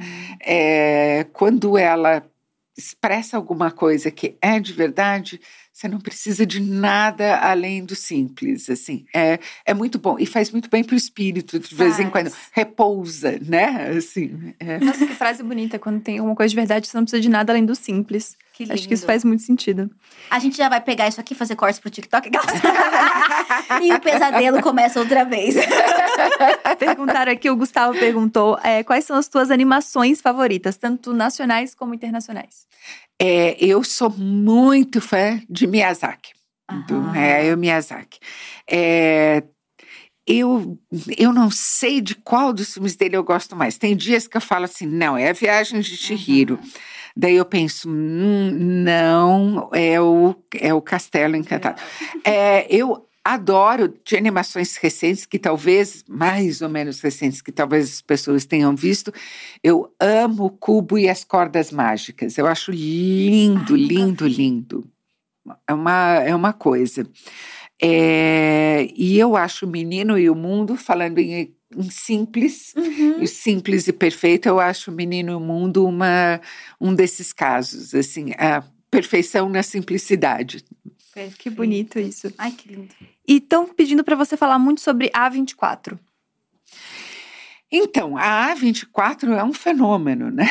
Quando ela expressa alguma coisa que é de verdade, você não precisa de nada além do simples, assim. É muito bom e faz muito bem para o espírito, de vez em quando. Repousa, né? Assim, Nossa, que frase bonita. Quando tem alguma coisa de verdade, você não precisa de nada além do simples. Que lindo. Acho que isso faz muito sentido. A gente já vai pegar isso aqui e fazer cortes pro TikTok. E o pesadelo começa outra vez. Perguntaram aqui, o Gustavo perguntou, quais são as tuas animações favoritas, tanto nacionais como internacionais? Eu sou muito fã de Miyazaki, do Hayao Miyazaki. Eu não sei de qual dos filmes dele eu gosto mais. Tem dias que eu falo assim, não, é A Viagem de Chihiro, Daí eu penso, não, é o Castelo Encantado. Eu adoro de animações recentes, que talvez, mais ou menos recentes, que talvez as pessoas tenham visto. Eu amo o Cubo e as Cordas Mágicas. Eu acho lindo, lindo, lindo. É uma coisa. E eu acho O Menino e o Mundo, falando em simples, e simples e perfeito, eu acho O Menino e o Mundo um desses casos, assim, a perfeição na simplicidade. Que bonito isso. Ai, que lindo. E estão pedindo para você falar muito sobre A24. Então, a A24 é um fenômeno, né?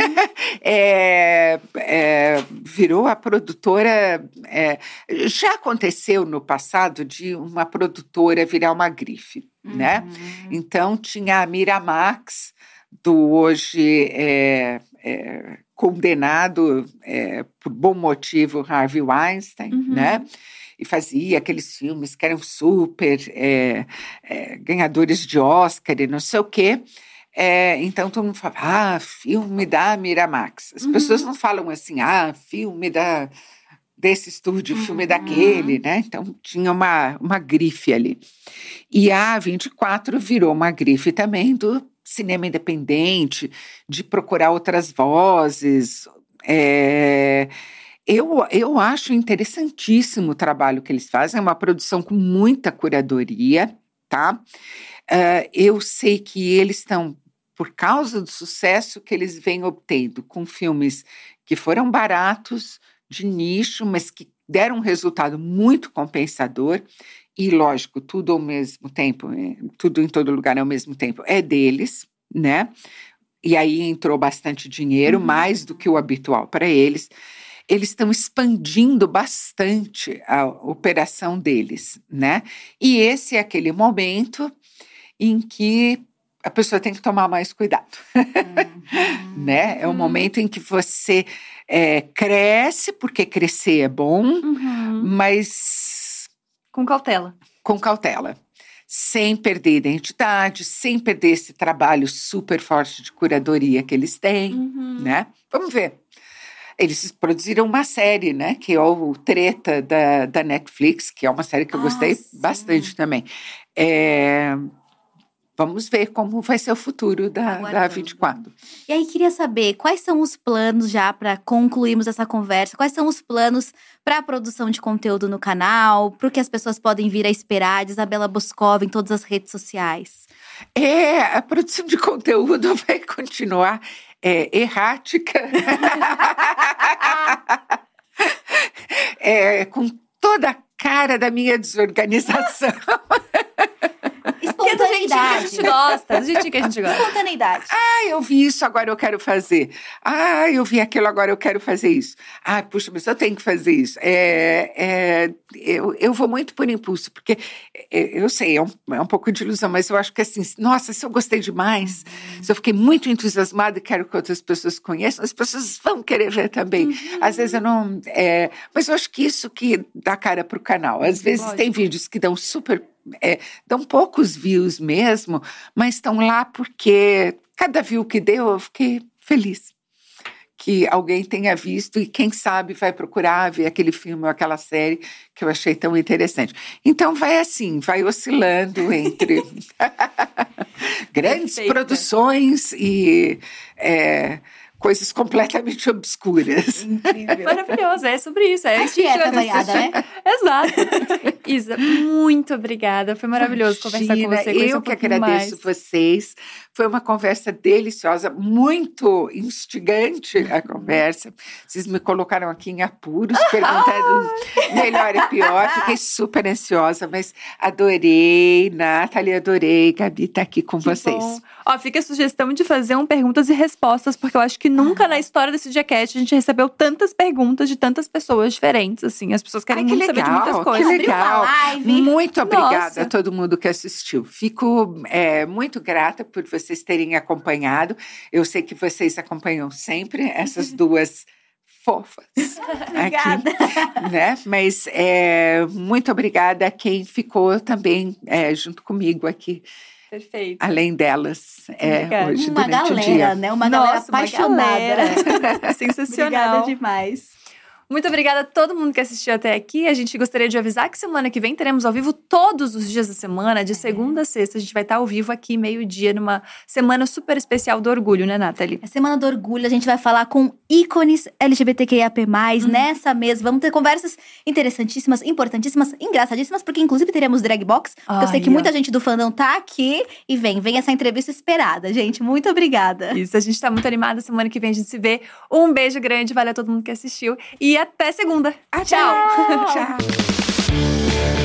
Virou a produtora... já aconteceu no passado de uma produtora virar uma grife, né? Então, tinha a Miramax, do hoje condenado por bom motivo Harvey Weinstein, né? E fazia aqueles filmes que eram super ganhadores de Oscar e não sei o quê. Então, todo mundo fala, filme da Miramax. As pessoas não falam assim, filme desse estúdio, filme daquele, né? Então, tinha uma grife ali. E a A24 virou uma grife também do cinema independente, de procurar outras vozes. Eu acho interessantíssimo o trabalho que eles fazem, é uma produção com muita curadoria, tá? Eu sei que eles estão, por causa do sucesso que eles vêm obtendo, com filmes que foram baratos, de nicho, mas que deram um resultado muito compensador, e lógico, tudo ao mesmo tempo, tudo em todo lugar ao mesmo tempo, é deles, né? E aí entrou bastante dinheiro, mais do que o habitual para eles. Eles estão expandindo bastante a operação deles, né? E esse é aquele momento em que a pessoa tem que tomar mais cuidado, né? É o momento em que você cresce, porque crescer é bom, mas... Com cautela. Com cautela. Sem perder identidade, sem perder esse trabalho super forte de curadoria que eles têm, né? Vamos ver. Eles produziram uma série, né, que é o Treta da Netflix, que é uma série que eu gostei bastante também. Vamos ver como vai ser o futuro da A24. E aí, queria saber, quais são os planos já para concluirmos essa conversa? Quais são os planos para a produção de conteúdo no canal? Para o que as pessoas podem vir a esperar de Isabela Boscov em todas as redes sociais? A produção de conteúdo vai continuar errática. Com toda a cara da minha desorganização. Espontaneidade. A gente gosta, do jeitinho que a gente gosta. Espontaneidade. Eu vi isso, agora eu quero fazer. Eu vi aquilo, agora eu quero fazer isso. Puxa, mas eu tenho que fazer isso. Eu vou muito por impulso, porque eu sei, é um pouco de ilusão, mas eu acho que assim, nossa, se eu gostei demais, se eu fiquei muito entusiasmada e quero que outras pessoas conheçam, as pessoas vão querer ver também. Às vezes eu não... mas eu acho que isso que dá cara pro canal. Às vezes tem vídeos que dão super... dão poucos views mesmo, mas estão lá porque cada view que deu eu fiquei feliz que alguém tenha visto e quem sabe vai procurar ver aquele filme ou aquela série que eu achei tão interessante. Então vai assim, vai oscilando entre grandes produções e coisas completamente obscuras. Incrível. Maravilhoso, é sobre isso. A dieta banhada, né? Exato. Isa, muito obrigada. Foi maravilhoso conversar com você. Eu que agradeço vocês. Foi uma conversa deliciosa, muito instigante a conversa. Vocês me colocaram aqui em apuros, perguntando melhor e pior. Fiquei super ansiosa, mas adorei, Nathalie, adorei. Gabi tá aqui com vocês. Bom. Fica a sugestão de fazer um perguntas e respostas, porque eu acho que nunca na história desse Diacast a gente recebeu tantas perguntas de tantas pessoas diferentes, assim. As pessoas querem muito saber de muitas coisas. Que legal. Muito obrigada Nossa. a todo mundo que assistiu. Fico muito grata por vocês terem acompanhado. Eu sei que vocês acompanham sempre essas duas fofas Obrigada. aqui, né? Mas muito obrigada a quem ficou também junto comigo aqui Perfeito. além delas hoje Uma durante o galera, dia. né? Uma galera Nossa, uma apaixonada. galera. Sensacional. Obrigada demais. Muito obrigada a todo mundo que assistiu até aqui. A gente gostaria de avisar que semana que vem teremos ao vivo todos os dias da semana, de segunda a sexta. A gente vai estar ao vivo aqui, meio-dia, numa semana super especial do orgulho, né, Nathalie? É Semana do Orgulho, a gente vai falar com ícones LGBTQIAP+, nessa mesa. Vamos ter conversas interessantíssimas, importantíssimas, engraçadíssimas, porque inclusive teremos drag box. Porque eu sei que muita gente do fandom tá aqui. E vem essa entrevista esperada, gente. Muito obrigada. Isso, a gente tá muito animada. Semana que vem a gente se vê. Um beijo grande, valeu a todo mundo que assistiu. E até segunda. Tchau! Tchau!